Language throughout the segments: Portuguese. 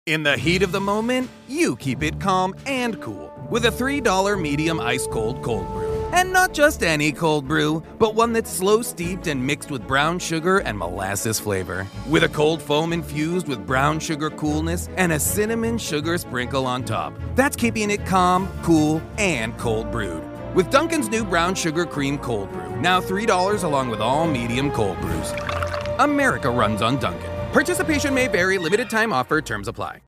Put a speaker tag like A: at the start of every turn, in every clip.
A: In the heat of the moment, you keep it calm and cool with a $3 medium ice cold brew. And not just any cold brew, but one that's slow steeped and mixed with brown sugar and molasses flavor. With a cold foam infused with brown sugar coolness and a cinnamon sugar sprinkle on top. That's keeping it calm, cool, and cold brewed. With Dunkin's new brown sugar cream cold brew, now $3 along with all medium cold brews. America runs on Dunkin'. Participation may vary, limited time offer, terms apply.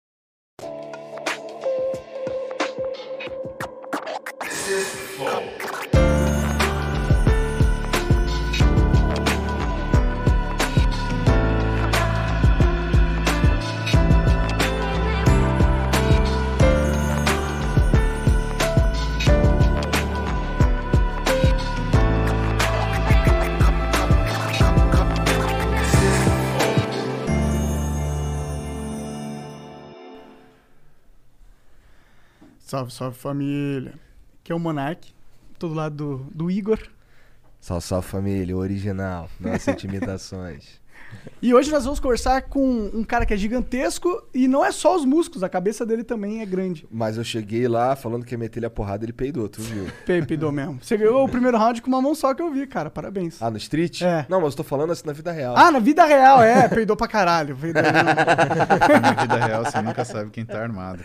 B: Salve, salve família. Aqui é o Monark, tô do lado do Igor.
C: Salve, salve família, o original, nossas imitações.
B: E hoje nós vamos conversar com um cara que é gigantesco e não é só os músculos, a cabeça dele também é grande.
C: Mas eu cheguei lá falando que ia meter ele a porrada, ele peidou, tu viu?
B: Peidou mesmo. Você ganhou o primeiro round com uma mão só que eu vi, cara, parabéns.
C: Ah, no street?
B: É.
C: Não, mas eu tô falando assim na vida real.
B: Ah, na vida real, peidou pra caralho.
D: Na vida real você nunca sabe quem tá armado.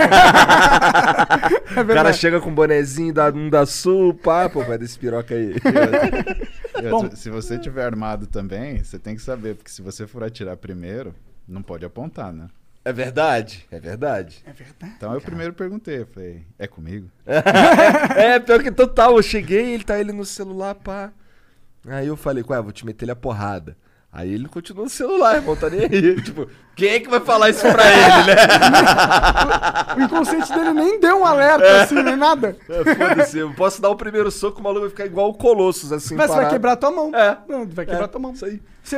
C: O cara chega com um bonezinho da Sul, pá, pô, vai desse piroca aí.
B: Bom,
D: se você tiver armado também, você tem que saber, porque se você for atirar primeiro, não pode apontar, né?
C: É verdade, é verdade.
B: É verdade.
D: Então eu primeiro perguntei, eu falei, é comigo?
C: Pior que total, eu cheguei, ele no celular, pá. Aí eu falei, ué, vou te meter ele a porrada. Aí ele continua no celular, irmão, tá nem aí. Tipo, quem é que vai falar isso pra ele, né?
B: O inconsciente dele nem deu um alerta, assim, nem nada.
C: Foda-se, eu posso dar o primeiro soco, o maluco vai ficar igual o Colossus, assim,
B: Mas você vai
C: parado.
B: quebrar tua mão.
C: É.
B: Não, vai quebrar tua mão.
C: Isso aí.
B: Você...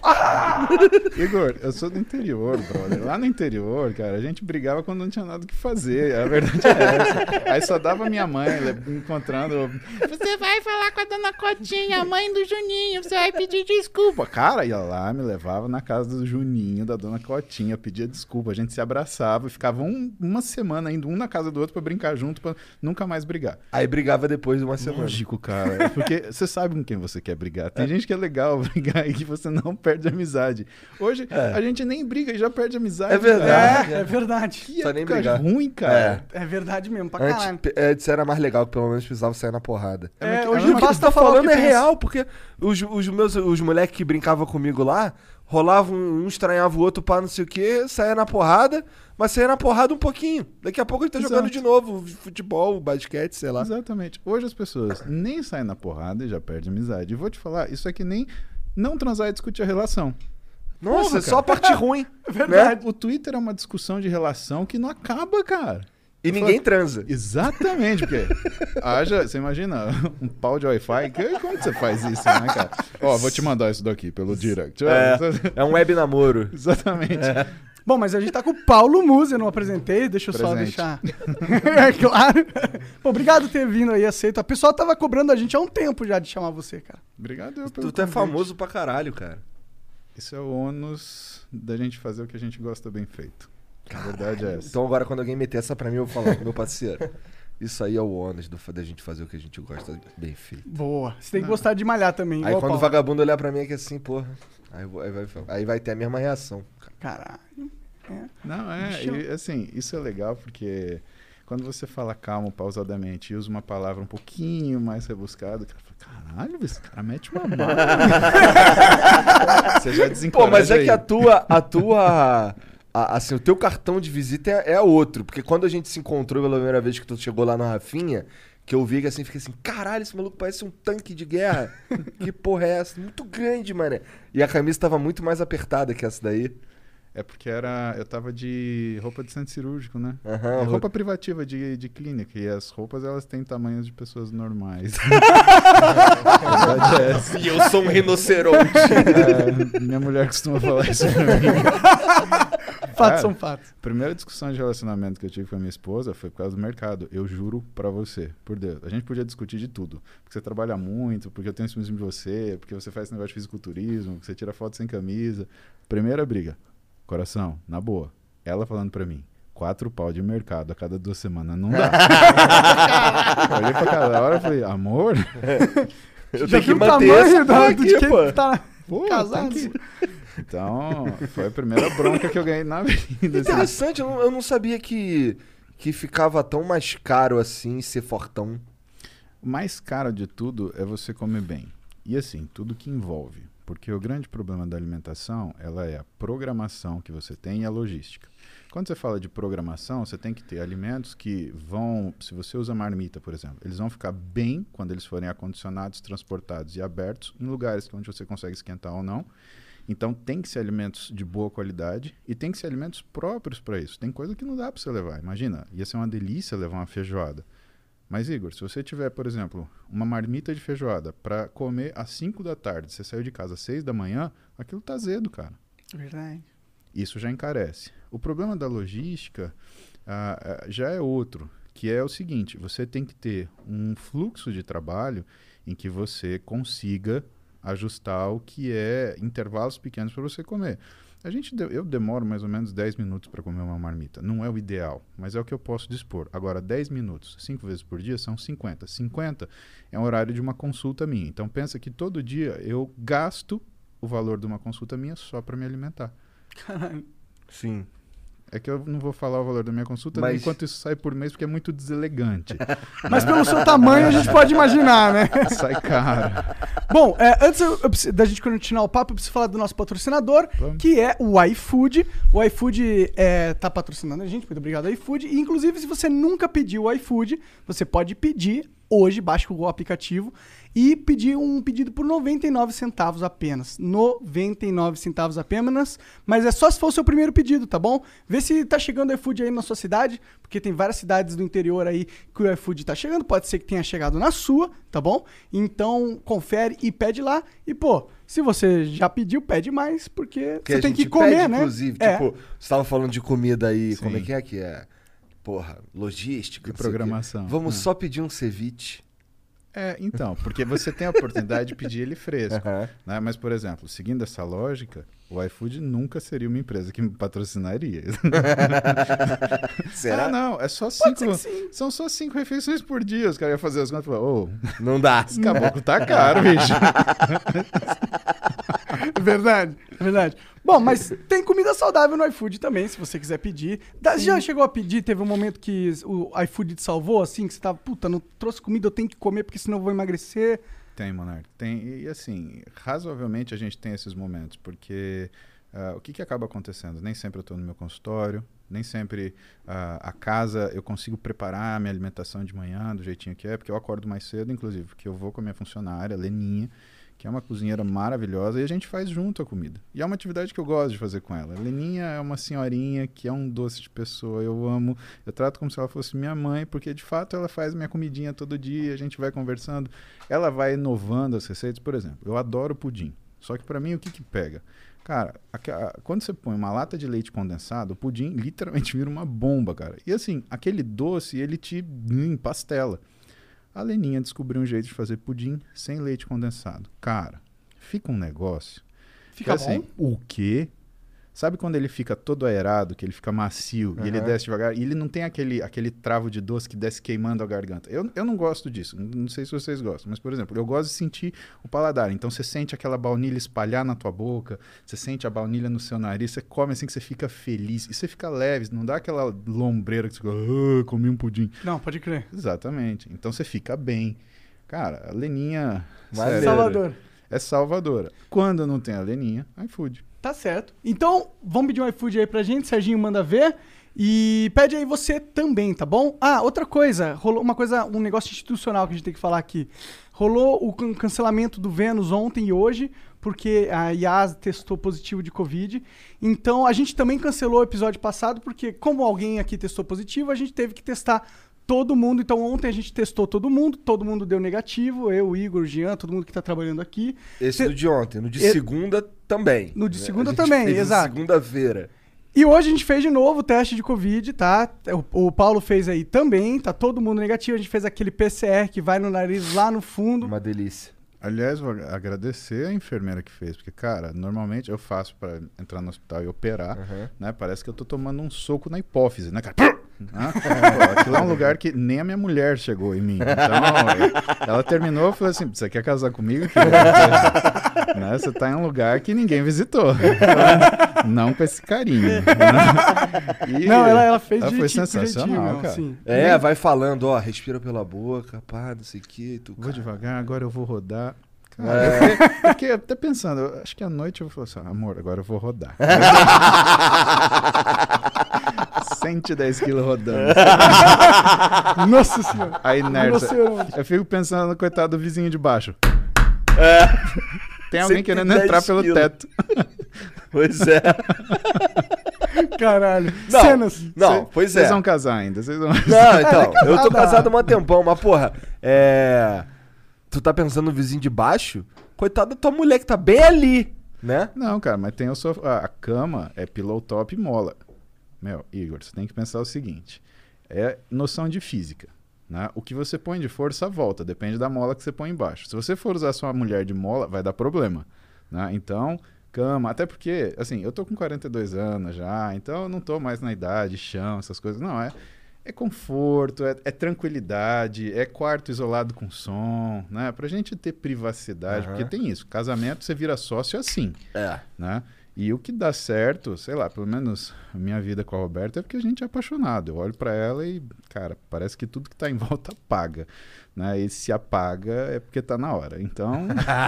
D: Igor, eu sou do interior, brother. Lá no interior, cara, a gente brigava quando não tinha nada o que fazer. A verdade é essa. Aí só dava minha mãe encontrando. Você vai falar com a dona Cotinha, a mãe do Juninho, você vai pedir desculpa. Cara, ia lá, me levava na casa do Juninho, da dona Cotinha, pedia desculpa. A gente se abraçava e ficava uma semana indo um na casa do outro pra brincar junto, pra nunca mais brigar.
C: Aí brigava depois de uma semana.
D: Lógico, cara. Porque você sabe com quem você quer brigar. Tem gente que é legal brigar e que você não perde amizade. Hoje, a gente nem briga e já perde amizade.
C: É verdade.
B: É verdade.
D: Que
C: Só nem
D: época
C: brigar.
D: ruim, cara.
B: É verdade mesmo, pra caralho.
C: Antes era mais legal, que pelo menos precisava sair na porrada.
B: Hoje
C: O que
B: basta
C: você tá
B: falar o
C: falando
B: que
C: é
B: pensa.
C: real, porque os moleques que brincavam comigo lá, rolavam, um estranhava o outro pra não sei o que, saia na porrada, mas saia na porrada um pouquinho. Daqui a pouco a gente tá
D: Exato.
C: jogando de novo futebol, basquete, sei lá.
D: Exatamente. Hoje as pessoas nem saem na porrada e já perdem amizade. E vou te falar, isso é que nem não transar e discutir a relação.
C: Nossa,
D: Porra,
C: é só a parte ruim.
B: Verdade.
D: Né? O Twitter é uma discussão de relação que não acaba, cara.
C: E ninguém transa.
D: Exatamente, porque você imagina um pau de Wi-Fi, como que você faz isso, né, cara? Ó, vou te mandar isso daqui pelo direct.
C: É um web namoro.
D: Exatamente.
B: Bom, mas a gente tá com o Paulo Musi, eu não apresentei, deixa eu só
D: Presente.
B: deixar. É claro. Bom, obrigado por ter vindo aí, aceito. A pessoa tava cobrando a gente há um tempo já de chamar você, cara.
D: Obrigado pelo
C: Tu é
D: convite.
C: famoso pra caralho, cara.
D: Isso é o ônus da gente fazer o que a gente gosta bem feito. A verdade é essa.
C: Então agora quando alguém meter essa pra mim, eu vou falar, meu parceiro, isso aí é o ônus da gente fazer o que a gente gosta bem feito.
B: Boa. Você tem que gostar de malhar também.
C: Aí
B: igual
C: quando o
B: Paulo.
C: vagabundo olhar pra mim aqui assim, porra, aí vai ter a mesma reação.
B: Caralho.
D: Não, e, assim, isso é legal porque quando você fala calmo, pausadamente e usa uma palavra um pouquinho mais rebuscada, o cara fala, caralho, esse cara mete uma bala. Você já desencoraja.
C: Pô, mas é
D: aí.
C: que assim, o teu cartão de visita é outro. Porque quando a gente se encontrou pela primeira vez que tu chegou lá no Rafinha, que eu vi que assim, fiquei assim, caralho, esse maluco parece um tanque de guerra. Que porra é essa? Muito grande, mané. E a camisa tava muito mais apertada que essa daí.
D: É porque eu tava de roupa de centro cirúrgico, né?
C: Aham,
D: É roupa privativa de clínica. E as roupas, elas têm tamanhos de pessoas normais. A verdade é essa.
C: E eu sou um rinoceronte.
D: Minha mulher costuma falar isso pra mim.
B: Fatos
D: Cara,
B: são fatos.
D: A primeira discussão de relacionamento que eu tive com a minha esposa foi por causa do mercado. Eu juro pra você, por Deus. A gente podia discutir de tudo. Porque você trabalha muito, porque eu tenho ciúmes de você, porque você faz esse negócio de fisiculturismo, porque você tira foto sem camisa. Primeira briga. Coração, na boa. Ela falando pra mim, 4 pau de mercado a cada 2 semanas, não dá. Eu olhei pra cada hora e falei, amor...
C: Eu
B: Já
C: tenho que
B: viu o
C: manter
B: tamanho
C: essa porra
B: de
C: aqui,
B: quem
C: pô.
B: tá
D: Pô,
B: casado?
D: tem que- Então, foi a primeira bronca que eu ganhei na vida. assim.
C: Interessante, eu não sabia que ficava tão mais caro assim ser fortão.
D: O mais caro de tudo é você comer bem. E assim, tudo que envolve. Porque o grande problema da alimentação, ela é a programação que você tem e a logística. Quando você fala de programação, você tem que ter alimentos que vão... Se você usa marmita, por exemplo, eles vão ficar bem quando eles forem acondicionados, transportados e abertos em lugares onde você consegue esquentar ou não. Então, tem que ser alimentos de boa qualidade e tem que ser alimentos próprios para isso. Tem coisa que não dá para você levar. Imagina, ia ser uma delícia levar uma feijoada. Mas, Igor, se você tiver, por exemplo, uma marmita de feijoada para comer às 5 da tarde, você saiu de casa às 6 da manhã, aquilo tá azedo, cara.
B: Verdade.
D: Isso já encarece. O problema da logística já é outro, que é o seguinte, você tem que ter um fluxo de trabalho em que você consiga ajustar o que é intervalos pequenos para você comer. Eu demoro mais ou menos 10 minutos para comer uma marmita. Não é o ideal, mas é o que eu posso dispor. Agora, 10 minutos, 5 vezes por dia, são 50. 50 é um horário de uma consulta minha. Então, pensa que todo dia eu gasto o valor de uma consulta minha só para me alimentar.
B: Caralho.
C: Sim.
D: É que eu não vou falar o valor da minha consulta
C: Mas-
D: enquanto isso sai por mês, porque é muito deselegante.
B: Mas pelo seu tamanho a gente pode imaginar, né?
D: Sai caro.
B: Bom, antes da gente continuar o papo, eu preciso falar do nosso patrocinador,
D: Vamos.
B: que é o iFood. O iFood tá patrocinando a gente, muito obrigado, iFood. E, inclusive, se você nunca pediu o iFood, você pode pedir hoje, baixe o aplicativo e pedir um pedido por 99 centavos apenas. 99 centavos apenas, mas é só se for o seu primeiro pedido, tá bom? Vê se tá chegando o iFood aí na sua cidade, porque tem várias cidades do interior aí que o iFood tá chegando, pode ser que tenha chegado na sua, tá bom? Então, confere e pede lá. E, pô, se você já pediu, pede mais, porque
C: Que
B: você
C: a
B: tem
C: gente
B: que comer,
C: pede,
B: né?
C: inclusive,
B: É.
C: tipo, você tava falando de comida aí,
D: Sim.
C: como é que é? Porra, logística.
D: E
C: não sei o quê.
D: programação.
C: Vamos só pedir um ceviche.
D: Então, porque você tem a oportunidade de pedir ele fresco.
C: Aham.
D: Né? Mas, por exemplo, seguindo essa lógica, o iFood nunca seria uma empresa que me patrocinaria.
C: Será?
D: Não, é só
B: Pode
D: 5.
B: ser que sim.
D: São só 5 refeições por dia. Os caras iam fazer as contas e falar, ô,
C: Não dá.
D: esse caboclo tá caro, bicho.
B: É verdade, é verdade. Bom, mas tem comida saudável no iFood também, se você quiser pedir. Já chegou a pedir, teve um momento que o iFood te salvou, assim, que você tava, puta, não trouxe comida, eu tenho que comer porque senão eu vou emagrecer.
D: Tem, Monark. Tem. E assim, razoavelmente a gente tem esses momentos, porque o que acaba acontecendo? Nem sempre eu estou no meu consultório, nem sempre a casa eu consigo preparar a minha alimentação de manhã do jeitinho que é, porque eu acordo mais cedo, inclusive, porque eu vou com a minha funcionária, Leninha, que é uma cozinheira maravilhosa, e a gente faz junto a comida. E é uma atividade que eu gosto de fazer com ela. A Leninha é uma senhorinha que é um doce de pessoa, eu amo, eu trato como se ela fosse minha mãe, porque de fato ela faz minha comidinha todo dia, a gente vai conversando, ela vai inovando as receitas. Por exemplo, eu adoro pudim, só que para mim o que pega? Cara, quando você põe uma lata de leite condensado, o pudim literalmente vira uma bomba, cara. E assim, aquele doce, ele te empastela. A Leninha descobriu um jeito de fazer pudim sem leite condensado. Cara, fica um negócio.
B: Fica
D: que, assim, o quê? Sabe quando ele fica todo aerado, que ele fica macio e ele desce devagar? E ele não tem aquele travo de doce que desce queimando a garganta. Eu não gosto disso. Não sei se vocês gostam. Mas, por exemplo, eu gosto de sentir o paladar. Então, você sente aquela baunilha espalhar na tua boca. Você sente a baunilha no seu nariz. Você come assim que você fica feliz. E você fica leve. Não dá aquela lombreira que você fica... comi um pudim.
B: Não, pode crer.
D: Exatamente. Então, você fica bem. Cara, a Leninha...
C: Maneiro.
D: sério,
B: Salvador.
D: é salvadora. Quando não tem a Leninha, iFood.
B: Tá certo. Então, vamos pedir um iFood aí pra gente, Serginho manda ver. E pede aí você também, tá bom? Ah, outra coisa, rolou um negócio institucional que a gente tem que falar aqui. Rolou o cancelamento do Vênus ontem e hoje, porque a Yas testou positivo de Covid. Então, a gente também cancelou o episódio passado, porque como alguém aqui testou positivo, a gente teve que testar todo mundo. Então, ontem a gente testou todo mundo deu negativo. Eu, o Igor, o Jean, todo mundo que tá trabalhando aqui.
C: Esse do de ontem. No de segunda também.
B: No de segunda
C: A gente
B: também,
C: fez
B: exato.
C: Segunda-feira.
B: E hoje a gente fez de novo o teste de Covid, tá? O Paulo fez aí também, tá todo mundo negativo. A gente fez aquele PCR que vai no nariz lá no fundo.
C: Uma delícia.
D: Aliás, vou agradecer a enfermeira que fez, porque, cara, normalmente eu faço pra entrar no hospital e operar, né? Parece que eu tô tomando um soco na hipófise, né, cara? Pô, aquilo é um lugar que nem a minha mulher chegou em mim. Então, ela terminou e falou assim, você quer casar comigo? Né? Você tá em um lugar que ninguém visitou. Não com esse carinho. Né? E
B: Não, ela fez
D: ela
B: de
D: foi
B: tipo
D: sensacional,
B: jeitinho,
D: cara.
B: assim.
C: Vai falando, ó, respira pela boca, pá, não sei o que.
D: Vou devagar, agora eu vou rodar. Cara, eu fiquei até pensando, acho que à noite eu vou falar assim, amor, agora eu vou rodar. 110 quilos rodando.
B: Nossa senhora.
D: A inércia.
B: Rinoceronte.
D: Eu fico pensando no coitado do vizinho de baixo. Tem alguém querendo
C: 110
D: entrar pelo
C: quilos.
D: teto.
C: Pois é.
B: Caralho.
C: Não,
B: Cenas.
C: não, pois
D: Vocês
C: é.
D: vão casar ainda. Vocês vão...
C: Não, então,
B: casada.
C: eu tô casado há um tempão, mas porra, tu tá pensando no vizinho de baixo? Coitado da tua mulher que tá bem ali, né?
D: Não, cara, mas tem o sofá. A cama é pillow top e mola. Meu, Igor, você tem que pensar o seguinte. É noção de física, né? O que você põe de força volta, depende da mola que você põe embaixo. Se você for usar sua mulher de mola, vai dar problema, né? Então, cama, até porque, assim, eu tô com 42 anos já, então eu não tô mais na idade, chão, essas coisas. Não, é conforto, é tranquilidade, é quarto isolado com som, né? Pra gente ter privacidade, porque tem isso. Casamento, você vira sócio assim, né? E o que dá certo, sei lá, pelo menos a minha vida com a Roberta é porque a gente é apaixonado. Eu olho pra ela e, cara, parece que tudo que tá em volta apaga, né? E se apaga é porque tá na hora. Então,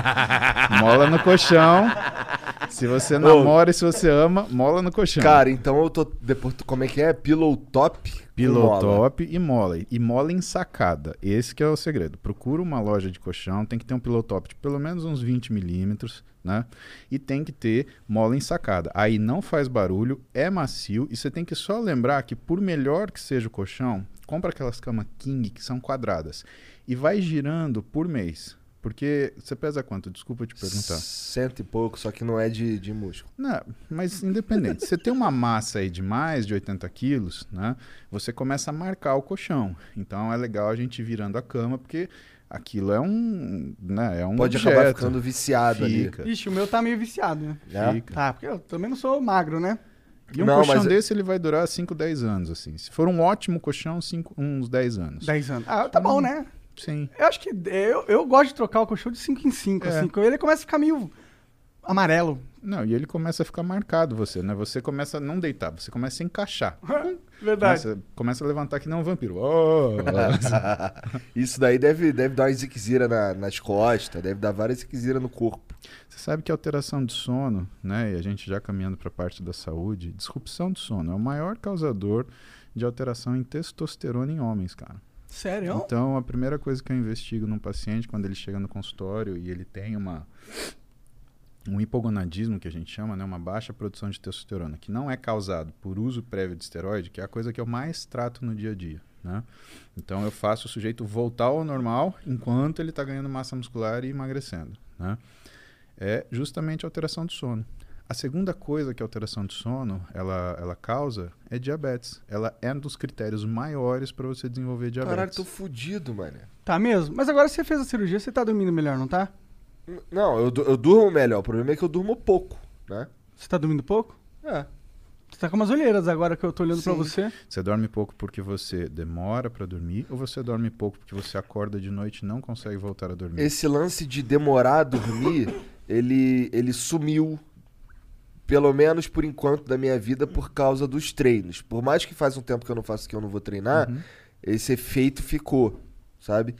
D: mola no colchão. Se você namora e se você ama, mola no colchão.
C: Cara, então eu tô. Depois, como é que é? Pillow top?
D: Pillow top e mola. E mola ensacada. Esse que é o segredo. Procura uma loja de colchão, tem que ter um pillow top de pelo menos uns 20 milímetros, né? E tem que ter mola ensacada. Aí não faz barulho, é macio e você tem que só lembrar que por melhor que seja o colchão, compra aquelas camas king que são quadradas e vai girando por mês. Porque você pesa quanto? Desculpa te perguntar.
C: 100 e pouco, só que não é de músculo.
D: Não, mas independente. Você tem uma massa aí de mais de 80 quilos, né? Você começa a marcar o colchão. Então é legal a gente ir virando a cama, porque aquilo é um, né, é um
C: Pode
D: objeto.
C: acabar ficando viciado
D: Fica.
B: Ixi, o meu tá meio viciado, né?
D: Fica.
B: Tá, porque eu também não sou magro, né?
D: E um
C: Não,
D: colchão
C: mas-
D: desse ele vai durar 5, 10 anos, assim. Se for um ótimo colchão, uns 10 anos.
B: 10 anos. Ah, tá bom, né?
D: Sim.
B: Eu acho que eu gosto de trocar o colchão de 5 em 5, assim. Quando ele começa a ficar meio amarelo.
D: Não, e ele começa a ficar marcado você, né? Você começa a não deitar, você começa a encaixar.
B: Verdade.
D: Você começa a levantar que nem um vampiro. Oh!
C: Isso daí deve dar uma ziquezira nas costas, deve dar várias ziqueziras no corpo.
D: Você sabe que a alteração de sono, né? E a gente já caminhando para a parte da saúde, disrupção de sono é o maior causador de alteração em testosterona em homens, cara.
B: Sério?
D: Então, a primeira coisa que eu investigo num paciente quando ele chega no consultório e ele tem um hipogonadismo, que a gente chama, né, uma baixa produção de testosterona, que não é causado por uso prévio de esteroide, que é a coisa que eu mais trato no dia a dia, né? Então, eu faço o sujeito voltar ao normal enquanto ele está ganhando massa muscular e emagrecendo, né? É justamente a alteração do sono. A segunda coisa que a alteração de sono ela causa é diabetes. Ela é um dos critérios maiores para você desenvolver diabetes.
C: Caralho, tô fudido, mano.
B: Tá mesmo? Mas agora você fez a cirurgia, você tá dormindo melhor, não tá?
C: Não, eu durmo melhor. O problema é que eu durmo pouco, né?
B: Você tá dormindo pouco?
C: É.
B: Você tá com umas olheiras agora que eu tô olhando pra
C: Sim.
B: você.
D: Você dorme pouco porque você demora para dormir ou você dorme pouco porque você acorda de noite e não consegue voltar a dormir?
C: Esse lance de demorar a dormir, ele sumiu, pelo menos por enquanto, da minha vida por causa dos treinos. Por mais que faz um tempo que eu não faço, que eu não vou treinar, esse efeito ficou, sabe?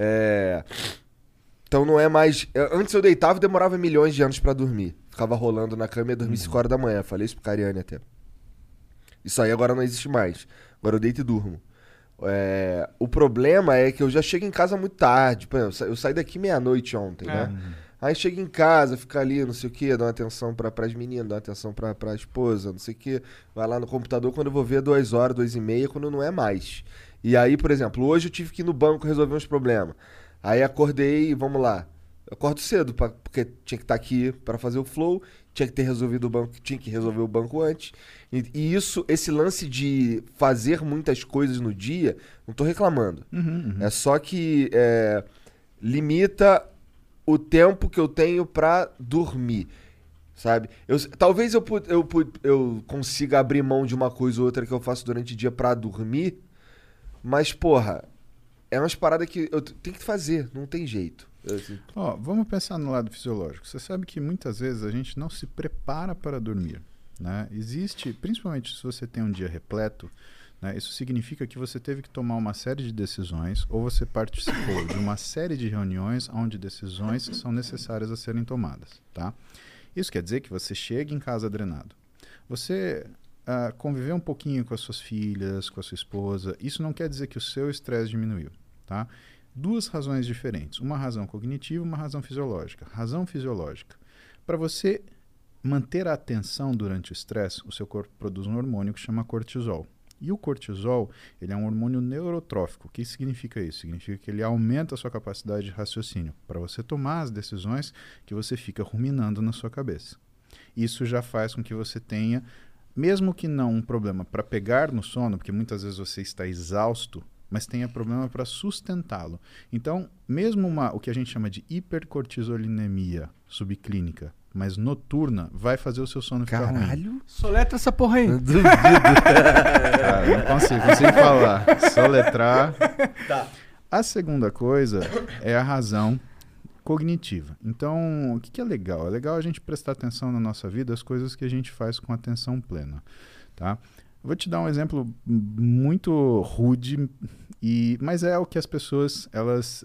C: Então não é mais... Antes eu deitava e demorava milhões de anos pra dormir. Ficava rolando na cama e ia dormir 5 horas da manhã. Falei isso pro Cariani até. Isso aí agora não existe mais. Agora eu deito e durmo. O problema é que eu já chego em casa muito tarde. Por exemplo, eu saí daqui meia-noite ontem, né? Aí chega em casa, fica ali, não sei o que, dá uma atenção pras meninas, dá uma atenção pra esposa, não sei o que. Vai lá no computador, quando eu vou ver 2 horas, 2h30, quando não é mais. E aí, por exemplo, hoje eu tive que ir no banco resolver uns problemas. Aí acordei, vamos lá. Eu acordo cedo, porque tinha que estar aqui para fazer o flow, tinha que ter resolvido o banco, tinha que resolver o banco antes. E esse lance de fazer muitas coisas no dia, não tô reclamando. É só que limita o tempo que eu tenho pra dormir, sabe? Talvez eu consiga abrir mão de uma coisa ou outra que eu faço durante o dia pra dormir, mas, porra, é umas paradas que eu tenho que fazer, não tem jeito.
D: Vamos pensar no lado fisiológico. Você sabe que muitas vezes a gente não se prepara para dormir, né? Existe, principalmente se você tem um dia repleto, né, isso significa que você teve que tomar uma série de decisões ou você participou de uma série de reuniões onde decisões são necessárias a serem tomadas, tá? Isso quer dizer que você chega em casa drenado. Você conviveu um pouquinho com as suas filhas, com a sua esposa. Isso não quer dizer que o seu estresse diminuiu, tá? Duas razões diferentes. Uma razão cognitiva e uma razão fisiológica. Razão fisiológica. Para você manter a atenção durante o estresse, o seu corpo produz um hormônio que chama cortisol. E o cortisol, ele é um hormônio neurotrófico. O que significa isso? Significa que ele aumenta a sua capacidade de raciocínio para você tomar as decisões que você fica ruminando na sua cabeça. Isso já faz com que você tenha, mesmo que não um problema para pegar no sono, porque muitas vezes você está exausto, mas tenha problema para sustentá-lo. Então, mesmo o que a gente chama de hipercortisolinemia subclínica, mas noturna, vai fazer o seu sono ficar ruim.
C: Caralho?
B: Soletra essa porra aí.
C: Duvido.
D: Cara, não consigo falar. Soletrar.
C: Tá.
D: A segunda coisa é a razão cognitiva. Então, o que é legal? É legal a gente prestar atenção na nossa vida, as coisas que a gente faz com atenção plena, tá? Vou te dar um exemplo muito rude, mas é o que as pessoas, elas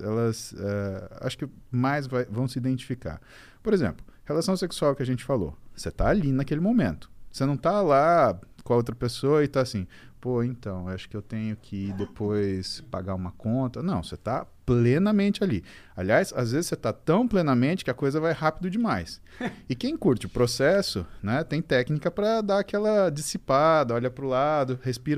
D: acho que mais vão se identificar. Por exemplo, relação sexual que a gente falou. Você tá ali naquele momento. Você não tá lá com a outra pessoa e tá assim, pô, então, acho que eu tenho que depois pagar uma conta. Não, você tá plenamente ali. Aliás, às vezes você tá tão plenamente que a coisa vai rápido demais. E quem curte o processo, né, tem técnica para dar aquela dissipada, olha pro lado, respira,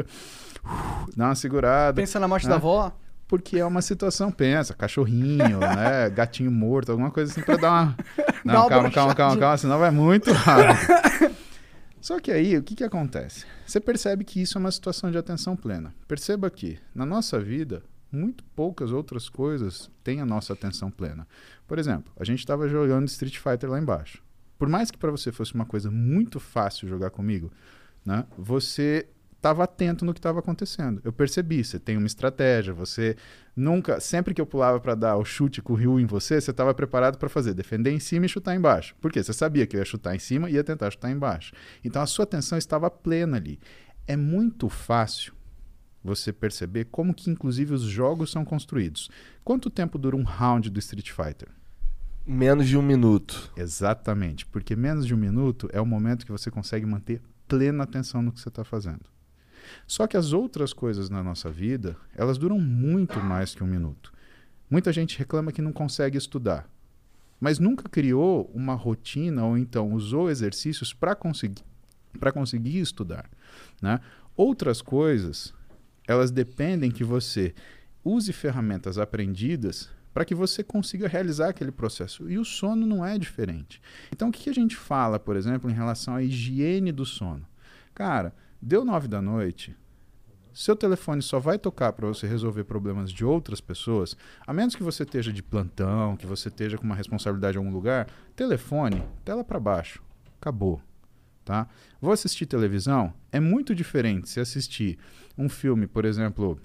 D: dá uma segurada.
B: Pensa na morte da avó.
D: Porque é uma situação, pensa, cachorrinho, né, gatinho morto, alguma coisa assim para dar uma... Não, calma, senão vai muito rápido. Só que aí, o que acontece? Você percebe que isso é uma situação de atenção plena. Perceba que, na nossa vida, muito poucas outras coisas têm a nossa atenção plena. Por exemplo, a gente estava jogando Street Fighter lá embaixo. Por mais que para você fosse uma coisa muito fácil jogar comigo, né, você estava atento no que estava acontecendo. Eu percebi, você tem uma estratégia, você nunca, sempre que eu pulava para dar o chute com o Ryu em você estava preparado para fazer, defender em cima e chutar embaixo. Por quê? Você sabia que eu ia chutar em cima e ia tentar chutar embaixo. Então a sua atenção estava plena ali. É muito fácil você perceber como que inclusive os jogos são construídos. Quanto tempo dura um round do Street Fighter?
C: Menos de 1 minuto.
D: Exatamente, porque menos de 1 minuto é o momento que você consegue manter plena atenção no que você está fazendo. Só que as outras coisas na nossa vida, elas duram muito mais que 1 minuto. Muita gente reclama que não consegue estudar, mas nunca criou uma rotina ou então usou exercícios para conseguir estudar, né? Outras coisas, elas dependem que você use ferramentas aprendidas para que você consiga realizar aquele processo. E o sono não é diferente. Então, o que a gente fala, por exemplo, em relação à higiene do sono? Cara, deu 9 da noite, seu telefone só vai tocar para você resolver problemas de outras pessoas, a menos que você esteja de plantão, que você esteja com uma responsabilidade em algum lugar, telefone, tela para baixo, acabou. Tá? Vou assistir televisão, é muito diferente se assistir um filme, por exemplo,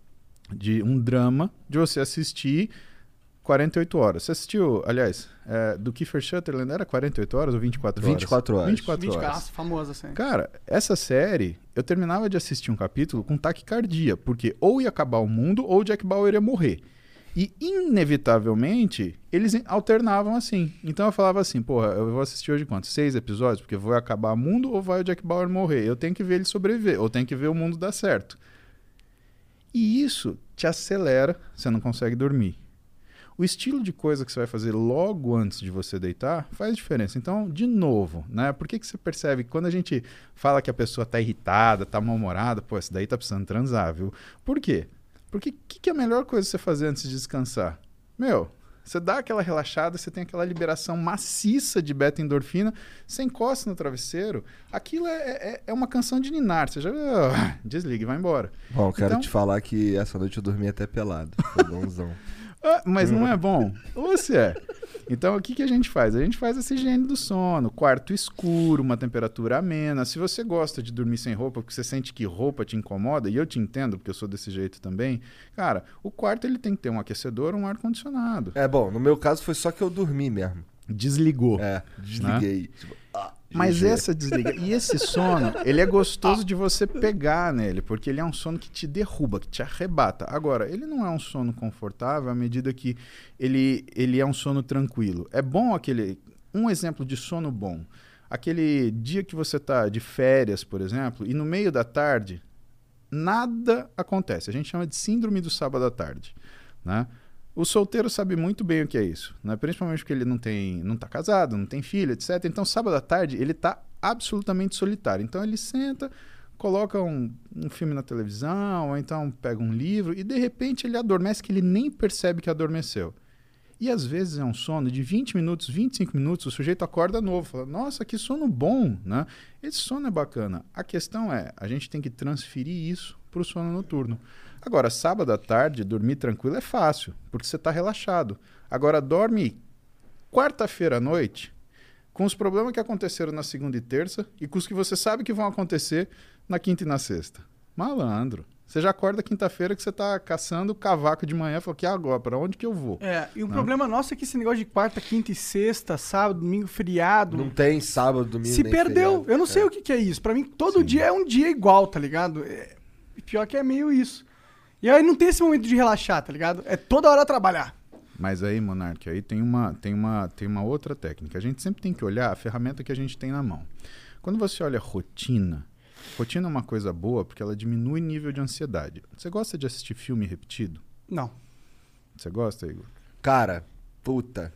D: de um drama, de você assistir 48 horas. Você assistiu, aliás, do Kiefer Sutherland, era 48 horas ou 24 horas?
C: 24 horas.
B: 24 horas. Famosa série.
D: Cara, essa série, eu terminava de assistir um capítulo com taquicardia, porque ou ia acabar o mundo ou o Jack Bauer ia morrer. E, inevitavelmente, eles alternavam assim. Então eu falava assim, porra, eu vou assistir hoje quantos? 6 episódios? Porque vai acabar o mundo ou vai o Jack Bauer morrer? Eu tenho que ver ele sobreviver, ou tenho que ver o mundo dar certo. E isso te acelera, você não consegue dormir. O estilo de coisa que você vai fazer logo antes de você deitar faz diferença. Então, de novo, né? Por que você percebe que quando a gente fala que a pessoa está irritada, está mal-humorada, pô, essa daí tá precisando transar, viu? Por quê? Porque o que é a melhor coisa você fazer antes de descansar? Você dá aquela relaxada, você tem aquela liberação maciça de beta-endorfina, você encosta no travesseiro, aquilo é uma canção de ninar, você já desliga e vai embora.
C: Bom, quero te falar que essa noite eu dormi até pelado, foi bonzão.
D: Mas não é bom? Ou se é? Então, o que a gente faz? A gente faz essa higiene do sono, quarto escuro, uma temperatura amena. Se você gosta de dormir sem roupa, porque você sente que roupa te incomoda, e eu te entendo, porque eu sou desse jeito também, cara, o quarto ele tem que ter um aquecedor, um ar-condicionado.
C: Bom, no meu caso foi só que eu dormi mesmo.
D: Desligou.
C: Desliguei.
D: Né?
C: Tipo,
D: Mas
C: GG.
D: essa desliga. E esse sono, ele é gostoso de você pegar nele, porque ele é um sono que te derruba, que te arrebata. Agora, ele não é um sono confortável à medida que ele é um sono tranquilo. É bom aquele... Um exemplo de sono bom. Aquele dia que você está de férias, por exemplo, e no meio da tarde, nada acontece. A gente chama de síndrome do sábado à tarde, né? O solteiro sabe muito bem o que é isso, né? Principalmente porque ele não está casado, não tem filho, etc. Então, sábado à tarde, ele está absolutamente solitário. Então, ele senta, coloca um filme na televisão, ou então pega um livro, e de repente ele adormece que ele nem percebe que adormeceu. E às vezes é um sono de 20 minutos, 25 minutos, o sujeito acorda novo, fala, nossa, que sono bom, né? Esse sono é bacana. A questão é, a gente tem que transferir isso para o sono noturno. Agora, sábado à tarde, dormir tranquilo é fácil, porque você está relaxado. Agora, dorme quarta-feira à noite com os problemas que aconteceram na segunda e terça e com os que você sabe que vão acontecer na quinta e na sexta. Malandro. Você já acorda quinta-feira que você está caçando o cavaco de manhã e fala, que agora, para onde que eu vou?
B: E o problema nosso é que esse negócio de quarta, quinta e sexta, sábado, domingo, feriado...
C: Não tem sábado, domingo,
B: se
C: nem
B: perdeu.
C: feriado.
B: Eu não sei o que é isso. Pra mim, todo dia é um dia igual, tá ligado? Pior que é meio isso. E aí não tem esse momento de relaxar, tá ligado? É toda hora trabalhar.
D: Mas aí, Monark, aí tem uma outra técnica. A gente sempre tem que olhar a ferramenta que a gente tem na mão. Quando você olha rotina é uma coisa boa porque ela diminui o nível de ansiedade. Você gosta de assistir filme repetido?
B: Não.
D: Você gosta, Igor?
C: Cara, puta.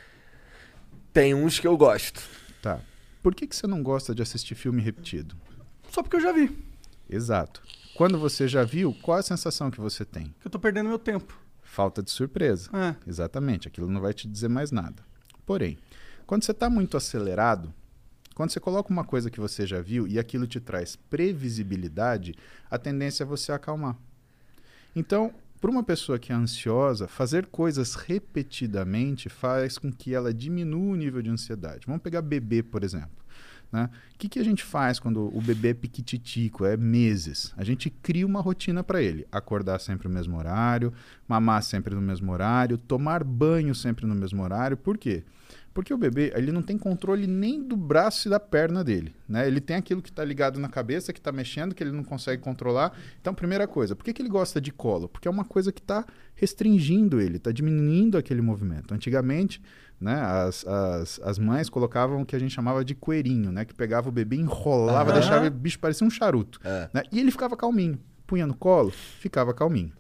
C: Tem uns que eu gosto.
D: Tá. Por que você não gosta de assistir filme repetido?
B: Só porque eu já vi.
D: Exato. Quando você já viu, qual a sensação que você tem?
B: Que eu tô perdendo meu tempo.
D: Falta de surpresa. Exatamente. Aquilo não vai te dizer mais nada. Porém, quando você está muito acelerado, quando você coloca uma coisa que você já viu e aquilo te traz previsibilidade, a tendência é você acalmar. Então, para uma pessoa que é ansiosa, fazer coisas repetidamente faz com que ela diminua o nível de ansiedade. Vamos pegar bebê, por exemplo. Né? O que a gente faz quando o bebê é piquititico, é meses? A gente cria uma rotina para ele. Acordar sempre no mesmo horário, mamar sempre no mesmo horário, tomar banho sempre no mesmo horário. Por quê? Porque o bebê ele não tem controle nem do braço e da perna dele. Né? Ele tem aquilo que está ligado na cabeça, que está mexendo, que ele não consegue controlar. Então, primeira coisa, por que ele gosta de colo? Porque é uma coisa que está restringindo ele, está diminuindo aquele movimento. Antigamente, né, as mães colocavam o que a gente chamava de coelhinho, né, que pegava o bebê, enrolava, deixava o bicho parecer um charuto. Né, e ele ficava calminho. Punha no colo, ficava calminho.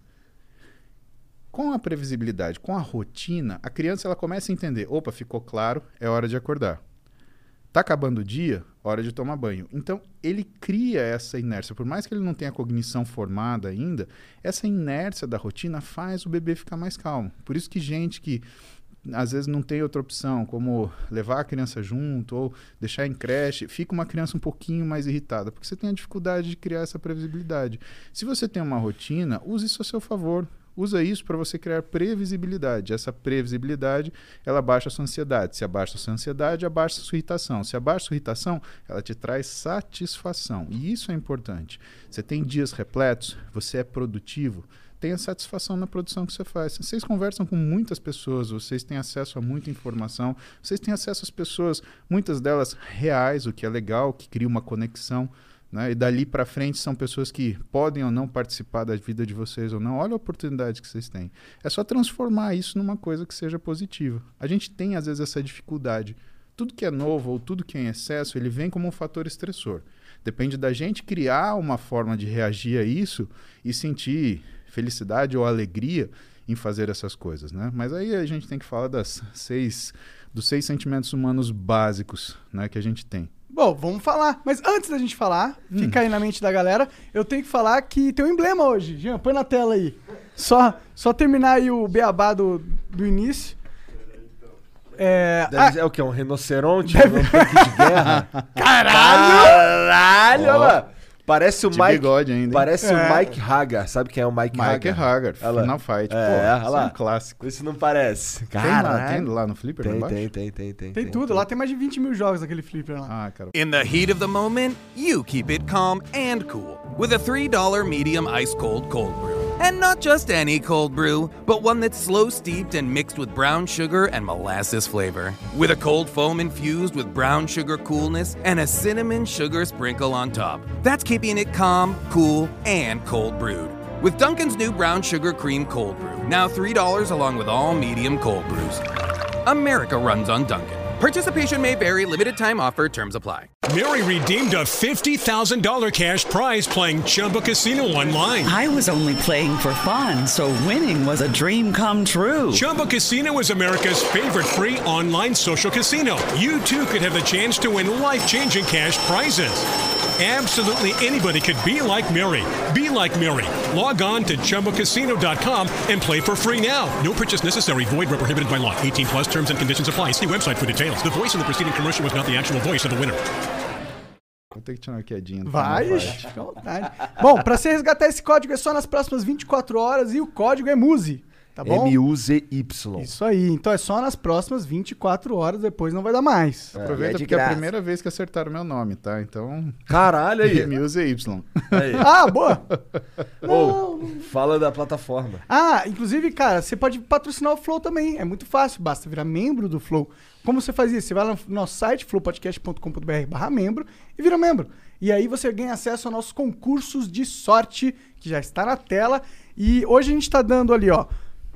D: Com a previsibilidade, com a rotina, a criança ela começa a entender, opa, ficou claro, é hora de acordar. Tá acabando o dia, hora de tomar banho. Então, ele cria essa inércia. Por mais que ele não tenha cognição formada ainda, essa inércia da rotina faz o bebê ficar mais calmo. Por isso que gente que às vezes não tem outra opção, como levar a criança junto ou deixar em creche, fica uma criança um pouquinho mais irritada, porque você tem a dificuldade de criar essa previsibilidade. Se você tem uma rotina, use isso a seu favor. Usa isso para você criar previsibilidade. Essa previsibilidade, ela abaixa a sua ansiedade. Se abaixa a sua ansiedade, abaixa a sua irritação. Se abaixa a sua irritação, ela te traz satisfação. E isso é importante. Você tem dias repletos, você é produtivo, tenha satisfação na produção que você faz. Vocês conversam com muitas pessoas, vocês têm acesso a muita informação, vocês têm acesso às pessoas, muitas delas reais, o que é legal, que cria uma conexão. Né? E dali para frente são pessoas que podem ou não participar da vida de vocês ou não. Olha a oportunidade que vocês têm. É só transformar isso numa coisa que seja positiva. A gente tem, às vezes, essa dificuldade. Tudo que é novo ou tudo que é em excesso, ele vem como um fator estressor. Depende da gente criar uma forma de reagir a isso e sentir felicidade ou alegria em fazer essas coisas. Né? Mas aí a gente tem que falar dos 6 sentimentos humanos básicos, né, que a gente tem.
B: Bom, vamos falar. Mas antes da gente falar, fica aí na mente da galera, eu tenho que falar que tem um emblema hoje. Jean, põe na tela aí. Só terminar aí o beabá do início.
C: É o quê? Um rinoceronte? Um tanque de guerra?
B: Caralho!
C: Olha lá! Parece o
D: De
C: Mike.
D: bigode ainda.
C: Parece o Mike Hagar. Sabe quem é o Mike Hagar?
D: Mike Hagar,
C: Olha lá.
D: Final Fight. Pô,
C: olha
D: isso
C: lá.
D: é um clássico.
C: Esse não parece.
D: Tem lá no Flipper? lá embaixo?
B: Tem tudo, lá tem mais de 20 mil jogos naquele flipper lá.
D: Ah, cara.
A: In the heat of the moment, you keep it calm and cool with a $3 medium ice cold brew. And not just any cold brew, but one that's slow steeped and mixed with brown sugar and molasses flavor. With a cold foam infused with brown sugar coolness and a cinnamon sugar sprinkle on top. That's keeping it calm, cool, and cold brewed. With Dunkin's new brown sugar cream cold brew, now $3 along with all medium cold brews. America runs on Dunkin'. Participation may vary, limited time offer, terms apply.
E: Mary redeemed a $50,000 cash prize playing Chumba Casino online.
F: I was only playing for fun, so winning was a dream come true.
E: Chumba Casino is America's favorite free online social casino. You too could have the chance to win life-changing cash prizes. Absolutely anybody could be like Mary. Be like Mary. Log on to ChumbaCasino.com and play for free now. No purchase necessary. Void where prohibited by law. 18 plus terms and conditions apply. See website for details. The voice in the preceding commercial was not the actual voice of the winner.
D: Vou ter que tirar uma quedinha.
B: Vai, fica à vontade. Bom, pra você resgatar esse código é só nas próximas 24 horas e o código é MUZY, tá bom?
C: MUZY.
B: Isso aí, então é só nas próximas 24 horas, depois não vai dar mais.
D: Aproveita porque é a primeira vez que acertaram meu nome, tá? Então...
C: Caralho aí.
D: MUZY.
C: Aí.
B: Ah, boa!
C: Fala da plataforma.
B: Ah, inclusive, cara, você pode patrocinar o Flow também. É muito fácil, basta virar membro do Flow. Como você faz isso? Você vai lá no nosso site, flowpodcast.com.br/membro e vira membro. E aí você ganha acesso aos nossos concursos de sorte, que já está na tela. E hoje a gente está dando ali, ó.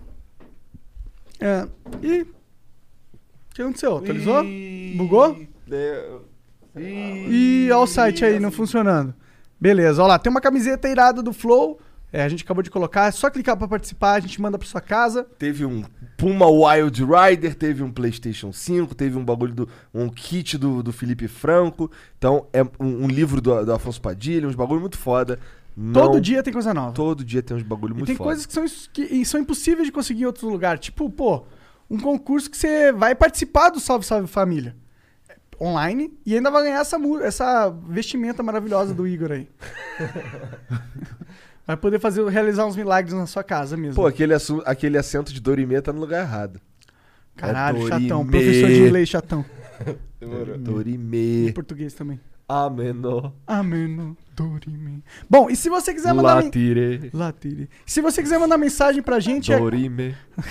B: E... O que aconteceu? Atualizou? Bugou? E olha o site aí não funcionando. Beleza, olha lá. Tem uma camiseta irada do Flow. A gente acabou de colocar. É só clicar pra participar, a gente manda pra sua casa.
C: Teve um Puma Wild Rider, teve um PlayStation 5, teve um bagulho um kit do Felipe Franco. Então, é um livro do Afonso Padilha, uns bagulho muito foda.
B: Todo dia tem coisa nova.
C: Todo dia tem uns bagulho muito foda.
B: E tem coisas que são impossíveis de conseguir em outros lugares. Tipo, pô, um concurso que você vai participar do Salve Salve Família. Online. E ainda vai ganhar essa vestimenta maravilhosa do Igor aí. Vai poder realizar uns milagres na sua casa mesmo.
C: Pô, aquele acento de Dorime tá no lugar errado.
B: Caralho, chatão. Professor de inglês, chatão.
C: Dorime.
B: Em português também.
C: Ameno.
B: Ameno. Dorime. Bom, e se você quiser mandar...
C: Latire.
B: Latire. Se você quiser mandar mensagem pra gente...
C: Dorime.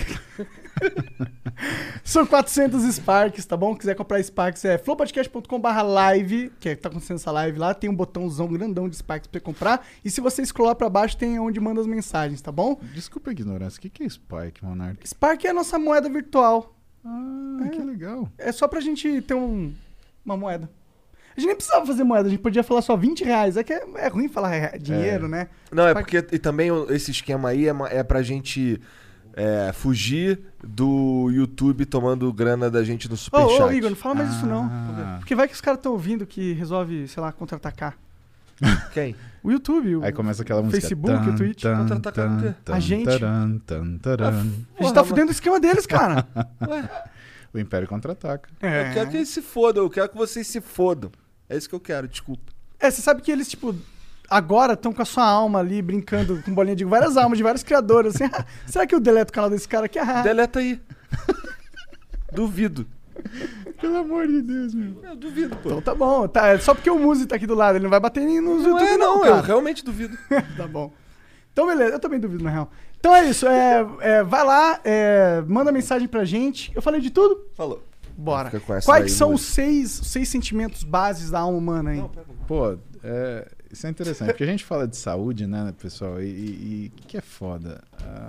B: São 400 Sparks, tá bom? Se quiser comprar Sparks é flowpodcast.com/live, que tá acontecendo essa live lá, tem um botãozão grandão de Sparks pra você comprar, e se você scrollar pra baixo tem onde manda as mensagens, tá bom?
D: Desculpa a ignorância, o que é Spike, Monark?
B: Spark é a nossa moeda virtual.
D: Que legal.
B: É só pra gente ter uma moeda. A gente nem precisava fazer moeda, a gente podia falar só 20 reais. É que é ruim falar dinheiro, né?
C: Não, Spark... é porque e também esse esquema aí é pra gente... fugir do YouTube tomando grana da gente no Superchat.
B: Ô, Igor, não fala mais isso não. Porque vai que os caras estão ouvindo que resolve, sei lá, contra-atacar.
C: Quem?
B: O YouTube,
D: aí começa aquela música.
B: Facebook, o Twitch.
C: Contra-atacar o quê?
B: A gente. A gente tá fudendo o esquema deles, cara.
C: Ué.
D: O Império contra-ataca.
C: Eu quero que eles se fodam, eu quero que vocês se fodam. É isso que eu quero, desculpa.
B: Você sabe que eles, tipo... Agora estão com a sua alma ali, brincando com bolinha de várias almas, de vários criadores. Assim, será que eu deleto o canal desse cara aqui?
C: Deleta aí. Duvido.
D: Pelo amor de Deus, meu.
C: Eu duvido, pô.
B: Então tá bom. Tá, só porque o Muzi tá aqui do lado, ele não vai bater nem nos YouTube, não, cara.
C: Eu realmente duvido.
B: Tá bom. Então, beleza. Eu também duvido, na real. Então é isso. Vai lá, manda mensagem pra gente. Eu falei de tudo?
C: Falou.
B: Bora. Quais são os seis sentimentos bases da alma humana aí?
D: Pô, isso é interessante, porque a gente fala de saúde, né, pessoal, e o que é foda?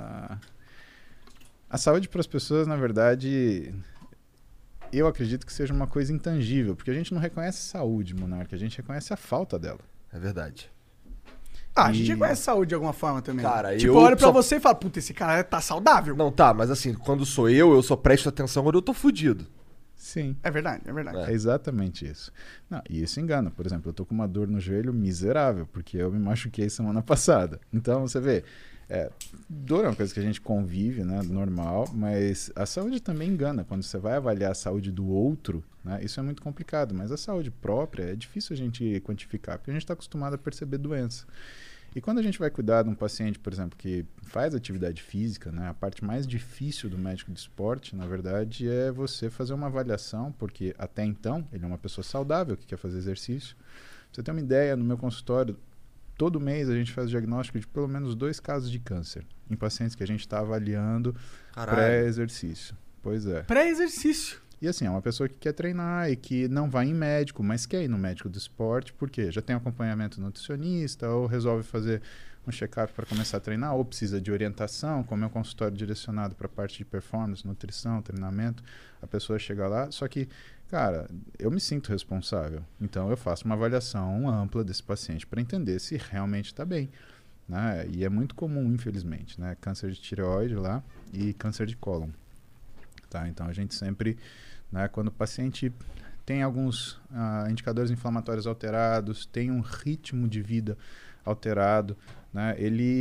D: A saúde para as pessoas, na verdade, eu acredito que seja uma coisa intangível, porque a gente não reconhece saúde, Monarca, a gente reconhece a falta dela.
C: É verdade.
B: A gente reconhece saúde de alguma forma também.
C: Cara,
B: tipo, eu olho pra você e falo, puta, esse cara tá saudável.
C: Não, tá, mas assim, quando sou eu só presto atenção quando eu tô fudido.
D: Sim.
B: É verdade, é verdade.
D: É exatamente isso. Não, e isso engana. Por exemplo, eu tô com uma dor no joelho miserável, porque eu me machuquei semana passada. Então, você vê, Dor é uma coisa que a gente convive, né, normal, mas a saúde também engana. Quando você vai avaliar a saúde do outro, né, isso é muito complicado, mas a saúde própria é difícil a gente quantificar, porque a gente está acostumado a perceber doença. E quando a gente vai cuidar de um paciente, por exemplo, que faz atividade física, né, a parte mais difícil do médico de esporte, na verdade, é você fazer uma avaliação, porque até então ele é uma pessoa saudável que quer fazer exercício. Pra você ter uma ideia, no meu consultório, todo mês a gente faz o diagnóstico de pelo menos 2 casos de câncer em pacientes que a gente está avaliando pré-exercício. Pois é.
B: Pré-exercício.
D: E assim, é uma pessoa que quer treinar e que não vai em médico, mas quer ir no médico do esporte, porque já tem acompanhamento nutricionista, ou resolve fazer um check-up para começar a treinar, ou precisa de orientação, como é um consultório direcionado para a parte de performance, nutrição, treinamento, a pessoa chega lá, só que, cara, eu me sinto responsável, então eu faço uma avaliação ampla desse paciente para entender se realmente está bem, né? E é muito comum, infelizmente, né? Câncer de tireoide lá e câncer de cólon. Tá? Então a gente sempre, né, quando o paciente tem alguns indicadores inflamatórios alterados, tem um ritmo de vida alterado, né,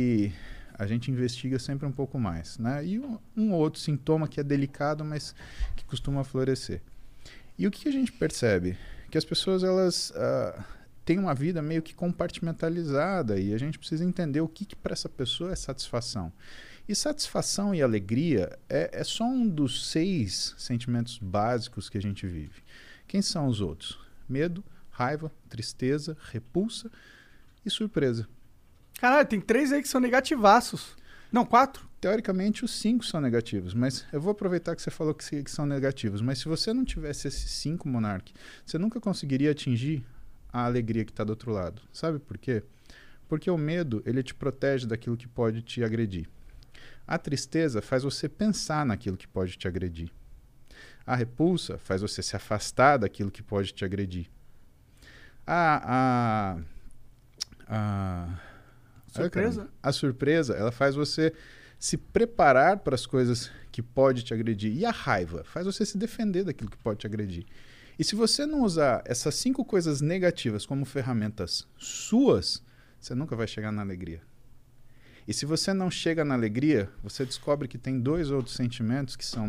D: a gente investiga sempre um pouco mais, né, e um outro sintoma que é delicado, mas que costuma florescer. E o que a gente percebe? Que as pessoas elas têm uma vida meio que compartimentalizada e a gente precisa entender o que para essa pessoa é satisfação. E satisfação e alegria é só um dos 6 sentimentos básicos que a gente vive. Quem são os outros? Medo, raiva, tristeza, repulsa e surpresa.
B: Caralho, tem 3 aí que são negativaços. Não, 4?
D: Teoricamente, os 5 são negativos, mas eu vou aproveitar que você falou que são negativos. Mas se você não tivesse esses 5, Monark, você nunca conseguiria atingir a alegria que está do outro lado. Sabe por quê? Porque o medo, ele te protege daquilo que pode te agredir. A tristeza faz você pensar naquilo que pode te agredir. A repulsa faz você se afastar daquilo que pode te agredir.
B: Surpresa?
D: A surpresa, ela faz você se preparar para as coisas que pode te agredir. E a raiva faz você se defender daquilo que pode te agredir. E se você não usar essas 5 coisas negativas como ferramentas suas, você nunca vai chegar na alegria. E se você não chega na alegria, você descobre que tem 2 outros sentimentos que são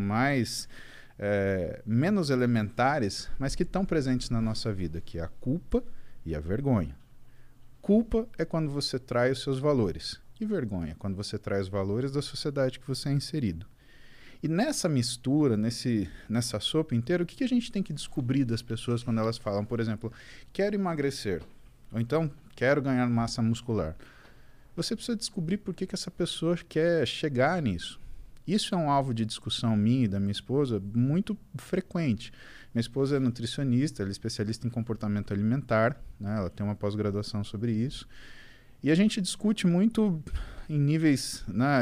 D: menos elementares, mas que estão presentes na nossa vida, que é a culpa e a vergonha. Culpa é quando você trai os seus valores. E vergonha é quando você trai os valores da sociedade que você é inserido. E nessa mistura, nessa sopa inteira, o que a gente tem que descobrir das pessoas quando elas falam, por exemplo, quero emagrecer, ou então quero ganhar massa muscular? Você precisa descobrir por que essa pessoa quer chegar nisso. Isso é um alvo de discussão minha e da minha esposa muito frequente. Minha esposa é nutricionista, ela é especialista em comportamento alimentar, né? Ela tem uma pós-graduação sobre isso. E a gente discute muito em níveis, né,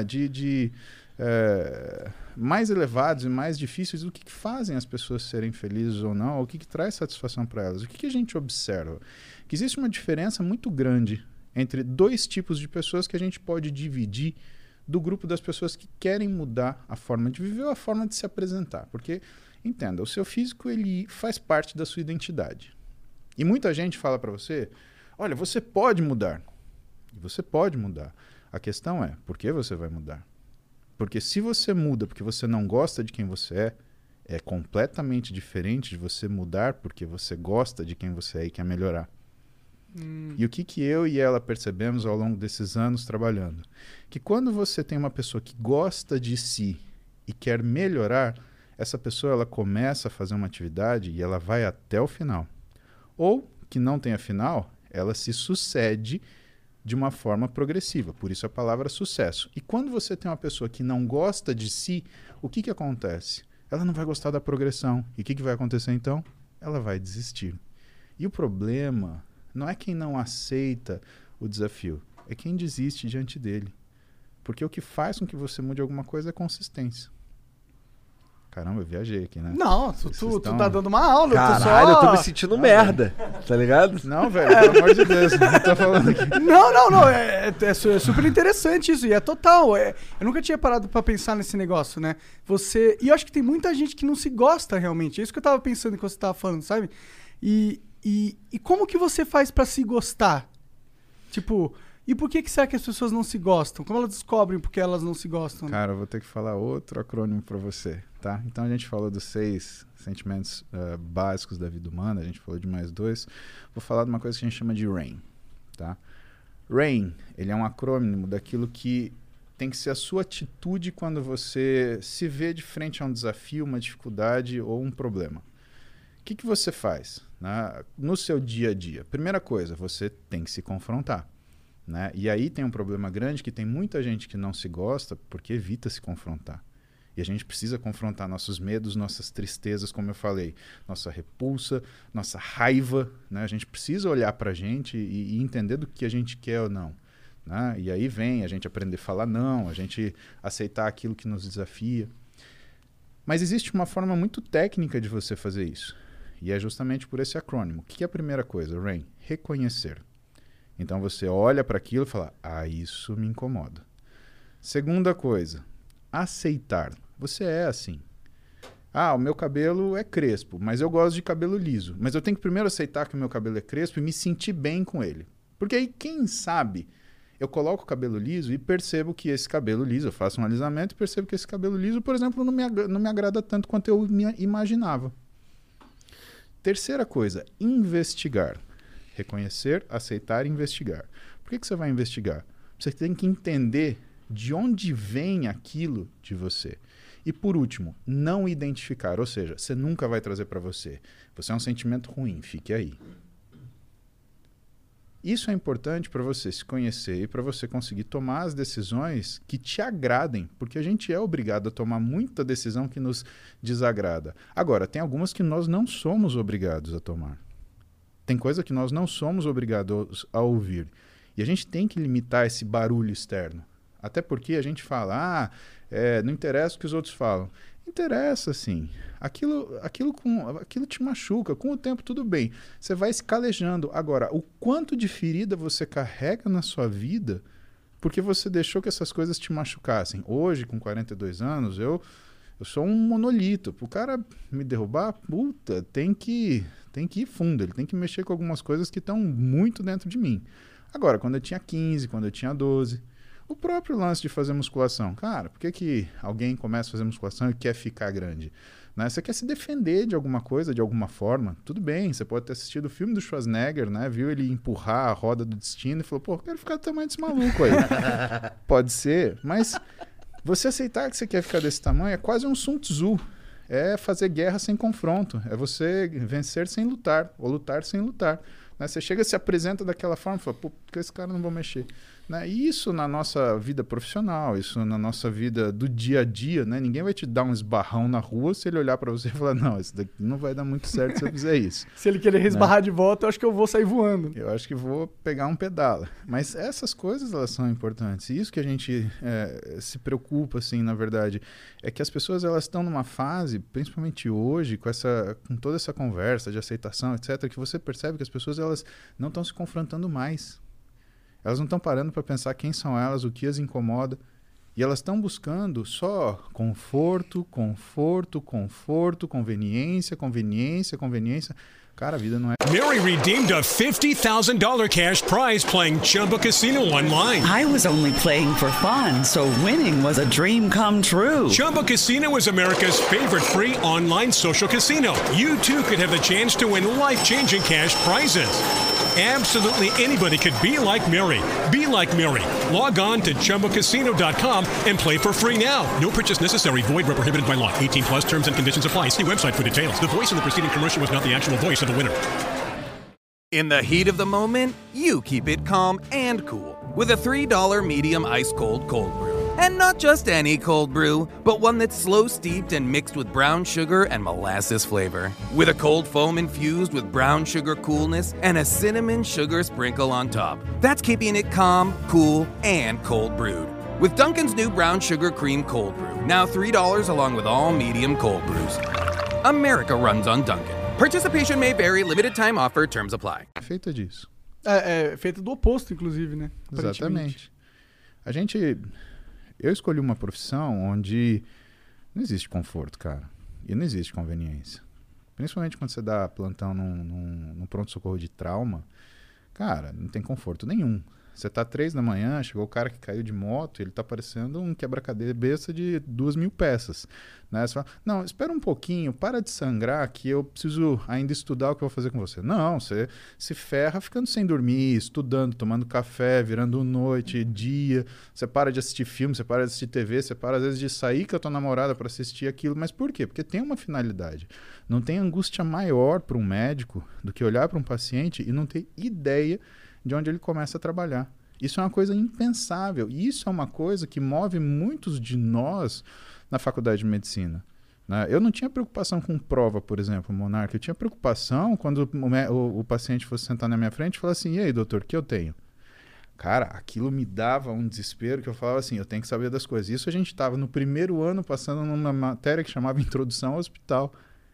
D: mais elevados e mais difíceis o que fazem as pessoas serem felizes ou não, o que traz satisfação para elas. O que a gente observa? Que existe uma diferença muito grande entre 2 tipos de pessoas que a gente pode dividir do grupo das pessoas que querem mudar a forma de viver ou a forma de se apresentar. Porque, entenda, o seu físico ele faz parte da sua identidade. E muita gente fala para você, olha, você pode mudar. E você pode mudar. A questão é, por que você vai mudar? Porque se você muda porque você não gosta de quem você é completamente diferente de você mudar porque você gosta de quem você é e quer melhorar. E o que eu e ela percebemos ao longo desses anos trabalhando? Que quando você tem uma pessoa que gosta de si e quer melhorar, essa pessoa ela começa a fazer uma atividade e ela vai até o final. Ou, que não tenha final, ela se sucede de uma forma progressiva. Por isso a palavra sucesso. E quando você tem uma pessoa que não gosta de si, o que acontece? Ela não vai gostar da progressão. E o que vai acontecer então? Ela vai desistir. E o problema não é quem não aceita o desafio, é quem desiste diante dele. Porque o que faz com que você mude alguma coisa é consistência. Caramba, eu viajei aqui, né?
B: Não, tu tá dando uma aula.
C: Caralho, eu tô me sentindo merda, tá ligado?
D: Não, velho, pelo amor de Deus, não tô falando aqui.
B: Não, é super interessante isso, e é total. Eu nunca tinha parado pra pensar nesse negócio, né? E eu acho que tem muita gente que não se gosta realmente, é isso que eu tava pensando enquanto você tava falando, sabe? E como que você faz pra se gostar? Tipo, E por que será que as pessoas não se gostam? Como elas descobrem porque elas não se gostam?
D: Cara, eu vou ter que falar outro acrônimo para você, tá? Então a gente falou dos 6 sentimentos básicos da vida humana, a gente falou de mais 2. Vou falar de uma coisa que a gente chama de RAIN, tá? RAIN, ele é um acrônimo daquilo que tem que ser a sua atitude quando você se vê de frente a um desafio, uma dificuldade ou um problema. O que você faz, né, no seu dia a dia? Primeira coisa, você tem que se confrontar. Né? E aí tem um problema grande que tem muita gente que não se gosta porque evita se confrontar. E a gente precisa confrontar nossos medos, nossas tristezas, como eu falei, nossa repulsa, nossa raiva. Né? A gente precisa olhar para a gente e entender do que a gente quer ou não. Né? E aí vem a gente aprender a falar não, a gente aceitar aquilo que nos desafia. Mas existe uma forma muito técnica de você fazer isso. E é justamente por esse acrônimo. O que é a primeira coisa, RAIN? Reconhecer. Então você olha para aquilo e fala, isso me incomoda. Segunda coisa, aceitar. Você é assim. O meu cabelo é crespo, mas eu gosto de cabelo liso. Mas eu tenho que primeiro aceitar que o meu cabelo é crespo e me sentir bem com ele. Porque aí, quem sabe, eu coloco o cabelo liso e percebo que esse cabelo liso, eu faço um alisamento e percebo que esse cabelo liso, por exemplo, não me agrada tanto quanto eu imaginava. Terceira coisa, investigar. Reconhecer, aceitar e investigar. Por que você vai investigar? Você tem que entender de onde vem aquilo de você. E por último, não identificar. Ou seja, você nunca vai trazer para você. Você é um sentimento ruim, fique aí. Isso é importante para você se conhecer e para você conseguir tomar as decisões que te agradem, porque a gente é obrigado a tomar muita decisão que nos desagrada. Agora, tem algumas que nós não somos obrigados a tomar. Tem coisa que nós não somos obrigados a ouvir. E a gente tem que limitar esse barulho externo. Até porque a gente fala, não interessa o que os outros falam. Interessa, sim. Aquilo te machuca. Com o tempo, tudo bem. Você vai se calejando. Agora, o quanto de ferida você carrega na sua vida porque você deixou que essas coisas te machucassem. Hoje, com 42 anos, eu sou um monolito. Para o cara me derrubar, tem que ir fundo. Ele tem que mexer com algumas coisas que estão muito dentro de mim. Agora, quando eu tinha 15, quando eu tinha 12... O próprio lance de fazer musculação. Cara, por que alguém começa a fazer musculação e quer ficar grande? Né? Você quer se defender de alguma coisa, de alguma forma. Tudo bem, você pode ter assistido o filme do Schwarzenegger, né? Viu ele empurrar a roda do destino e falou, eu quero ficar do tamanho desse maluco aí. Pode ser, mas você aceitar que você quer ficar desse tamanho é quase um Sun Tzu. É fazer guerra sem confronto. É você vencer sem lutar, ou lutar sem lutar. Né? Você chega, se apresenta daquela forma e fala, por que esse cara não vai mexer? Né? E isso na nossa vida profissional, isso na nossa vida do dia a dia, né? Ninguém vai te dar um esbarrão na rua se ele olhar para você e falar, não, isso daqui não vai dar muito certo se eu fizer isso.
B: Se ele querer esbarrar de volta, eu acho que eu vou sair voando.
D: Eu acho que vou pegar um pedala. Mas essas coisas, elas são importantes. E isso que a gente se preocupa, assim, na verdade, é que as pessoas, elas estão numa fase, principalmente hoje, com toda essa conversa de aceitação, etc., que você percebe que as pessoas, elas não estão se confrontando mais. Elas não estão parando para pensar quem são elas, o que as incomoda. E elas estão buscando só conforto, conveniência. Cara, a vida não é...
E: Mary redeemed a $50,000 cash prize playing Chumba Casino online.
F: I was only playing for fun, so winning was a dream come true.
E: Chumba Casino is America's favorite free online social casino. You too could have the chance to win life-changing cash prizes. Absolutely anybody could be like Mary. Be like Mary. Log on to ChumbaCasino.com and play for free now. No purchase necessary. Void where prohibited by law. 18 plus terms and conditions apply. See website for details. The voice in the preceding commercial was not the actual voice of the winner.
A: In the heat of the moment, you keep it calm and cool with a $3 medium ice cold brew. And not just any cold brew, but one that's slow steeped and mixed with brown sugar and molasses flavor. With a cold foam infused with brown sugar coolness and a cinnamon sugar sprinkle on top. That's keeping it calm, cool, and cold brewed. With Dunkin's new brown sugar cream cold brew, now $3 along with all medium cold brews. America runs on Dunkin'. Participation may vary, limited time offer, terms apply.
D: Feita disso.
B: É feita do oposto, inclusive, né?
D: Exatamente. Eu escolhi uma profissão onde não existe conforto, cara. E não existe conveniência. Principalmente quando você dá plantão num pronto-socorro de trauma, cara, não tem conforto nenhum. Você tá 3 da manhã, chegou o cara que caiu de moto, ele tá parecendo um quebra-cabeça de 2.000 peças. Né? Você fala, não, espera um pouquinho, para de sangrar que eu preciso ainda estudar o que eu vou fazer com você. Não, você se ferra ficando sem dormir, estudando, tomando café, virando noite, dia. Você para de assistir filme, você para de assistir TV, você para às vezes de sair com a tua namorada para assistir aquilo. Mas por quê? Porque tem uma finalidade. Não tem angústia maior para um médico do que olhar para um paciente e não ter ideia de onde ele começa a trabalhar. Isso é uma coisa impensável. E isso é uma coisa que move muitos de nós na faculdade de medicina. Né? Eu não tinha preocupação com prova, por exemplo, Monarca. Eu tinha preocupação quando o paciente fosse sentar na minha frente e falar assim, e aí, doutor, o que eu tenho? Cara, aquilo me dava um desespero que eu falava assim, eu tenho que saber das coisas. Isso a gente estava no primeiro ano passando numa matéria que chamava Introdução ao Hospital.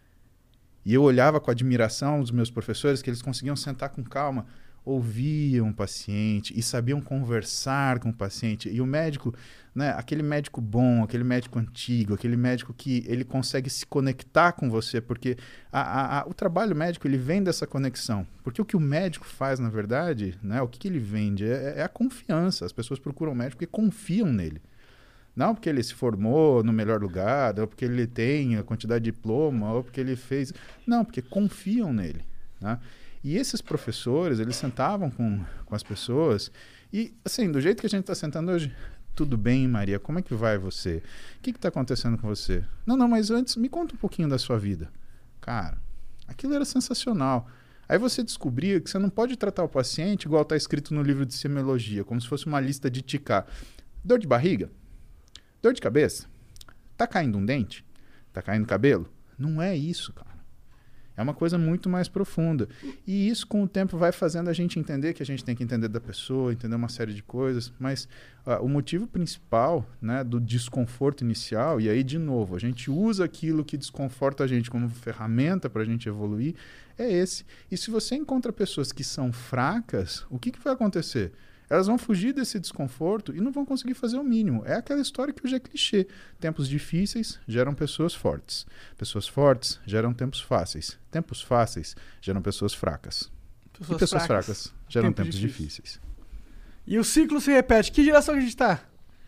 D: E eu olhava com admiração os meus professores, que eles conseguiam sentar com calma, ouviam o paciente e sabiam conversar com o paciente. E o médico, né, aquele médico bom, aquele médico antigo, aquele médico que ele consegue se conectar com você, porque o trabalho médico ele vem dessa conexão. Porque o que o médico faz, na verdade, né, o que ele vende é a confiança. As pessoas procuram o médico porque confiam nele. Não porque ele se formou no melhor lugar, ou porque ele tem a quantidade de diploma, ou porque ele fez... Não, porque confiam nele, né? E esses professores, eles sentavam com as pessoas e, assim, do jeito que a gente está sentando hoje, tudo bem, Maria, como é que vai você? O que está acontecendo com você? Não, mas antes, me conta um pouquinho da sua vida. Cara, aquilo era sensacional. Aí você descobria que você não pode tratar o paciente igual está escrito no livro de semiologia, como se fosse uma lista de ticar. Dor de barriga? Dor de cabeça? Tá caindo um dente? Tá caindo cabelo? Não é isso, cara. É uma coisa muito mais profunda. E isso, com o tempo, vai fazendo a gente entender que a gente tem que entender da pessoa, entender uma série de coisas. Mas o motivo principal, né, do desconforto inicial, e aí, de novo, a gente usa aquilo que desconforta a gente como ferramenta para a gente evoluir, é esse. E se você encontra pessoas que são fracas, o que vai acontecer? Elas vão fugir desse desconforto e não vão conseguir fazer o mínimo. É aquela história que hoje é clichê. Tempos difíceis geram pessoas fortes. Pessoas fortes geram tempos fáceis. Tempos fáceis geram pessoas fracas. E pessoas fracas geram tempos difíceis.
B: E o ciclo se repete. Que geração que a gente está?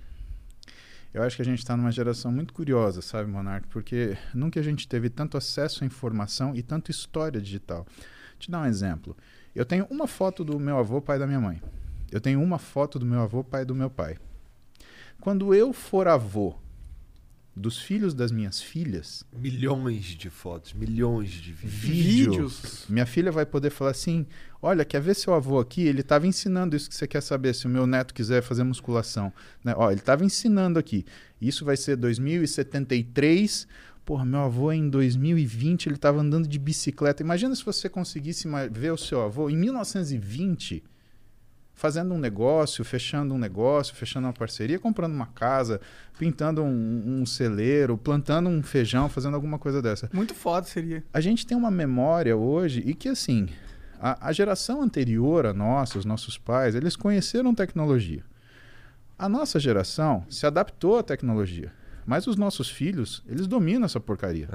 D: Eu acho que a gente está numa geração muito curiosa, sabe, Monark? Porque nunca a gente teve tanto acesso à informação e tanta história digital. Vou te dar um exemplo. Eu tenho uma foto do meu avô, pai da minha mãe. Eu tenho uma foto do meu avô, pai do meu pai. Quando eu for avô dos filhos das minhas filhas...
C: Milhões de fotos, milhões de
D: vídeos. Minha filha vai poder falar assim, olha, quer ver seu avô aqui? Ele estava ensinando isso que você quer saber, se o meu neto quiser fazer musculação. Né? Ó, ele estava ensinando aqui. Isso vai ser 2073... Porra, meu avô em 2020, ele estava andando de bicicleta. Imagina se você conseguisse ver o seu avô em 1920... fazendo um negócio, fechando uma parceria, comprando uma casa, pintando um celeiro, plantando um feijão, fazendo alguma coisa dessa.
B: Muito foda seria.
D: A gente tem uma memória hoje e que, assim, a geração anterior a nossa, os nossos pais, eles conheceram tecnologia. A nossa geração se adaptou à tecnologia, mas os nossos filhos, eles dominam essa porcaria.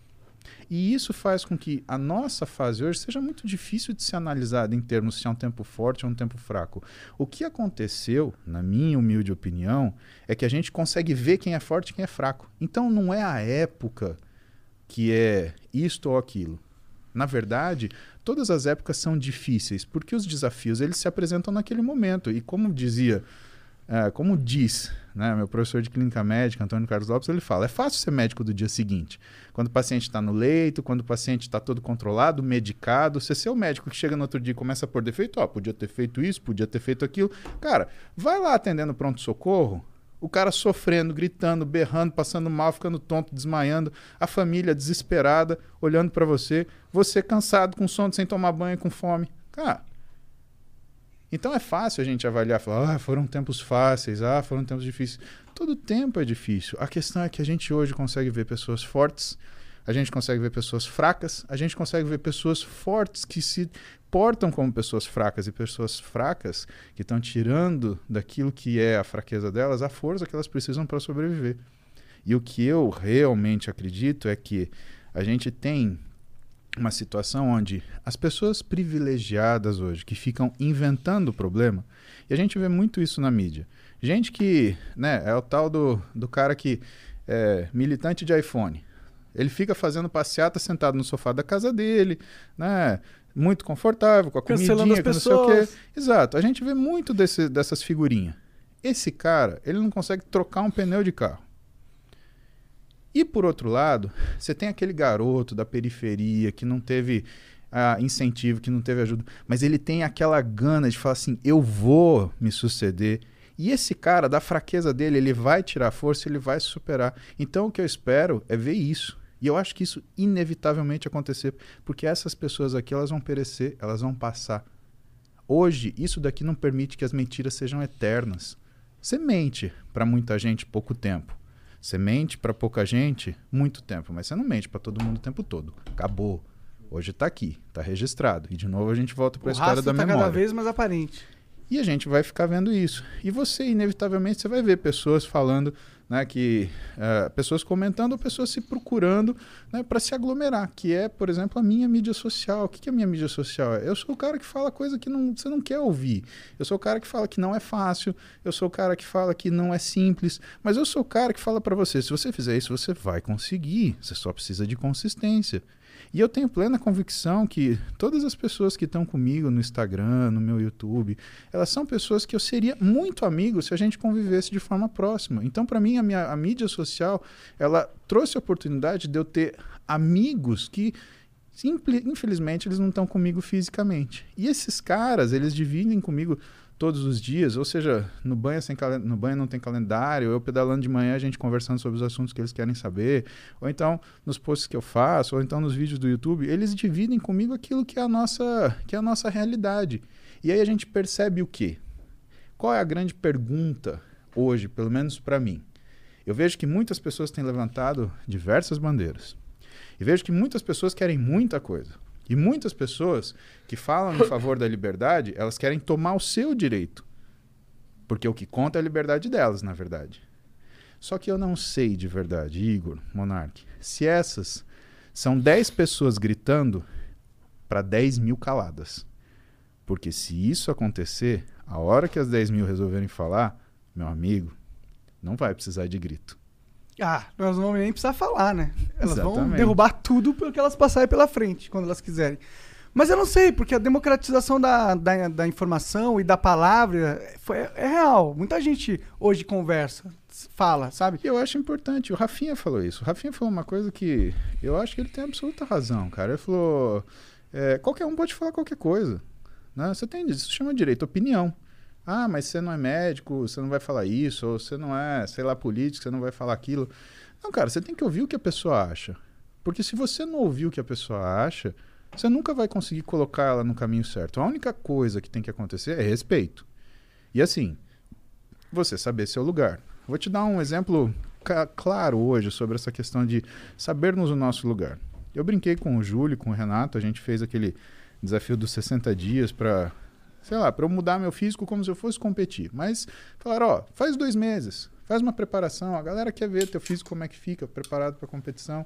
D: E isso faz com que a nossa fase hoje seja muito difícil de ser analisada em termos se é um tempo forte ou um tempo fraco. O que aconteceu, na minha humilde opinião, é que a gente consegue ver quem é forte e quem é fraco. Então não é a época que é isto ou aquilo. Na verdade, todas as épocas são difíceis, porque os desafios eles se apresentam naquele momento. E como diz, né, meu professor de clínica médica, Antônio Carlos Lopes, ele fala, é fácil ser médico do dia seguinte. Quando o paciente está no leito, quando o paciente está todo controlado, medicado, você ser o médico que chega no outro dia e começa a pôr defeito, podia ter feito isso, podia ter feito aquilo. Cara, vai lá atendendo pronto-socorro, o cara sofrendo, gritando, berrando, passando mal, ficando tonto, desmaiando, a família desesperada, olhando para você cansado, com sono, sem tomar banho, com fome. Cara, então é fácil a gente avaliar, falar, foram tempos fáceis, foram tempos difíceis. Todo tempo é difícil. A questão é que a gente hoje consegue ver pessoas fortes, a gente consegue ver pessoas fracas, a gente consegue ver pessoas fortes que se portam como pessoas fracas e pessoas fracas que estão tirando daquilo que é a fraqueza delas a força que elas precisam para sobreviver. E o que eu realmente acredito é que a gente tem uma situação onde as pessoas privilegiadas hoje, que ficam inventando o problema, e a gente vê muito isso na mídia. Gente que, né, é o tal do cara que é militante de iPhone. Ele fica fazendo passeata sentado no sofá da casa dele, né, muito confortável, com a
B: Cancelando
D: comidinha,
B: as
D: com não sei o quê.
B: pessoas.
D: Exato, a gente vê muito dessas figurinhas. Esse cara, ele não consegue trocar um pneu de carro. E, por outro lado, você tem aquele garoto da periferia que não teve incentivo, que não teve ajuda, mas ele tem aquela gana de falar assim, eu vou me suceder. E esse cara, da fraqueza dele, ele vai tirar força, ele vai se superar. Então, o que eu espero é ver isso. E eu acho que isso inevitavelmente acontecer, porque essas pessoas aqui, elas vão perecer, elas vão passar. Hoje, isso daqui não permite que as mentiras sejam eternas. Você mente para muita gente pouco tempo. Você mente para pouca gente muito tempo, mas você não mente para todo mundo o tempo todo. Acabou. Hoje está aqui, está registrado. E de novo a gente volta para a história da memória.
B: Cada vez mais aparente.
D: E a gente vai ficar vendo isso. E você, inevitavelmente, você vai ver pessoas falando, né, pessoas comentando ou pessoas se procurando, né, para se aglomerar, que é, por exemplo, a minha mídia social. O que é a minha mídia social? Eu sou o cara que fala coisa que você não quer ouvir. Eu sou o cara que fala que não é fácil. Eu sou o cara que fala que não é simples. Mas eu sou o cara que fala para você, se você fizer isso, você vai conseguir. Você só precisa de consistência. E eu tenho plena convicção que todas as pessoas que estão comigo no Instagram, no meu YouTube, elas são pessoas que eu seria muito amigo se a gente convivesse de forma próxima. Então, para mim, a mídia social, ela trouxe a oportunidade de eu ter amigos que, infelizmente, eles não estão comigo fisicamente. E esses caras, eles dividem comigo todos os dias, ou seja, no banho não tem calendário, eu pedalando de manhã, a gente conversando sobre os assuntos que eles querem saber, ou então nos posts que eu faço, ou então nos vídeos do YouTube, eles dividem comigo aquilo que é a nossa realidade. E aí a gente percebe o quê? Qual é a grande pergunta hoje, pelo menos para mim? Eu vejo que muitas pessoas têm levantado diversas bandeiras. E vejo que muitas pessoas querem muita coisa. E muitas pessoas que falam em favor da liberdade, elas querem tomar o seu direito. Porque o que conta é a liberdade delas, na verdade. Só que eu não sei de verdade, Igor, Monark, se essas são 10 pessoas gritando para 10 mil caladas. Porque se isso acontecer, a hora que as 10 mil resolverem falar, meu amigo, não vai precisar de grito.
B: Nós não vamos nem precisar falar, né? Elas vão
D: Exatamente.
B: derrubar tudo pelo que elas passarem pela frente, quando elas quiserem. Mas eu não sei, porque a democratização da informação e da palavra é real. Muita gente hoje conversa, fala, sabe?
D: E eu acho importante, o Rafinha falou isso. O Rafinha falou uma coisa que eu acho que ele tem absoluta razão, cara. Ele falou, qualquer um pode falar qualquer coisa. Né? Você tem isso, chama de direito, opinião. Mas você não é médico, você não vai falar isso, ou você não é, sei lá, político, você não vai falar aquilo. Não, cara, você tem que ouvir o que a pessoa acha. Porque se você não ouvir o que a pessoa acha, você nunca vai conseguir colocar ela no caminho certo. A única coisa que tem que acontecer é respeito. E assim, você saber seu lugar. Vou te dar um exemplo claro hoje sobre essa questão de sabermos o nosso lugar. Eu brinquei com o Júlio, com o Renato, a gente fez aquele desafio dos 60 dias para eu mudar meu físico como se eu fosse competir. Mas falaram, faz 2 meses, faz uma preparação, a galera quer ver teu físico como é que fica, preparado para competição.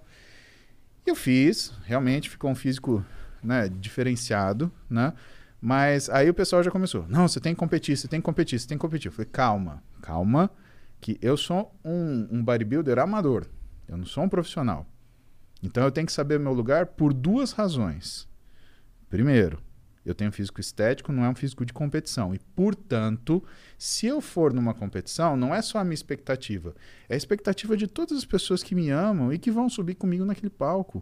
D: E eu fiz, realmente ficou um físico, né, diferenciado, né? Mas aí o pessoal já começou, não, você tem que competir, você tem que competir, você tem que competir. Eu falei, calma, que eu sou um bodybuilder amador, eu não sou um profissional. Então eu tenho que saber meu lugar por 2 razões. Primeiro, eu tenho físico estético, não é um físico de competição. E, portanto, se eu for numa competição, não é só a minha expectativa. É a expectativa de todas as pessoas que me amam e que vão subir comigo naquele palco.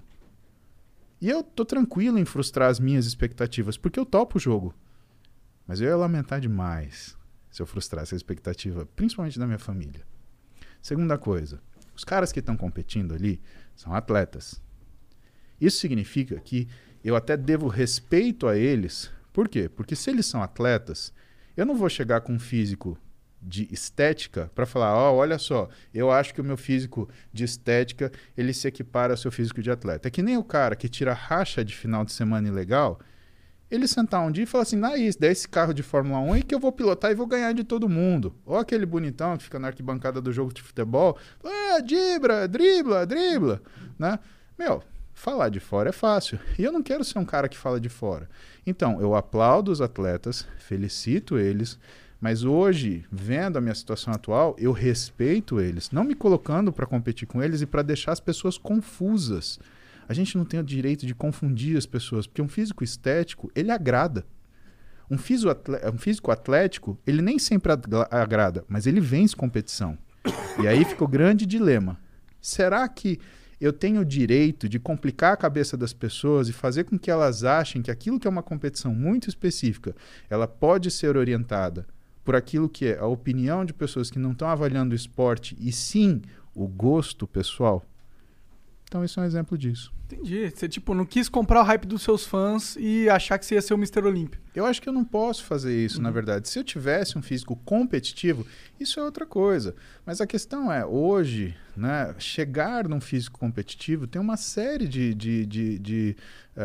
D: E eu tô tranquilo em frustrar as minhas expectativas, porque eu topo o jogo. Mas eu ia lamentar demais se eu frustrasse a expectativa, principalmente da minha família. Segunda coisa, os caras que estão competindo ali são atletas. Isso significa que eu até devo respeito a eles. Por quê? Porque se eles são atletas, eu não vou chegar com um físico de estética para falar, olha só, eu acho que o meu físico de estética, ele se equipara ao seu físico de atleta. É que nem o cara que tira racha de final de semana ilegal, ele sentar um dia e falar assim, dá esse carro de Fórmula 1 e que eu vou pilotar e vou ganhar de todo mundo. Ou aquele bonitão que fica na arquibancada do jogo de futebol, dribla, né? Falar de fora é fácil. E eu não quero ser um cara que fala de fora. Então, eu aplaudo os atletas, felicito eles, mas hoje, vendo a minha situação atual, eu respeito eles, não me colocando para competir com eles e para deixar as pessoas confusas. A gente não tem o direito de confundir as pessoas, porque um físico estético, ele agrada. Um físico atlético, ele nem sempre agrada, mas ele vence competição. E aí fica o grande dilema. Será que eu tenho o direito de complicar a cabeça das pessoas e fazer com que elas achem que aquilo que é uma competição muito específica, ela pode ser orientada por aquilo que é a opinião de pessoas que não estão avaliando o esporte e sim o gosto pessoal? Então isso é um exemplo disso.
B: Entendi. Você, tipo, não quis comprar o hype dos seus fãs e achar que você ia ser o Mr. Olímpio.
D: Eu acho que eu não posso fazer isso, na verdade. Se eu tivesse um físico competitivo, isso é outra coisa. Mas a questão é, hoje, né, chegar num físico competitivo tem uma série de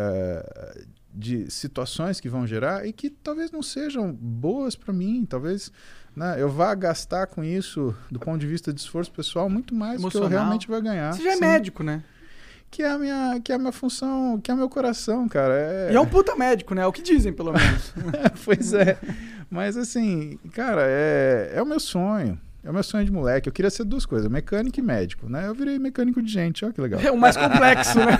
D: situações que vão gerar e que talvez não sejam boas para mim. Talvez, né, eu vá gastar com isso, do ponto de vista de esforço pessoal, muito mais do que eu realmente vou ganhar.
B: Você já é
D: Sim.
B: médico, né?
D: Que é a minha função, que é o meu coração, cara.
B: E é um puta médico, né? É o que dizem, pelo menos.
D: Pois é. Mas assim, cara, é o meu sonho. É o meu sonho de moleque. Eu queria ser duas coisas, mecânico e médico, né? Eu virei mecânico de gente, olha que legal.
B: É o mais complexo, né?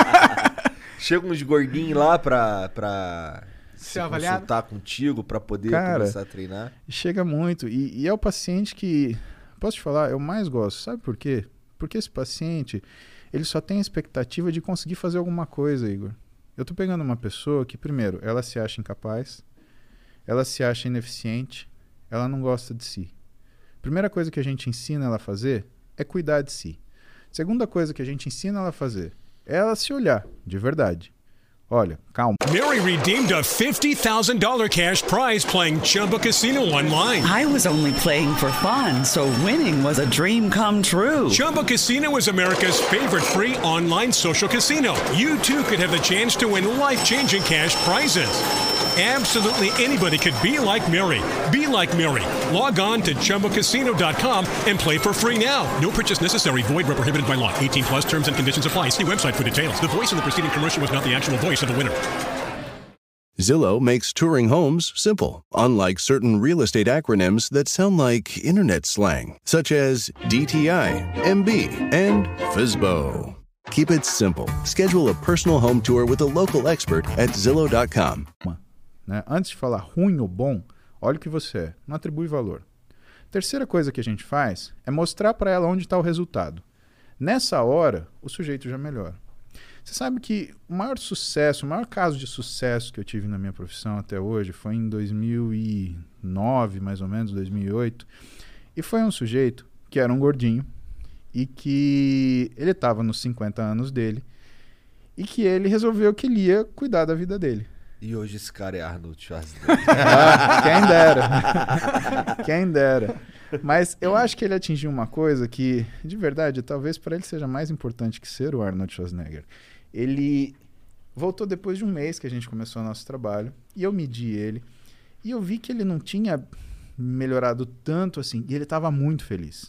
C: Chega uns gordinhos lá pra se
B: avaliado?
C: consultar contigo, pra poder começar a treinar.
D: Chega muito. E é o paciente que, posso te falar, eu mais gosto. Sabe por quê? Porque esse paciente, ele só tem a expectativa de conseguir fazer alguma coisa, Igor. Eu tô pegando uma pessoa que, primeiro, ela se acha incapaz, ela se acha ineficiente, ela não gosta de si. Primeira coisa que a gente ensina ela a fazer é cuidar de si. Segunda coisa que a gente ensina ela a fazer é ela se olhar, de verdade. Olha, calma.
E: Mary redeemed a $50,000 cash prize playing Chumba Casino online.
F: I was only playing for fun, so winning was a dream come true.
E: Chumba Casino is America's favorite free online social casino. You too could have the chance to win life-changing cash prizes. Absolutely anybody could be like Mary. Be like Mary. Log on to ChumbaCasino.com and play for free now. No purchase necessary. Void where prohibited by law. 18 plus terms and conditions apply. See website for details. The voice in the preceding commercial was not the actual voice of the winner.
G: Zillow makes touring homes simple, unlike certain real estate acronyms that sound like internet slang, such as DTI, MB, and FSBO. Keep it simple. Schedule a personal home tour with a local expert at Zillow.com.
D: Né? Antes de falar ruim ou bom, olha o que você é. Não atribui valor. Terceira coisa que a gente faz é mostrar para ela onde está o resultado. Nessa hora, o sujeito já melhora. Você sabe que o maior sucesso, o maior caso de sucesso que eu tive na minha profissão até hoje foi em 2009, mais ou menos, 2008. E foi um sujeito que era um gordinho e que ele estava nos 50 anos dele e que ele resolveu que ele ia cuidar da vida dele.
C: E hoje esse cara é Arnold Schwarzenegger.
D: Quem dera. Quem dera. Mas eu acho que ele atingiu uma coisa que, de verdade, talvez para ele seja mais importante que ser o Arnold Schwarzenegger. Ele voltou depois de um mês que a gente começou o nosso trabalho e eu medi ele e eu vi que ele não tinha melhorado tanto assim e ele estava muito feliz.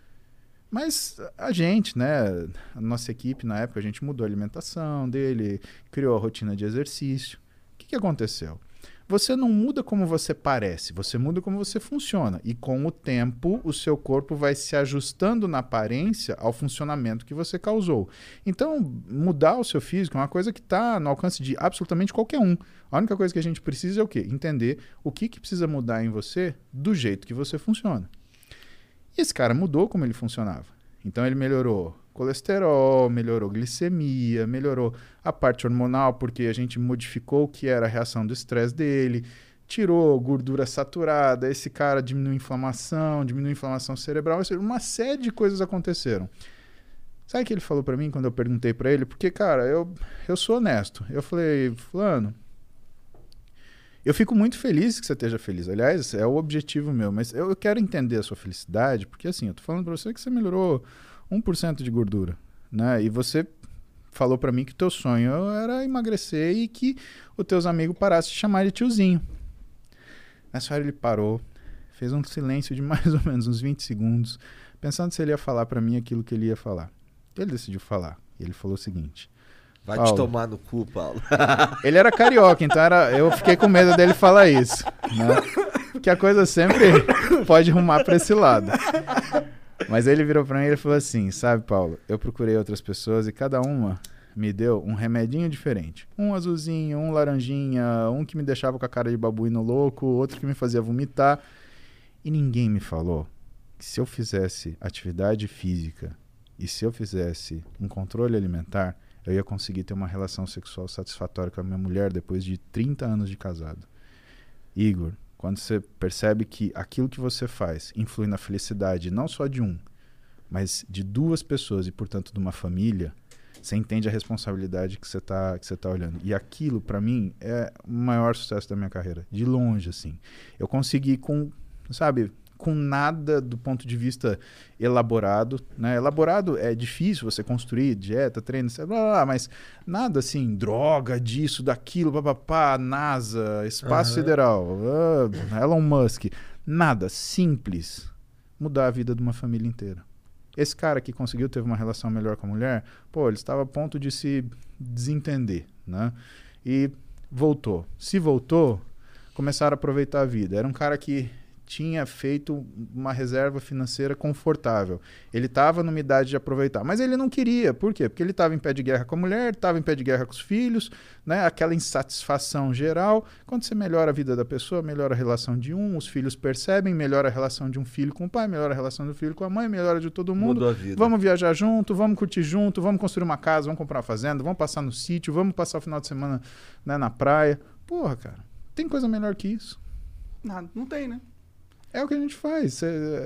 D: Mas a gente, né, a nossa equipe na época, a gente mudou a alimentação dele, criou a rotina de exercício. O que aconteceu? Você não muda como você parece, você muda como você funciona. E com o tempo, o seu corpo vai se ajustando na aparência ao funcionamento que você causou. Então, mudar o seu físico é uma coisa que está no alcance de absolutamente qualquer um. A única coisa que a gente precisa é o quê? Entender o que precisa mudar em você do jeito que você funciona. E esse cara mudou como ele funcionava. Então, ele melhorou colesterol, melhorou glicemia, melhorou a parte hormonal, porque a gente modificou o que era a reação do estresse dele, tirou gordura saturada, esse cara diminuiu a inflamação cerebral, ou seja, uma série de coisas aconteceram. Sabe o que ele falou pra mim quando eu perguntei pra ele? Porque, cara, eu sou honesto. Eu falei, fulano, eu fico muito feliz que você esteja feliz. Aliás, é o objetivo meu, mas eu quero entender a sua felicidade, porque assim, eu tô falando pra você que você melhorou 1% de gordura, né? E você falou pra mim que o teu sonho era emagrecer e que os teus amigos parassem de chamar de tiozinho. Nessa hora ele parou, fez um silêncio de mais ou menos uns 20 segundos, pensando se ele ia falar pra mim aquilo que ele ia falar. Ele decidiu falar. E ele falou o seguinte:
C: Vai
D: Paulo.
C: te tomar no cu, Paulo.
D: Ele era carioca, então eu fiquei com medo dele falar isso, né? Porque a coisa sempre pode rumar pra esse lado. Mas ele virou pra mim e falou assim, sabe, Paulo, eu procurei outras pessoas e cada uma me deu um remedinho diferente. Um azulzinho, um laranjinha, um que me deixava com a cara de babuíno louco, outro que me fazia vomitar. E ninguém me falou que se eu fizesse atividade física e se eu fizesse um controle alimentar, eu ia conseguir ter uma relação sexual satisfatória com a minha mulher depois de 30 anos de casado. Igor, quando você percebe que aquilo que você faz influi na felicidade não só de um, mas de duas pessoas e, portanto, de uma família, você entende a responsabilidade que você tá olhando. E aquilo, para mim, é o maior sucesso da minha carreira. De longe, assim. Eu consegui com nada do ponto de vista elaborado, né? Elaborado é difícil você construir, dieta, treino, blá, blá, blá, mas nada assim, droga, disso, daquilo, papapá, NASA, Espaço Sideral, Elon Musk, nada, simples, mudar a vida de uma família inteira. Esse cara que conseguiu ter uma relação melhor com a mulher, pô, ele estava a ponto de se desentender, né? E voltou. Se voltou, começaram a aproveitar a vida. Era um cara que tinha feito uma reserva financeira confortável. Ele estava numa idade de aproveitar, mas ele não queria. Por quê? Porque ele estava em pé de guerra com a mulher, estava em pé de guerra com os filhos, né? Aquela insatisfação geral. Quando você melhora a vida da pessoa, melhora a relação de um, os filhos percebem, melhora a relação de um filho com o pai, melhora a relação do filho com a mãe, melhora de todo mundo.
C: Mudou a vida.
D: Vamos viajar junto, vamos curtir junto, vamos construir uma casa, vamos comprar uma fazenda, vamos passar no sítio, vamos passar o final de semana, né, na praia. Porra, cara, tem coisa melhor que isso?
B: Nada, não tem, né?
D: É o que a gente faz.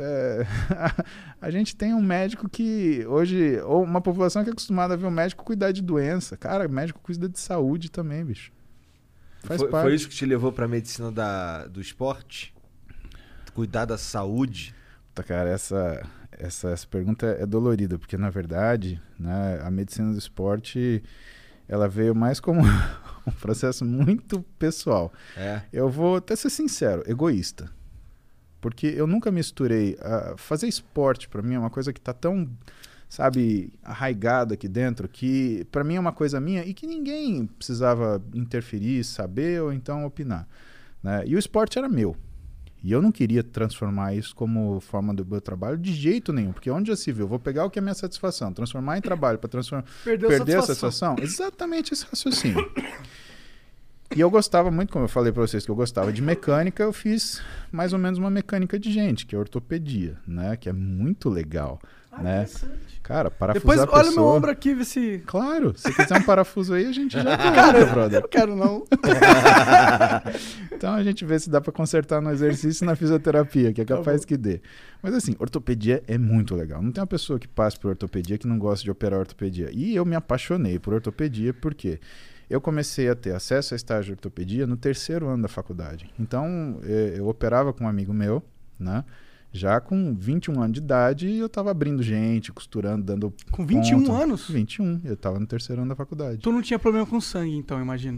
D: A gente tem um médico que hoje, ou uma população que é acostumada a ver o médico cuidar de doença. Cara, o médico cuida de saúde também, bicho. Faz parte.
C: Foi isso que te levou pra medicina do esporte? Cuidar da saúde?
D: Tá, cara, essa pergunta é dolorida, porque na verdade, né, a medicina do esporte, ela veio mais como um processo muito pessoal. Eu vou até ser sincero, egoísta. Porque eu nunca misturei. Fazer esporte, para mim, é uma coisa que tá tão, sabe, arraigada aqui dentro, que para mim é uma coisa minha e que ninguém precisava interferir, saber ou então opinar, né? E o esporte era meu. E eu não queria transformar isso como forma do meu trabalho de jeito nenhum. Porque onde já se viu, eu vou pegar o que é minha satisfação, transformar em trabalho para perder a satisfação. Exatamente esse raciocínio. E eu gostava muito, como eu falei para vocês, que eu gostava de mecânica, eu fiz mais ou menos uma mecânica de gente, que é ortopedia, né? Que é muito legal, né? Cara, parafusar
B: Depois
D: a pessoa...
B: olha o meu ombro aqui, vê se...
D: Claro, se quiser um parafuso aí, a gente já
B: Cara,
D: brother.
B: eu quero não.
D: Então a gente vê se dá pra consertar no exercício e na fisioterapia, que é capaz que dê. Mas assim, ortopedia é muito legal. Não tem uma pessoa que passe por ortopedia que não gosta de operar ortopedia. E eu me apaixonei por ortopedia porque eu comecei a ter acesso a estágio de ortopedia no 3º ano da faculdade. Então eu operava com um amigo meu, né? Já com 21 anos de idade, eu tava abrindo gente, costurando, dando
B: Com 21
D: ponto.
B: anos?
D: 21, eu tava no 3º ano da faculdade.
B: Tu não tinha problema com sangue, então, imagino.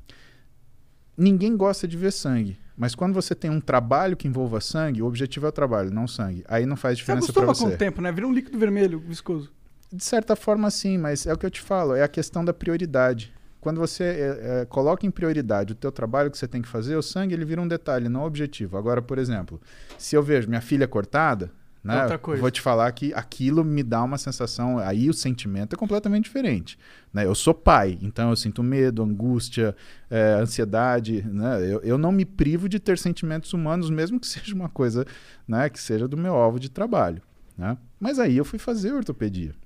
D: Ninguém gosta de ver sangue, mas quando você tem um trabalho que envolva sangue, o objetivo é o trabalho, não sangue. Aí não faz
B: Você
D: diferença pra
B: acostuma
D: você.
B: com o tempo, né? Vira um líquido vermelho, viscoso.
D: De certa forma, sim, mas é o que eu te falo, é a questão da prioridade. Quando você coloca em prioridade o teu trabalho que você tem que fazer, o sangue ele vira um detalhe, não um objetivo. Agora, por exemplo, se eu vejo minha filha cortada, né,
B: Outra coisa.
D: vou te falar que aquilo me dá uma sensação, aí o sentimento é completamente diferente. Né? Eu sou pai, então eu sinto medo, angústia, ansiedade. Né? Eu não me privo de ter sentimentos humanos, mesmo que seja uma coisa, né, que seja do meu alvo de trabalho. Né? Mas aí eu fui fazer ortopedia.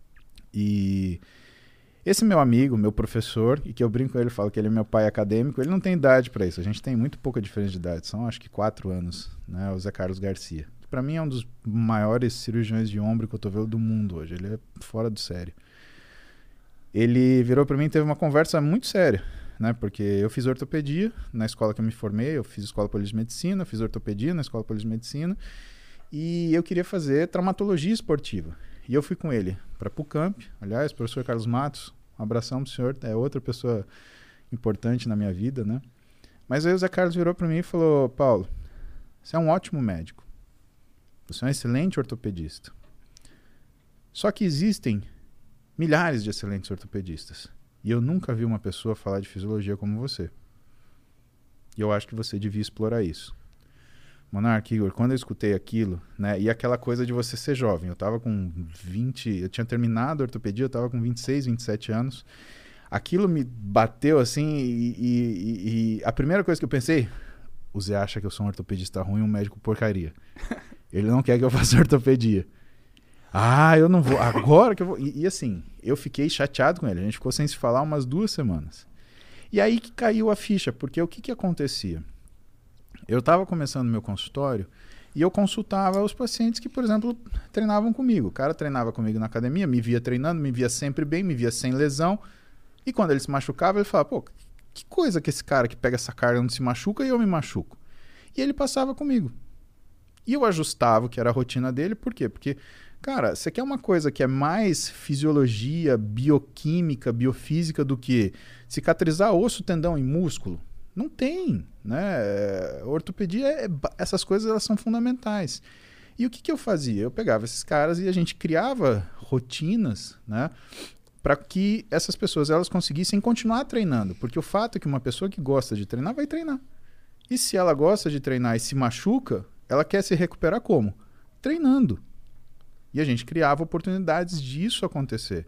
D: E esse meu amigo, meu professor, e que eu brinco com ele, falo que ele é meu pai acadêmico, ele não tem idade para isso. A gente tem muito pouca diferença de idade, são acho que 4 anos, né? O Zé Carlos Garcia. Para mim é um dos maiores cirurgiões de ombro e cotovelo do mundo hoje. Ele é fora do sério. Ele virou para mim e teve uma conversa muito séria, né? Porque eu fiz ortopedia na escola que eu me formei, eu fiz escola política de medicina, fiz ortopedia na escola política de medicina, e eu queria fazer traumatologia esportiva. E eu fui com ele para a PUCamp. Aliás, professor Carlos Matos, um abração pro senhor, é outra pessoa importante na minha vida, né? Mas aí o Zé Carlos virou para mim e falou: Paulo, você é um ótimo médico. Você é um excelente ortopedista. Só que existem milhares de excelentes ortopedistas. E eu nunca vi uma pessoa falar de fisiologia como você. E eu acho que você devia explorar isso. Monark, Igor, quando eu escutei aquilo, né, e aquela coisa de você ser jovem, eu tava com 20, eu tinha terminado a ortopedia, eu tava com 26, 27 anos, aquilo me bateu assim, e a primeira coisa que eu pensei, o Zé acha que eu sou um ortopedista ruim, um médico porcaria. Ele não quer que eu faça ortopedia. Ah, eu não vou, agora que eu vou... E assim, eu fiquei chateado com ele, a gente ficou sem se falar umas 2 semanas. E aí que caiu a ficha, porque o que acontecia? Eu estava começando meu consultório e eu consultava os pacientes que, por exemplo, treinavam comigo. O cara treinava comigo na academia, me via treinando, me via sempre bem, me via sem lesão. E quando ele se machucava, ele falava, pô, que coisa que esse cara que pega essa carga não se machuca e eu me machuco. E ele passava comigo. E eu ajustava o que era a rotina dele, por quê? Porque, cara, você quer uma coisa que é mais fisiologia, bioquímica, biofísica do que cicatrizar osso, tendão e músculo? Não tem, né? Ortopedia, essas coisas elas são fundamentais. E o que eu fazia? Eu pegava esses caras e a gente criava rotinas, né? Para que essas pessoas elas conseguissem continuar treinando. Porque o fato é que uma pessoa que gosta de treinar vai treinar. E se ela gosta de treinar e se machuca, ela quer se recuperar como? Treinando. E a gente criava oportunidades disso acontecer.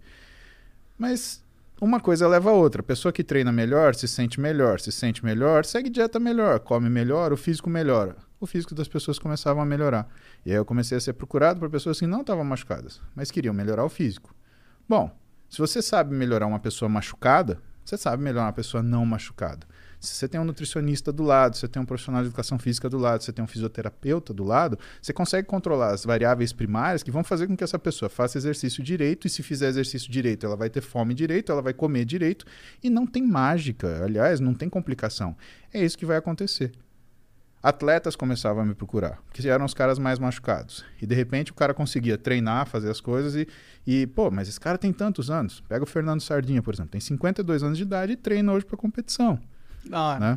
D: Mas uma coisa leva a outra. A pessoa que treina melhor, se sente melhor, segue dieta melhor, come melhor, o físico melhora. O físico das pessoas começava a melhorar. E aí eu comecei a ser procurado por pessoas que não estavam machucadas, mas queriam melhorar o físico. Bom, se você sabe melhorar uma pessoa machucada, você sabe melhorar uma pessoa não machucada. Se você tem um nutricionista do lado, se você tem um profissional de educação física do lado, se você tem um fisioterapeuta do lado, você consegue controlar as variáveis primárias que vão fazer com que essa pessoa faça exercício direito, e se fizer exercício direito, ela vai ter fome direito, ela vai comer direito, e não tem mágica, aliás, não tem complicação. É isso que vai acontecer. Atletas começavam a me procurar, que eram os caras mais machucados. E de repente o cara conseguia treinar, fazer as coisas pô, mas esse cara tem tantos anos. Pega o Fernando Sardinha, por exemplo, tem 52 anos de idade e treina hoje para competição. Né?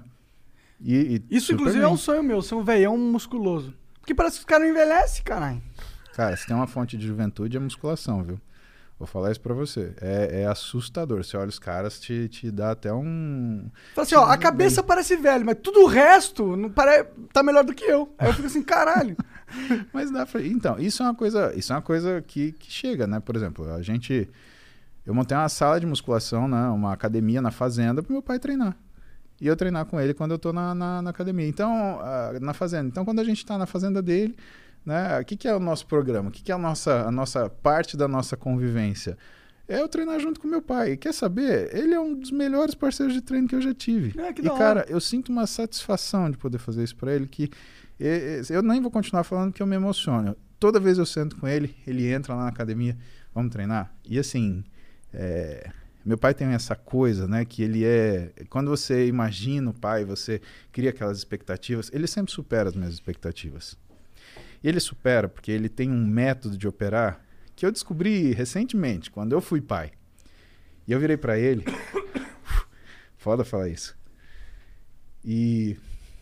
B: Isso, inclusive, é um sonho meu, ser um veião musculoso. Porque parece que os caras não envelhecem, caralho.
D: Cara, se tem uma fonte de juventude, é musculação, viu? Vou falar isso pra você. É assustador. Você olha os caras, te dá até um...
B: Fala assim, ó, a cabeça parece velho, mas tudo o resto não tá melhor do que eu. Aí eu fico assim, caralho.
D: Mas dá pra... Então, isso é uma coisa que chega, né? Por exemplo, eu montei uma sala de musculação, né? Uma academia na fazenda pro meu pai treinar. E eu treinar com ele quando eu tô na academia. Então, na fazenda. Então, quando a gente tá na fazenda dele, né? O que é o nosso programa? O que é a nossa parte da nossa convivência? É eu treinar junto com meu pai. E quer saber? Ele é um dos melhores parceiros de treino que eu já tive. Cara, eu sinto uma satisfação de poder fazer isso pra ele, que eu nem vou continuar falando que eu me emociono. Toda vez eu sento com ele, ele entra lá na academia, vamos treinar? E assim... Meu pai tem essa coisa, né, que ele quando você imagina o pai, você cria aquelas expectativas, ele sempre supera as minhas expectativas. E ele supera porque ele tem um método de operar que eu descobri recentemente, quando eu fui pai. E eu virei pra ele, foda falar isso. E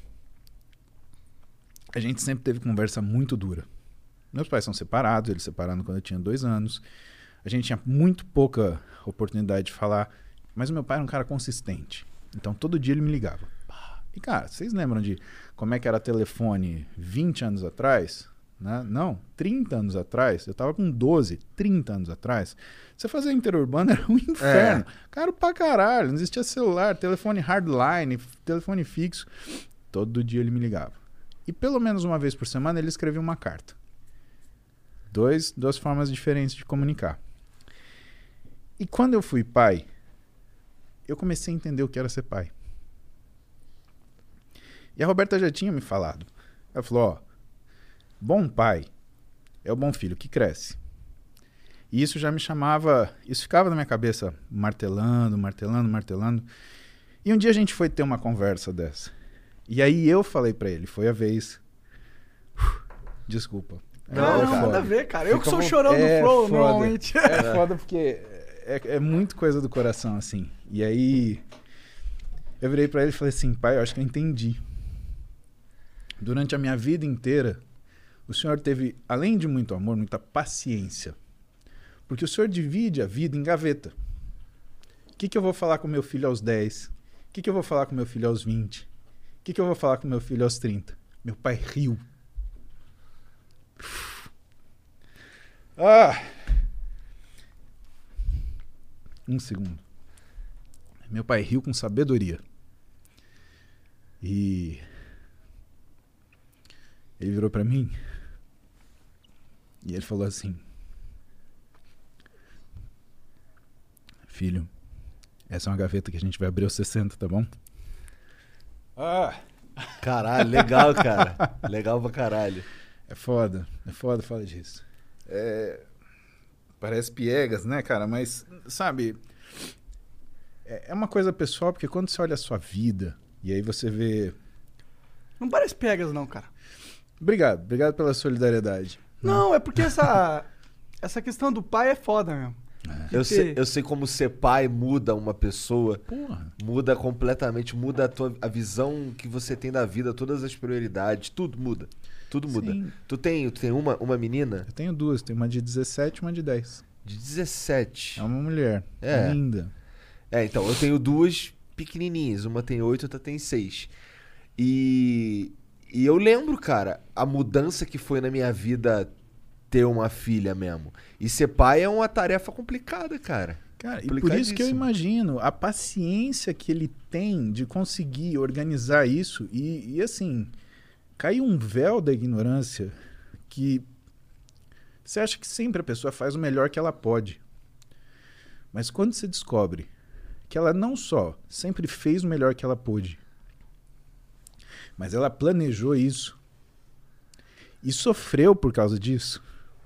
D: a gente sempre teve conversa muito dura. Meus pais são separados, eles separaram quando eu tinha 2 anos. A gente tinha muito pouca oportunidade de falar, mas o meu pai era um cara consistente. Então, todo dia ele me ligava. E, cara, vocês lembram de como é que era telefone 20 anos atrás? Né? Não, 30 anos atrás. Eu tava com 12, 30 anos atrás. Você fazer interurbano era um inferno. Caro pra caralho. Não existia celular, telefone hardline, telefone fixo. Todo dia ele me ligava. E pelo menos uma vez por semana ele escrevia uma carta. Duas formas diferentes de comunicar. E quando eu fui pai, eu comecei a entender o que era ser pai. E a Roberta já tinha me falado. Ela falou, ó, bom pai é o bom filho que cresce. E isso já me chamava, isso ficava na minha cabeça martelando. E um dia a gente foi ter uma conversa dessa. E aí eu falei pra ele, foi a vez. Desculpa.
B: Não, nada a ver, cara. Eu que sou chorão do flow,
D: foda.
B: normalmente.
D: É foda porque é muito coisa do coração, assim. E aí eu virei pra ele e falei assim, pai, eu acho que eu entendi. Durante a minha vida inteira, o senhor teve, além de muito amor, muita paciência. Porque o senhor divide a vida em gaveta. O que eu vou falar com meu filho aos 10? O que eu vou falar com meu filho aos 20? O que eu vou falar com meu filho aos 30? Meu pai riu. Um segundo. Meu pai riu com sabedoria. E ele virou pra mim e ele falou assim: filho, essa é uma gaveta que a gente vai abrir aos 60, tá bom?
C: Caralho, legal, cara. Legal pra caralho.
D: É foda falar disso. Parece piegas, né, cara? Mas, sabe, é uma coisa pessoal, porque quando você olha a sua vida e aí você vê...
B: Não parece pegas, não, cara.
D: Obrigado pela solidariedade.
B: Não, é porque essa questão do pai é foda mesmo.
C: Eu sei como ser pai muda uma pessoa.
D: Porra.
C: Muda completamente, muda a visão que você tem da vida, todas as prioridades, tudo muda. Tudo muda.
D: Sim.
C: Tu tem uma menina?
D: Eu tenho duas, tenho uma de 17 e uma de 10.
C: De 17.
D: É uma mulher.
C: É.
D: Linda.
C: Então, eu tenho duas pequenininhas. Uma tem 8, outra tem 6. E eu lembro, cara, a mudança que foi na minha vida ter uma filha mesmo. E ser pai é uma tarefa complicada, cara.
D: Cara, e por isso que eu imagino a paciência que ele tem de conseguir organizar isso e assim, cai um véu da ignorância que você acha que sempre a pessoa faz o melhor que ela pode. Mas quando você descobre que ela não só sempre fez o melhor que ela pôde, mas ela planejou isso e sofreu por causa disso.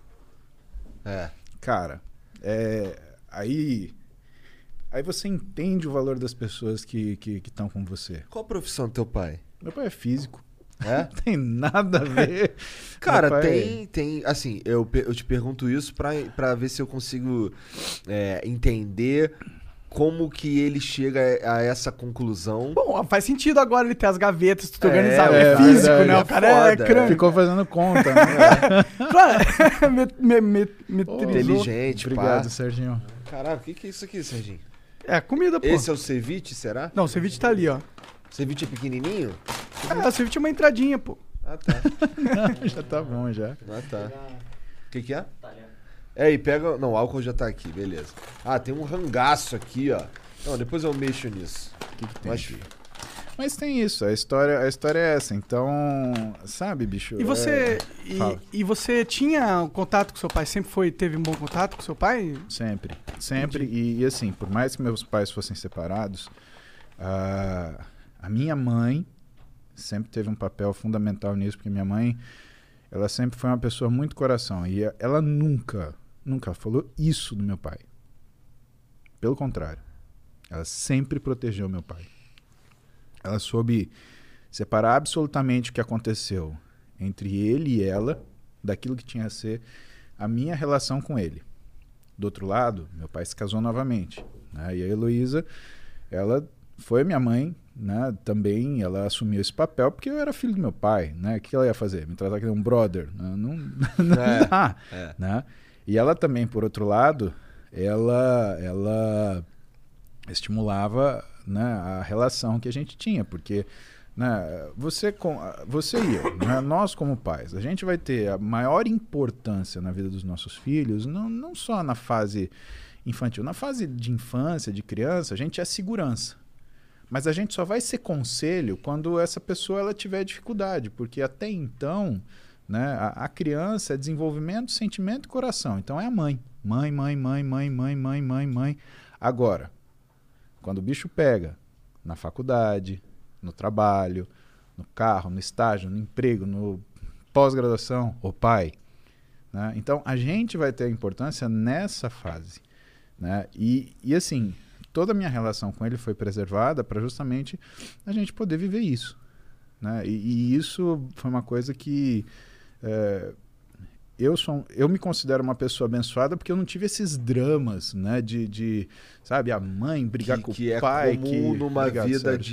D: Cara, aí você entende o valor das pessoas que estão com você.
C: Qual a profissão do teu pai?
D: Meu pai é físico.
C: É?
D: Não tem nada a ver.
C: Cara, tem... Assim, eu te pergunto isso pra ver se eu consigo entender como que ele chega a essa conclusão.
B: Bom, faz sentido agora ele ter as gavetas, tudo organizado. É
D: verdade,
B: físico, né? O cara é
C: foda,
B: crânio.
D: Ficou fazendo conta. Né?
B: Claro, metrizou.
C: Inteligente,
D: Obrigado,
C: pá.
D: Serginho.
C: Caralho, o que é isso aqui, Serginho?
B: É, comida, pô.
C: Esse é o ceviche, será?
B: Não, o ceviche tá ali, ó.
C: Ceviche é pequenininho?
B: O ceviche é uma entradinha, pô.
C: Ah, tá.
D: Já tá bom, já.
C: Ah, tá. O que é? E pega... Não, o álcool já tá aqui, beleza. Ah, tem um rangaço aqui, ó. Não, depois eu mexo nisso.
D: O que tem
C: Mas...
D: aqui? Mas tem isso, a história é essa. Então, sabe, bicho?
B: E você...
D: Fala.
B: E você tinha um contato com seu pai? Teve um bom contato com seu pai?
D: Sempre. E assim, por mais que meus pais fossem separados, a minha mãe sempre teve um papel fundamental nisso, porque minha mãe, ela sempre foi uma pessoa muito coração. E ela nunca falou isso do meu pai. Pelo contrário. Ela sempre protegeu meu pai. Ela soube separar absolutamente o que aconteceu entre ele e ela daquilo que tinha a ser a minha relação com ele. Do outro lado, meu pai se casou novamente, né? E a Heloísa, ela foi minha mãe, né? Também ela assumiu esse papel porque eu era filho do meu pai, né? O que ela ia fazer? Me tratar como um brother? Não dá, né? E ela também, por outro lado, ela estimulava, né, a relação que a gente tinha, porque, né, você e eu, né, nós como pais, a gente vai ter a maior importância na vida dos nossos filhos, não só na fase infantil, na fase de infância, de criança, a gente é segurança. Mas a gente só vai ser conselho quando essa pessoa ela tiver dificuldade, porque até então, né, a criança é desenvolvimento, sentimento e coração. Então é a mãe. Mãe. Agora, quando o bicho pega na faculdade, no trabalho, no carro, no estágio, no emprego, no pós-graduação, o pai, né? Então a gente vai ter importância nessa fase, né? E assim, toda a minha relação com ele foi preservada para justamente a gente poder viver isso, né? E isso foi uma coisa que eu me considero uma pessoa abençoada porque eu não tive esses dramas, né? Sabe, a mãe brigar com o pai.
C: Que é comum numa
D: Obrigado,
C: vida
D: Sérgio.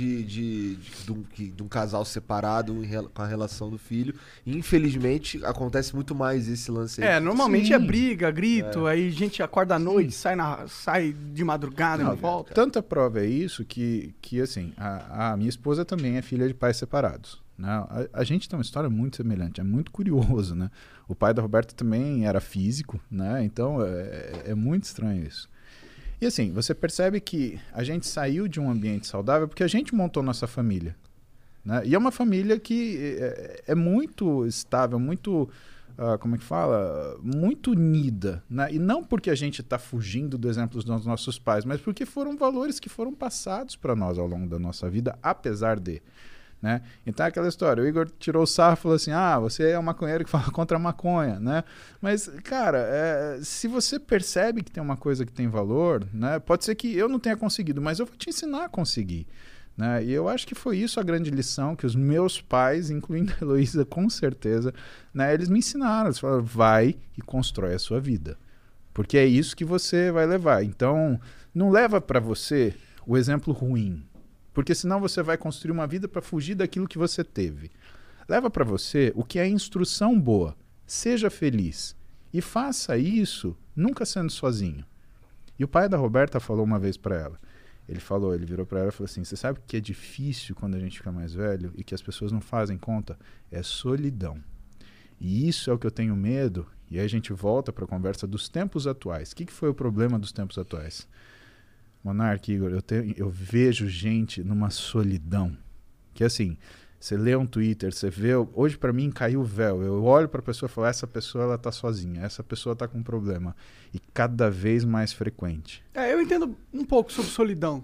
C: de um casal separado com a relação do filho. Infelizmente, acontece muito mais esse lance aí.
B: Normalmente
D: Sim.
B: é briga, grito, aí gente acorda à noite, sai de madrugada e não volta.
D: Tanta prova é isso que assim, a minha esposa também é filha de pais separados. Né? A gente tem uma história muito semelhante, é muito curioso, né? O pai da Roberta também era físico, né? Então é muito estranho isso. E assim, você percebe que a gente saiu de um ambiente saudável porque a gente montou nossa família. Né? E é uma família que é muito estável, muito, como é que fala? Muito unida. Né? E não porque a gente está fugindo do exemplo dos nossos pais, mas porque foram valores que foram passados para nós ao longo da nossa vida, apesar de... Né? Então é aquela história, o Igor tirou o sarro e falou assim, você é um maconheiro que fala contra a maconha, né? Mas, cara, se você percebe que tem uma coisa que tem valor, né? Pode ser que eu não tenha conseguido, mas eu vou te ensinar a conseguir. Né? E eu acho que foi isso a grande lição que os meus pais, incluindo a Heloísa, com certeza, né? Eles me ensinaram, eles falaram, vai e constrói a sua vida. Porque é isso que você vai levar. Então, não leva para você o exemplo ruim. Porque senão você vai construir uma vida para fugir daquilo que você teve. Leva para você o que é instrução boa. Seja feliz. E faça isso nunca sendo sozinho. E o pai da Roberta falou uma vez para ela. Ele virou para ela e falou assim, você sabe o que é difícil quando a gente fica mais velho e que as pessoas não fazem conta? É solidão. E isso é o que eu tenho medo. E aí a gente volta para a conversa dos tempos atuais. O que foi o problema dos tempos atuais? Monark, Igor, eu vejo gente numa solidão. Que assim, você lê um Twitter, você vê... Hoje, para mim, caiu o véu. Eu olho para a pessoa e falo, essa pessoa ela tá sozinha, essa pessoa tá com um problema. E cada vez mais frequente.
B: Eu entendo um pouco sobre solidão.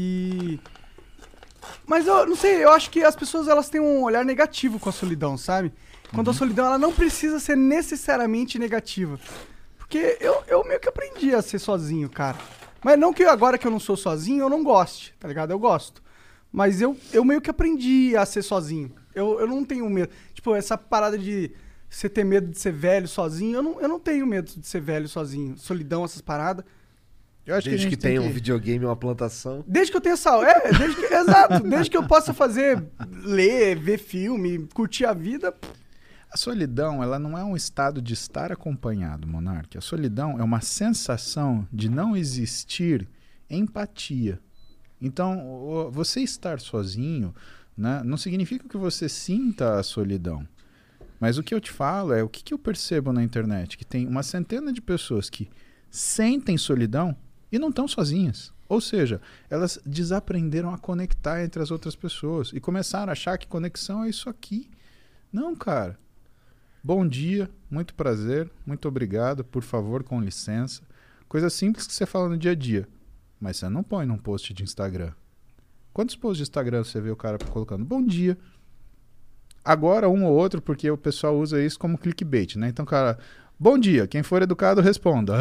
B: Mas eu não sei, eu acho que as pessoas elas têm um olhar negativo com a solidão, sabe? Quando a solidão ela não precisa ser necessariamente negativa. Porque eu meio que aprendi a ser sozinho, cara. Mas não que agora que eu não sou sozinho, eu não goste, tá ligado? Eu gosto. Mas eu meio que aprendi a ser sozinho. Eu não tenho medo. Tipo, essa parada de você ter medo de ser velho sozinho, eu não tenho medo de ser velho sozinho. Solidão, essas paradas.
C: Eu acho desde que tem um videogame e uma plantação.
B: Desde que eu tenha saúde. Exato. Desde que eu possa ler, ver filme, curtir a vida...
D: A solidão, ela não é um estado de estar acompanhado, Monark. A solidão é uma sensação de não existir empatia. Então, você estar sozinho, né, não significa que você sinta a solidão. Mas o que eu te falo é o que eu percebo na internet, que tem uma centena de pessoas que sentem solidão e não estão sozinhas. Ou seja, elas desaprenderam a conectar entre as outras pessoas e começaram a achar que conexão é isso aqui. Não, cara. Bom dia, muito prazer, muito obrigado, por favor, com licença. Coisa simples que você fala no dia a dia, mas você não põe num post de Instagram. Quantos posts de Instagram você vê o cara colocando bom dia? Agora um ou outro, porque o pessoal usa isso como clickbait, né? Então, cara, bom dia, quem for educado responda.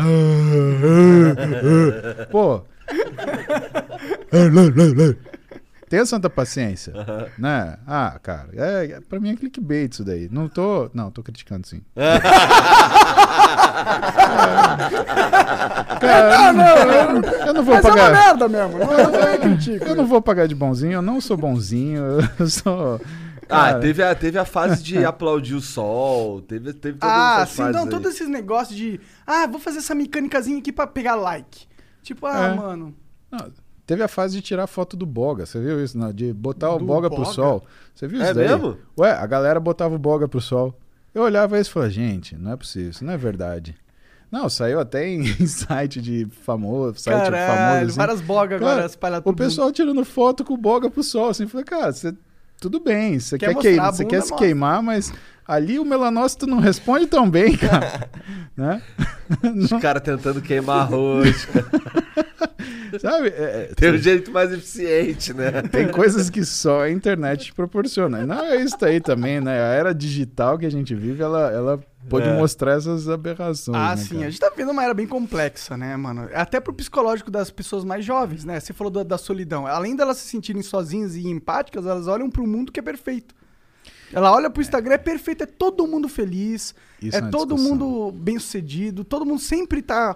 D: Pô. Tenha santa paciência, né? Cara, pra mim é clickbait isso daí. Não, tô criticando sim. Cara, eu não vou
B: Mas
D: pagar.
B: É uma merda mesmo. Eu critico.
D: Eu não vou pagar de bonzinho, eu não sou bonzinho, eu sou...
C: Cara, teve a fase de aplaudir o sol, teve todas essas
B: sim,
C: fases
B: não,
C: aí.
B: todos esses negócios de... vou fazer essa mecânicazinha aqui pra pegar like. Tipo, mano...
D: Não, teve a fase de tirar foto do boga, você viu isso? Não? De botar o
B: Do
D: boga pro
B: boga?
D: sol. Você viu isso
C: É
D: daí?
C: mesmo?
D: Ué, a galera botava o boga pro sol. Eu olhava isso e falava, gente, não é possível, isso não é verdade. Não, saiu até em site de famoso,
B: Caralho,
D: assim.
B: várias bogas agora
D: Cara,
B: espalhadas
D: o pessoal tirando foto com o boga pro sol, assim, falei, cara, tudo bem, você quer queimar, você quer se queimar, mas ali o melanócito não responde tão bem, cara. Né?
C: Os caras tentando queimar arroz.
D: Sabe?
C: Tem um jeito mais eficiente, né?
D: Tem coisas que só a internet te proporciona. Não é isso aí também, né? A era digital que a gente vive, ela pode mostrar essas aberrações. né,
B: sim.
D: cara?
B: A gente tá vivendo uma era bem complexa, né, mano? Até pro psicológico das pessoas mais jovens, né? Você falou da solidão. Além delas se sentirem sozinhas e empáticas, elas olham pro mundo que é perfeito. Ela olha pro Instagram, é perfeito, é todo mundo feliz,
D: Isso é uma
B: todo
D: discussão.
B: mundo bem sucedido, todo mundo sempre tá,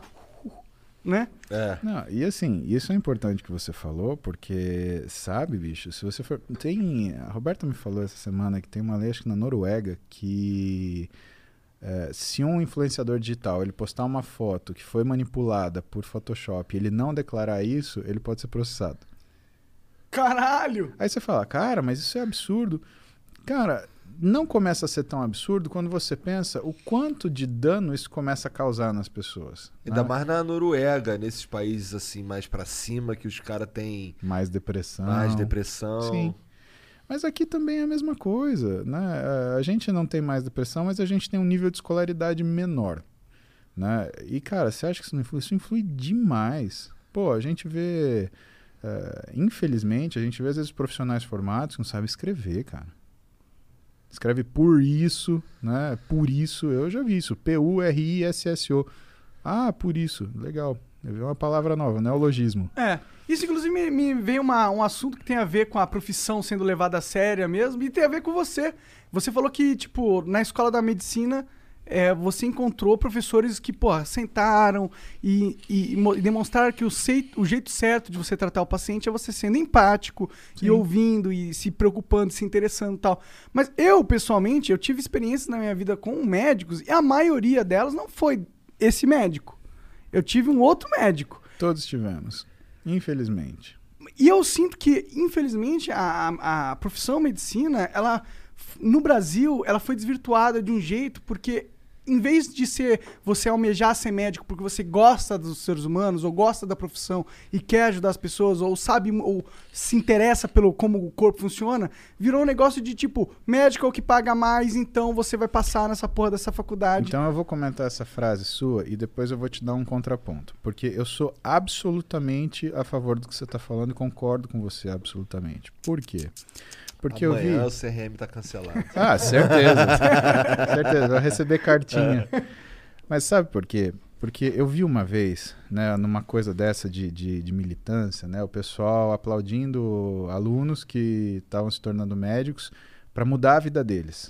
B: né?
D: Não, e assim, isso é importante que você falou, porque, sabe, bicho, se você for... A Roberta me falou essa semana que tem uma lei, acho que na Noruega, que se um influenciador digital ele postar uma foto que foi manipulada por Photoshop e ele não declarar isso, ele pode ser processado.
B: Caralho!
D: Aí você fala, cara, mas isso é absurdo. Cara, não começa a ser tão absurdo quando você pensa o quanto de dano isso começa a causar nas pessoas.
C: Ainda
D: né?
C: mais na Noruega, nesses países assim mais pra cima, que os caras têm
D: Mais depressão.
C: mais depressão.
D: Sim. Mas aqui também é a mesma coisa, né? A gente não tem mais depressão, mas a gente tem um nível de escolaridade menor, né? E, cara, você acha que isso não influi? Isso influi demais. Pô, a gente vê... infelizmente, a gente vê às vezes profissionais formados que não sabem escrever, cara. Escreve por isso, né? Por isso, eu já vi isso. P-U-R-I-S-S-O. Ah, por isso. Legal. Eu vi uma palavra nova, neologismo.
B: Isso inclusive me veio um assunto que tem a ver com a profissão sendo levada a séria mesmo, e tem a ver com você. Você falou que, tipo, na escola da medicina, você encontrou professores que, pô, sentaram e demonstraram que o jeito certo de você tratar o paciente é você sendo empático e ouvindo e se preocupando, se interessando e tal. Mas eu, pessoalmente, eu tive experiências na minha vida com médicos e a maioria delas não foi esse médico. Eu tive um outro médico.
D: Todos tivemos, infelizmente.
B: E eu sinto que, infelizmente, a profissão medicina, ela, no Brasil, ela foi desvirtuada de um jeito porque, em vez de você almejar ser médico porque você gosta dos seres humanos, ou gosta da profissão e quer ajudar as pessoas, ou sabe, ou se interessa pelo como o corpo funciona, virou um negócio de tipo, médico é o que paga mais, então você vai passar nessa porra dessa faculdade.
D: Então eu vou comentar essa frase sua e depois eu vou te dar um contraponto. Porque eu sou absolutamente a favor do que você está falando e concordo com você absolutamente. Por quê? Porque
C: Amanhã
D: eu vi...
C: o CRM tá cancelado.
D: Ah, certeza. Certeza, vai receber cartinha. Mas sabe por quê? Porque eu vi uma vez, né, numa coisa dessa de militância, né, o pessoal aplaudindo alunos que estavam se tornando médicos para mudar a vida deles.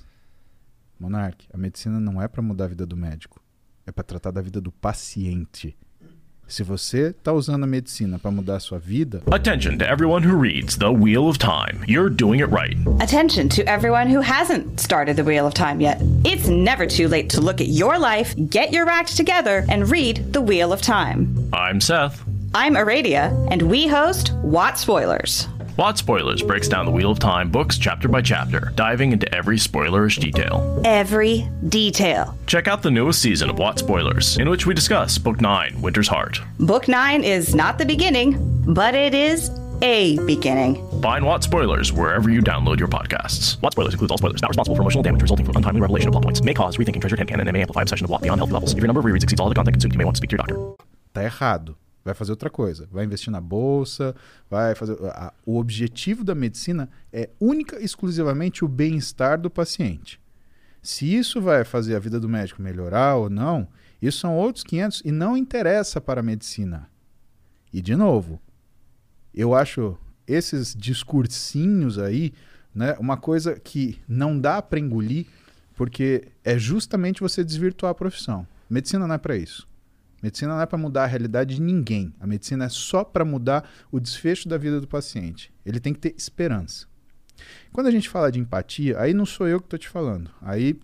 D: Monark, a medicina não é para mudar a vida do médico, é para tratar da vida do paciente. Se você está usando a medicina para mudar a sua vida...
H: Attention to everyone who reads The Wheel of Time. You're doing it right.
I: Attention to everyone who hasn't started the Wheel of Time yet. It's never too late to look at your life, get your act together, and read The Wheel of Time.
H: I'm Seth.
I: I'm Aradia, and we host What Spoilers.
H: What Spoilers breaks down the Wheel of Time books chapter by chapter, diving into every spoilerish detail.
I: Every detail.
H: Check out the newest season of What Spoilers, in which we discuss Book 9, Winter's Heart.
I: Book 9 is not the beginning, but it is a beginning.
H: Find What Spoilers wherever you download your podcasts. What Spoilers includes all spoilers, not responsible for emotional damage resulting from untimely revelation of plot points. May cause rethinking treasured headcanon and may amplify obsession of What beyond healthy levels. If your number of rereads exceeds all the content consumed, you may want to speak to your doctor.
D: Tá errado. Vai fazer outra coisa. Vai investir na bolsa, vai fazer... O objetivo da medicina é única e exclusivamente o bem-estar do paciente. Se isso vai fazer a vida do médico melhorar ou não, isso são outros 500 e não interessa para a medicina. E, de novo, eu acho esses discursinhos aí, né, uma coisa que não dá para engolir, porque é justamente você desvirtuar a profissão. Medicina não é para isso. Medicina não é para mudar a realidade de ninguém. A medicina é só para mudar o desfecho da vida do paciente. Ele tem que ter esperança. Quando a gente fala de empatia, aí não sou eu que estou te falando. Aí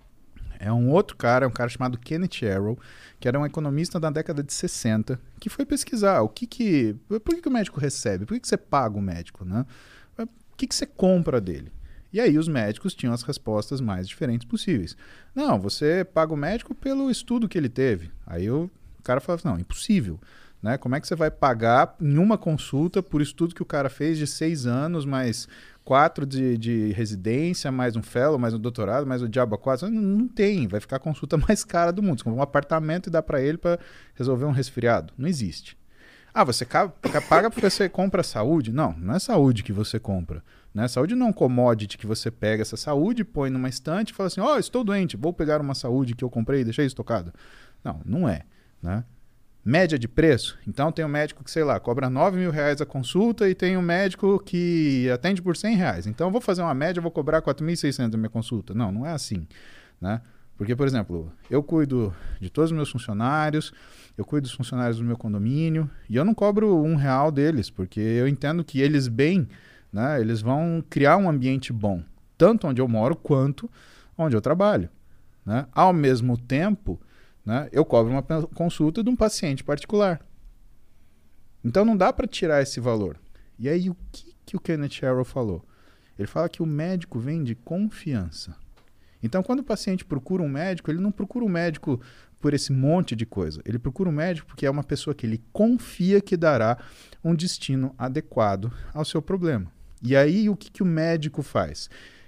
D: é um outro cara, um cara chamado Kenneth Arrow, que era um economista da década de 60, que foi pesquisar por que o médico recebe, por que você paga o médico, né? O que você compra dele? E aí os médicos tinham as respostas mais diferentes possíveis. Não, você paga o médico pelo estudo que ele teve. Aí o cara fala assim, não, impossível. Né? Como é que você vai pagar em uma consulta por estudo que o cara fez de 6 anos, mais 4 de residência, mais um fellow, mais um doutorado, mais o diabo a 4? Não tem, vai ficar a consulta mais cara do mundo. Você compra um apartamento e dá para ele para resolver um resfriado. Não existe. Ah, você paga porque você compra saúde? Não, não é saúde que você compra. Né? Saúde não é um commodity que você pega essa saúde, põe numa estante e fala assim, estou doente, vou pegar uma saúde que eu comprei e deixei estocada. Não, não é. Né? Média de preço. Então tem um médico que, sei lá, cobra R$9.000 a consulta e tem um médico que atende por R$100. Então eu vou fazer uma média, eu vou cobrar R$4.600 a minha consulta. Não, não é assim, né? Porque, por exemplo, eu cuido de todos os meus funcionários, eu cuido dos funcionários do meu condomínio e eu não cobro R$1 deles, porque eu entendo que eles bem, né, eles vão criar um ambiente bom, tanto onde eu moro quanto onde eu trabalho, né? Ao mesmo tempo, né, eu cobro uma consulta de um paciente particular. Então não dá para tirar esse valor. E aí o que o Kenneth Arrow falou? Ele fala que o médico vem de confiança. Então, quando o paciente procura um médico, ele não procura um médico por esse monte de coisa. Ele procura um médico porque é uma pessoa que ele confia que dará um destino adequado ao seu problema. E aí, o que o médico faz?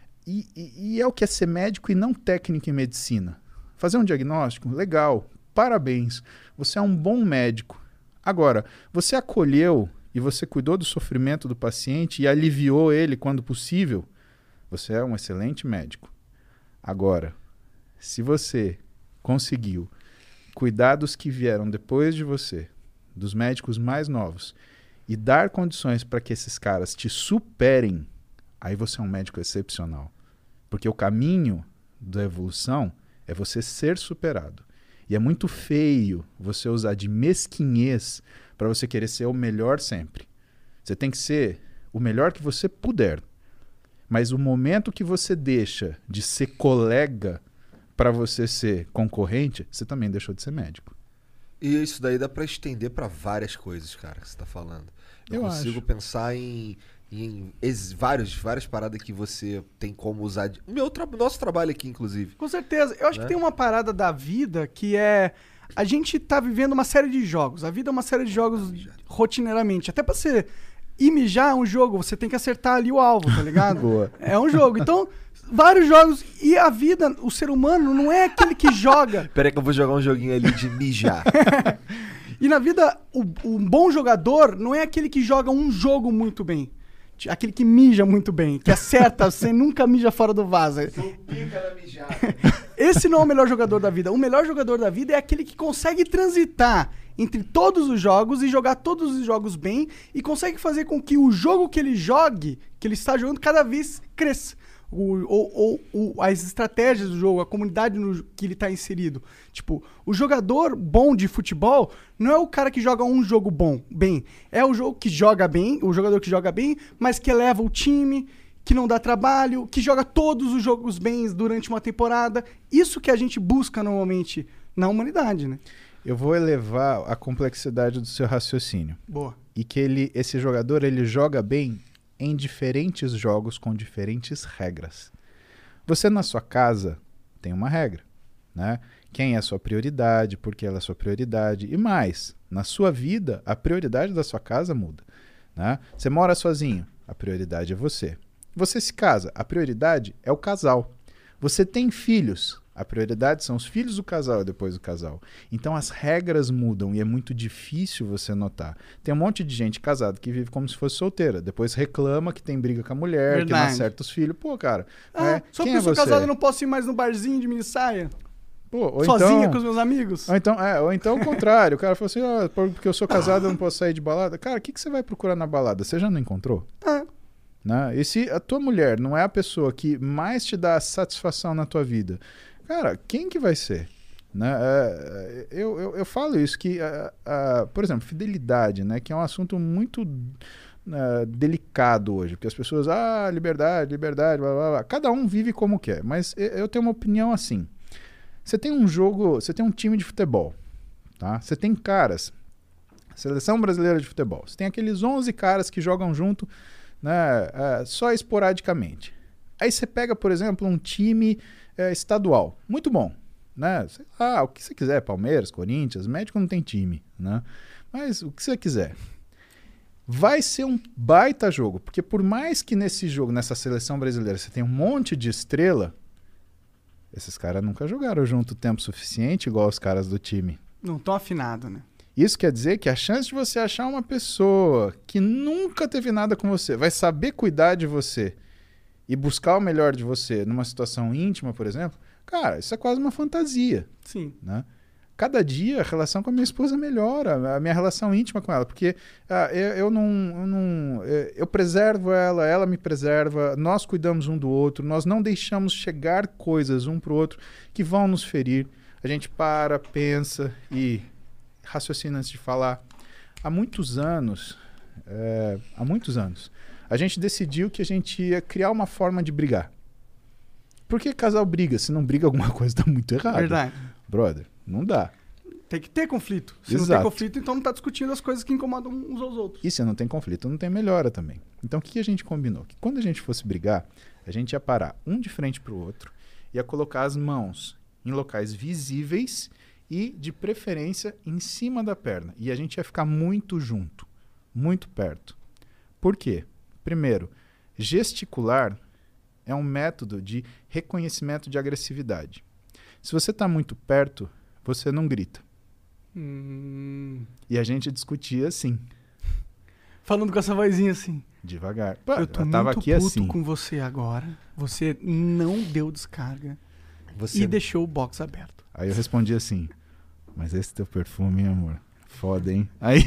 D: E é o que é ser médico e não técnico em medicina. Fazer um diagnóstico, legal, parabéns, você é um bom médico. Agora, você acolheu e você cuidou do sofrimento do paciente e aliviou ele quando possível, você é um excelente médico. Agora, se você conseguiu cuidar dos que vieram depois de você, dos médicos mais novos, e dar condições para que esses caras te superem, aí você é um médico excepcional. Porque o caminho da evolução é você ser superado. E é muito feio você usar de mesquinhez para você querer ser o melhor sempre. Você tem que ser o melhor que você puder. Mas o momento que você deixa de ser colega para você ser concorrente, você também deixou de ser médico.
C: E isso daí dá para estender para várias coisas, cara, que você tá falando. Eu consigo pensar em várias paradas que você tem como usar. Nosso trabalho aqui, inclusive.
B: Com certeza. Eu acho que tem uma parada da vida que é... A gente tá vivendo uma série de jogos. A vida é uma série de jogos rotineiramente. Até pra você ir mijar é um jogo, você tem que acertar ali o alvo, tá ligado?
D: Boa.
B: É um jogo. Então, vários jogos. E a vida, o ser humano, não é aquele que joga.
C: Pera aí que eu vou jogar um joguinho ali de mijar.
B: E na vida, o bom jogador não é aquele que joga um jogo muito bem. Aquele que mija muito bem, que acerta, você nunca mija fora do vaso. Esse não é o melhor jogador da vida. O melhor jogador da vida é aquele que consegue transitar entre todos os jogos e jogar todos os jogos bem e consegue fazer com que o jogo que ele jogue, que ele está jogando, cada vez cresça. As estratégias do jogo, a comunidade que ele está inserido. Tipo, o jogador bom de futebol não é o cara que joga um jogo bem. É o jogo que joga bem, o jogador que joga bem, mas que eleva o time, que não dá trabalho, que joga todos os jogos bem durante uma temporada. Isso que a gente busca normalmente na humanidade, né?
D: Eu vou elevar a complexidade do seu raciocínio.
B: Boa.
D: E que esse jogador, ele joga bem em diferentes jogos com diferentes regras. Você na sua casa tem uma regra, né? Quem é a sua prioridade, por que ela é a sua prioridade e mais, na sua vida a prioridade da sua casa muda, né? Você mora sozinho, a prioridade é você. Você se casa, a prioridade é o casal. Você tem filhos, a prioridade são os filhos do casal e depois do casal. Então as regras mudam e é muito difícil você notar. Tem um monte de gente casada que vive como se fosse solteira. Depois reclama que tem briga com a mulher,
B: Verdade.
D: que não acerta os filhos. Pô, cara,
B: só
D: quem
B: porque eu sou
D: você?
B: casado eu não posso ir mais no barzinho de minissaia?
D: Pô,
B: Sozinha com os meus amigos?
D: Ou então o contrário. O cara falou assim, porque eu sou casado eu não posso sair de balada. Cara, o que você vai procurar na balada? Você já não encontrou? Né? E se a tua mulher não é a pessoa que mais te dá satisfação na tua vida, cara, quem que vai ser? Né? Eu falo isso, que, por exemplo, fidelidade, né? Que é um assunto muito delicado hoje, porque as pessoas, liberdade, blá, blá, blá. Cada um vive como quer, mas eu tenho uma opinião assim. Você tem um jogo, você tem um time de futebol, tá? Você tem caras, seleção brasileira de futebol, você tem aqueles 11 caras que jogam junto, né, só esporadicamente. Aí você pega, por exemplo, um time estadual, muito bom, né? O que você quiser, Palmeiras, Corinthians, médico não tem time, né? Mas o que você quiser. Vai ser um baita jogo, porque por mais que nesse jogo, nessa seleção brasileira, você tenha um monte de estrela, esses caras nunca jogaram junto o tempo suficiente igual os caras do time.
B: Não tão afinado, né?
D: Isso quer dizer que a chance de você achar uma pessoa que nunca teve nada com você, vai saber cuidar de você e buscar o melhor de você numa situação íntima, por exemplo, cara, isso é quase uma fantasia.
B: Sim.
D: Né? cada dia a relação com a minha esposa melhora, a minha relação íntima com ela, porque eu preservo ela, ela me preserva, nós cuidamos um do outro, nós não deixamos chegar coisas um pro outro que vão nos ferir. A gente para, pensa e raciocina antes de falar. Há muitos anos, a gente decidiu que a gente ia criar uma forma de brigar. Por que casal briga? Se não briga, alguma coisa tá muito errada.
B: Verdade.
D: Brother, não dá.
B: Tem que ter conflito. Se
D: Exato.
B: não tem conflito, então não tá discutindo as coisas que incomodam uns aos outros.
D: E se não tem conflito, não tem melhora também. Então o que a gente combinou? Que quando a gente fosse brigar, a gente ia parar um de frente pro outro, ia colocar as mãos em locais visíveis e, de preferência, em cima da perna. E a gente ia ficar muito junto, muito perto. Por quê? Primeiro, gesticular é um método de reconhecimento de agressividade. Se você está muito perto, você não grita. E a gente discutia assim.
B: Falando com essa vozinha assim.
D: Devagar.
B: Eu tô
D: tava
B: muito
D: aqui
B: puto
D: assim.
B: com você agora. Você não deu descarga e deixou o box aberto.
D: Aí eu respondi assim, mas esse teu perfume, hein, amor? Foda, hein? Aí,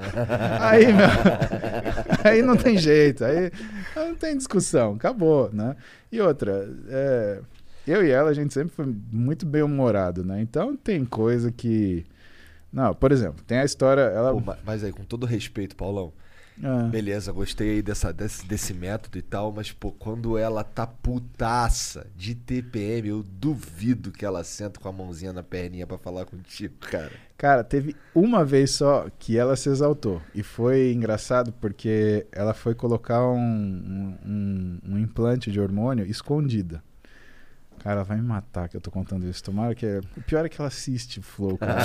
D: aí não tem jeito, aí não tem discussão, acabou, né? E outra, eu e ela, a gente sempre foi muito bem-humorado, né? Então tem coisa que... Não, por exemplo, tem a história... Ela...
C: Pô, mas aí, com todo respeito, Paulão, beleza, gostei aí desse método e tal, mas, pô, quando ela tá putaça de TPM, eu duvido que ela senta com a mãozinha na perninha pra falar contigo, cara.
D: Cara, teve uma vez só que ela se exaltou. E foi engraçado porque ela foi colocar um implante de hormônio escondida. Cara, ela vai me matar que eu tô contando isso. Tomara que... O pior é que ela assiste Flow, cara.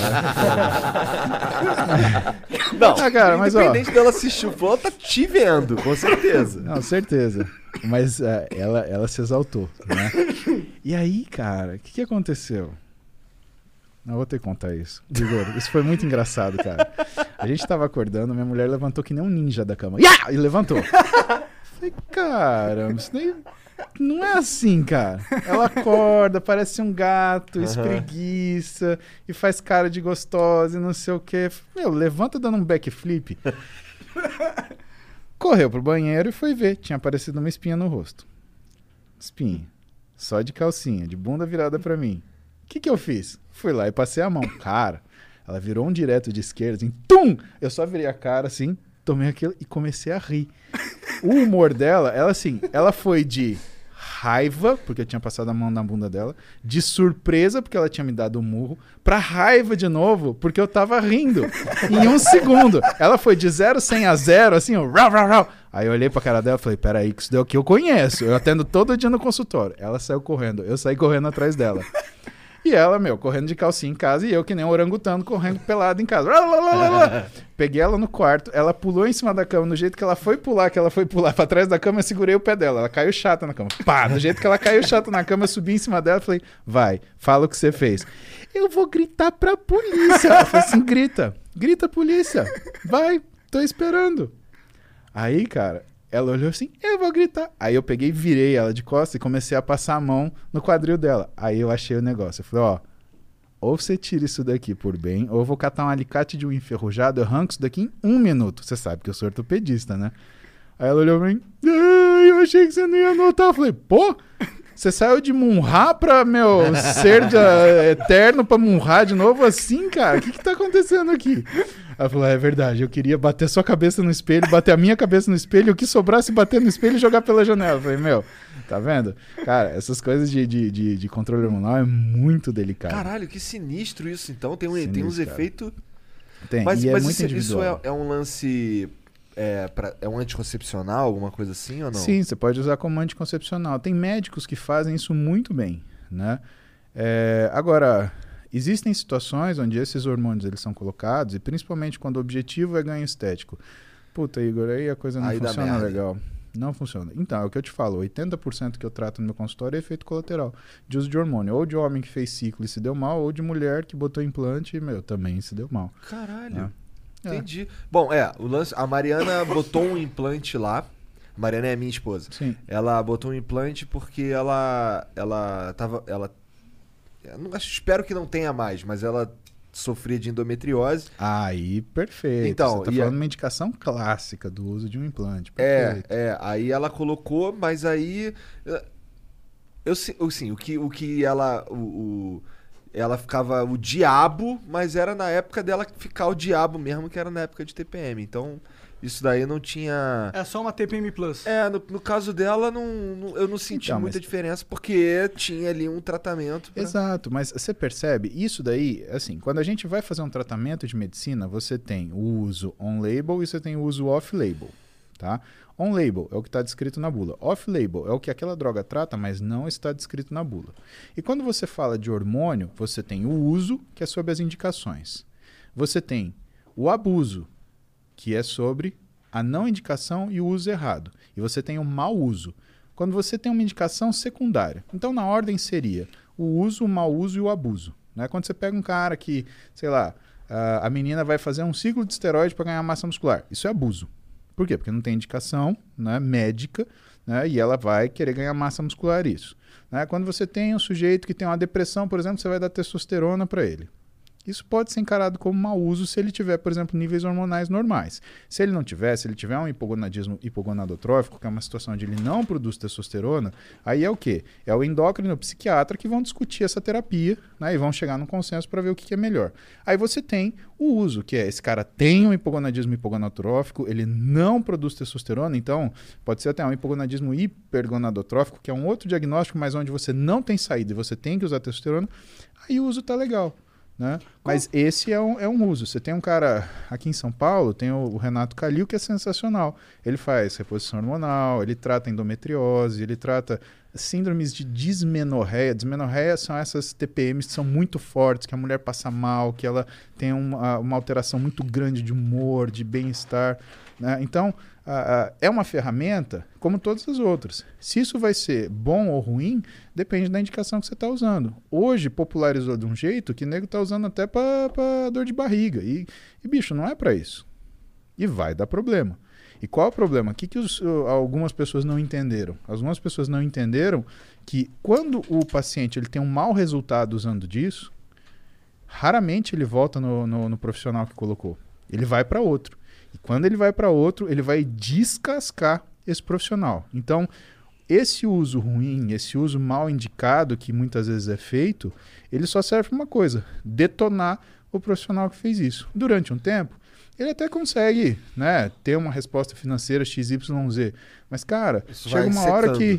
C: Não,
D: cara, mas,
C: independente dela assistir o Flow, ela tá te vendo, com certeza.
D: Não, certeza. Mas ela se exaltou, né? E aí, cara, o que aconteceu? Não, vou ter que contar isso. Igor, isso foi muito engraçado, cara. A gente tava acordando, minha mulher levantou que nem um ninja da cama. E levantou. Falei, caramba, isso daí não é assim, cara. Ela acorda, parece um gato, espreguiça e faz cara de gostosa e não sei o quê. Meu, levanta dando um backflip. Correu pro banheiro e foi ver. Tinha aparecido uma espinha no rosto. Espinha. Só de calcinha, de bunda virada pra mim. O que eu fiz? Fui lá e passei a mão. Cara, ela virou um direto de esquerda, assim, tum! Eu só virei a cara, assim, tomei aquilo e comecei a rir. O humor dela, ela foi de raiva, porque eu tinha passado a mão na bunda dela, de surpresa, porque ela tinha me dado um murro, pra raiva de novo, porque eu tava rindo. Em um segundo. Ela foi de 0 100 a 0, assim, ó, rau, rau, rau. Aí eu olhei pra cara dela e falei, peraí, que isso deu que eu conheço. Eu atendo todo dia no consultório. Ela saiu correndo, eu saí correndo atrás dela. E ela, correndo de calcinha em casa, e eu que nem um orangotango correndo pelado em casa. Peguei ela no quarto, ela pulou em cima da cama, no jeito que ela foi pular pra trás da cama, eu segurei o pé dela. Ela caiu chata na cama. Pá! Do jeito que ela caiu chata na cama, eu subi em cima dela e falei, vai, fala o que você fez. Eu vou gritar pra polícia. Ela falou assim, grita polícia. Vai, tô esperando. Aí, cara... Ela olhou assim, eu vou gritar. Aí eu peguei, virei ela de costas e comecei a passar a mão no quadril dela. Aí eu achei o negócio. Eu falei, ou você tira isso daqui por bem, ou eu vou catar um alicate de um enferrujado, eu arranco isso daqui em 1 minuto. Você sabe que eu sou ortopedista, né? Aí ela olhou pra mim, eu achei que você não ia notar. Eu falei, pô, você saiu de Munhá pra, ser eterno pra Munhá de novo assim, cara? O que tá acontecendo aqui? Ela falou, é verdade, eu queria bater sua cabeça no espelho, bater a minha cabeça no espelho, o que sobrasse bater no espelho e jogar pela janela. Eu falei, tá vendo? Cara, essas coisas de controle hormonal é muito delicado.
C: Caralho, que sinistro isso, então. Tem uns efeitos...
D: Tem,
C: mas
D: é muito
C: isso
D: individual.
C: é um lance... É um anticoncepcional, alguma coisa assim ou não?
D: Sim, você pode usar como anticoncepcional. Tem médicos que fazem isso muito bem, né? Agora... Existem situações onde esses hormônios eles são colocados, e principalmente quando o objetivo é ganho estético. Puta, Igor, aí a coisa não funciona legal. Não funciona. Então, é o que eu te falo, 80% que eu trato no meu consultório é efeito colateral de uso de hormônio. Ou de homem que fez ciclo e se deu mal, ou de mulher que botou implante e, também se deu mal.
C: Caralho. Entendi. Bom, o lance... A Mariana botou um implante lá. A Mariana é a minha esposa.
D: Sim.
C: Ela botou um implante porque ela tava... Espero que não tenha mais, mas ela sofria de endometriose.
D: Aí, perfeito.
C: Então,
D: você tá falando de uma indicação clássica do uso de um implante.
C: Perfeito. Aí ela colocou, mas aí... o que ela... ela ficava o diabo, mas era na época dela ficar o diabo mesmo, que era na época de TPM. Então, isso daí não tinha...
B: É só uma TPM Plus.
C: No caso dela, eu não senti muita diferença, porque tinha ali um tratamento.
D: Exato, mas você percebe, isso daí, assim, quando a gente vai fazer um tratamento de medicina, você tem o uso on-label e você tem o uso off-label, tá? On-label é o que está descrito na bula. Off-label é o que aquela droga trata, mas não está descrito na bula. E quando você fala de hormônio, você tem o uso, que é sobre as indicações. Você tem o abuso, que é sobre a não indicação e o uso errado. E você tem o mau uso, quando você tem uma indicação secundária. Então, na ordem seria o uso, o mau uso e o abuso. Né? Quando você pega um cara que, sei lá, a menina vai fazer um ciclo de esteroide para ganhar massa muscular. Isso é abuso. Por quê? Porque não tem indicação, né, médica, né, e ela vai querer ganhar massa muscular isso. Né? Quando você tem um sujeito que tem uma depressão, por exemplo, você vai dar testosterona para ele. Isso pode ser encarado como mau uso se ele tiver, por exemplo, níveis hormonais normais. Se ele não tiver, se ele tiver um hipogonadismo hipogonadotrófico, que é uma situação onde ele não produz testosterona, aí é o quê? É o endócrino e o psiquiatra que vão discutir essa terapia, né, e vão chegar num consenso para ver o que é melhor. Aí você tem o uso, que é esse cara tem um hipogonadismo hipogonadotrófico, ele não produz testosterona, então pode ser até um hipogonadismo hipergonadotrófico, que é um outro diagnóstico, mas onde você não tem saída e você tem que usar testosterona, aí o uso tá legal. Né? Mas esse é um uso. Você tem um cara aqui em São Paulo, tem o Renato Calil, que é sensacional. Ele faz reposição hormonal, ele trata endometriose, ele trata síndromes de dismenorreia. Dismenorreia são essas TPMs que são muito fortes, que a mulher passa mal, que ela tem uma alteração muito grande de humor, de bem-estar. Né? Então, é uma ferramenta como todas as outras. Se isso vai ser bom ou ruim, depende da indicação que você está usando. Hoje, popularizou de um jeito que o nego está usando até para dor de barriga. E, bicho, não é para isso. E vai dar problema. E qual é o problema? O que algumas pessoas não entenderam? Algumas pessoas não entenderam que quando o paciente ele tem um mau resultado usando disso, raramente ele volta no profissional que colocou. Ele vai para outro. E quando ele vai para outro, ele vai descascar esse profissional. Então, esse uso ruim, esse uso mal indicado, que muitas vezes é feito, ele só serve para uma coisa: detonar o profissional que fez isso. Durante um tempo, ele até consegue, né, ter uma resposta financeira XYZ. Mas, cara, isso chega uma hora que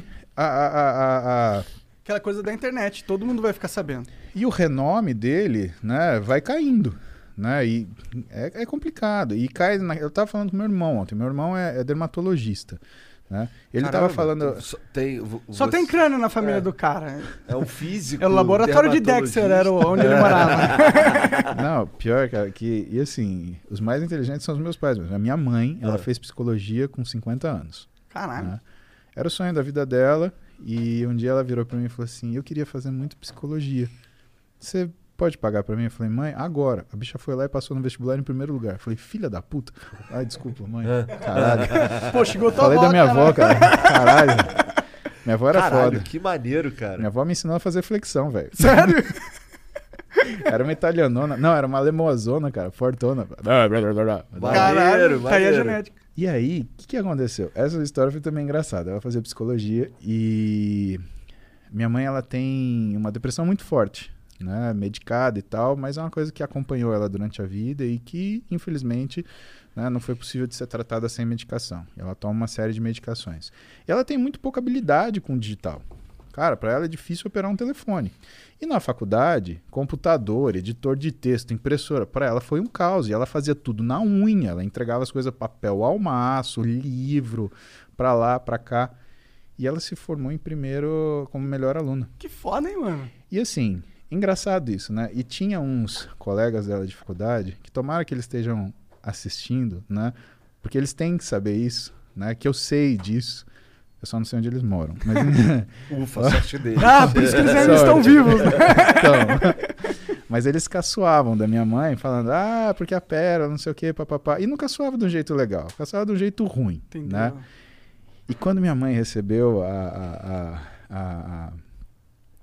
B: aquela coisa da internet, todo mundo vai ficar sabendo.
D: E o renome dele, né, vai caindo. Né? E é complicado. E cai eu estava falando com meu irmão ontem. Meu irmão é dermatologista. Né? Ele estava falando.
B: Só tem crânio na família do cara.
C: É um físico.
B: É o laboratório de Dexter, era onde ele morava.
D: Não, pior, cara, que. E assim, os mais inteligentes são os meus pais. A minha mãe, ela fez psicologia com 50 anos.
B: Caralho.
D: Né? Era o sonho da vida dela. E um dia ela virou para mim e falou assim: eu queria fazer muito psicologia. Você pode pagar pra mim? Eu falei, mãe, agora. A bicha foi lá e passou no vestibular em primeiro lugar. Eu falei, filha da puta. Ai, desculpa, mãe. Caralho.
B: Pô, chegou tua
D: Falei
B: avó,
D: da minha avó, cara. Caralho. Minha avó era foda.
C: Que maneiro, cara.
D: Minha avó me ensinou a fazer flexão, velho.
B: Sério?
D: Era uma italianona. Não, era uma alemãozona, cara. Fortona.
B: Caralho, tá aí a genética.
D: E aí, o que aconteceu? Essa história foi também engraçada. Ela fazia psicologia e... Minha mãe, ela tem uma depressão muito forte. Né, medicada e tal, mas é uma coisa que acompanhou ela durante a vida e que, infelizmente, né, não foi possível de ser tratada sem medicação. Ela toma uma série de medicações. E ela tem muito pouca habilidade com o digital. Cara, para ela é difícil operar um telefone. E na faculdade, computador, editor de texto, impressora, para ela foi um caos. E ela fazia tudo na unha. Ela entregava as coisas papel ao maço, livro, para lá, para cá. E ela se formou em primeiro como melhor aluna.
B: Que foda, hein, mano?
D: E assim... Engraçado isso, né? E tinha uns colegas dela de faculdade que tomara que eles estejam assistindo, né? Porque eles têm que saber isso, né? Que eu sei disso. Eu só não sei onde eles moram. Mas...
C: Ufa, sorte deles.
B: Por isso que eles ainda estão vivos, né?
D: Então, mas eles caçoavam da minha mãe, falando, porque a Pérola, não sei o quê, papapá. E não caçoava de um jeito legal, caçoava de um jeito ruim, né?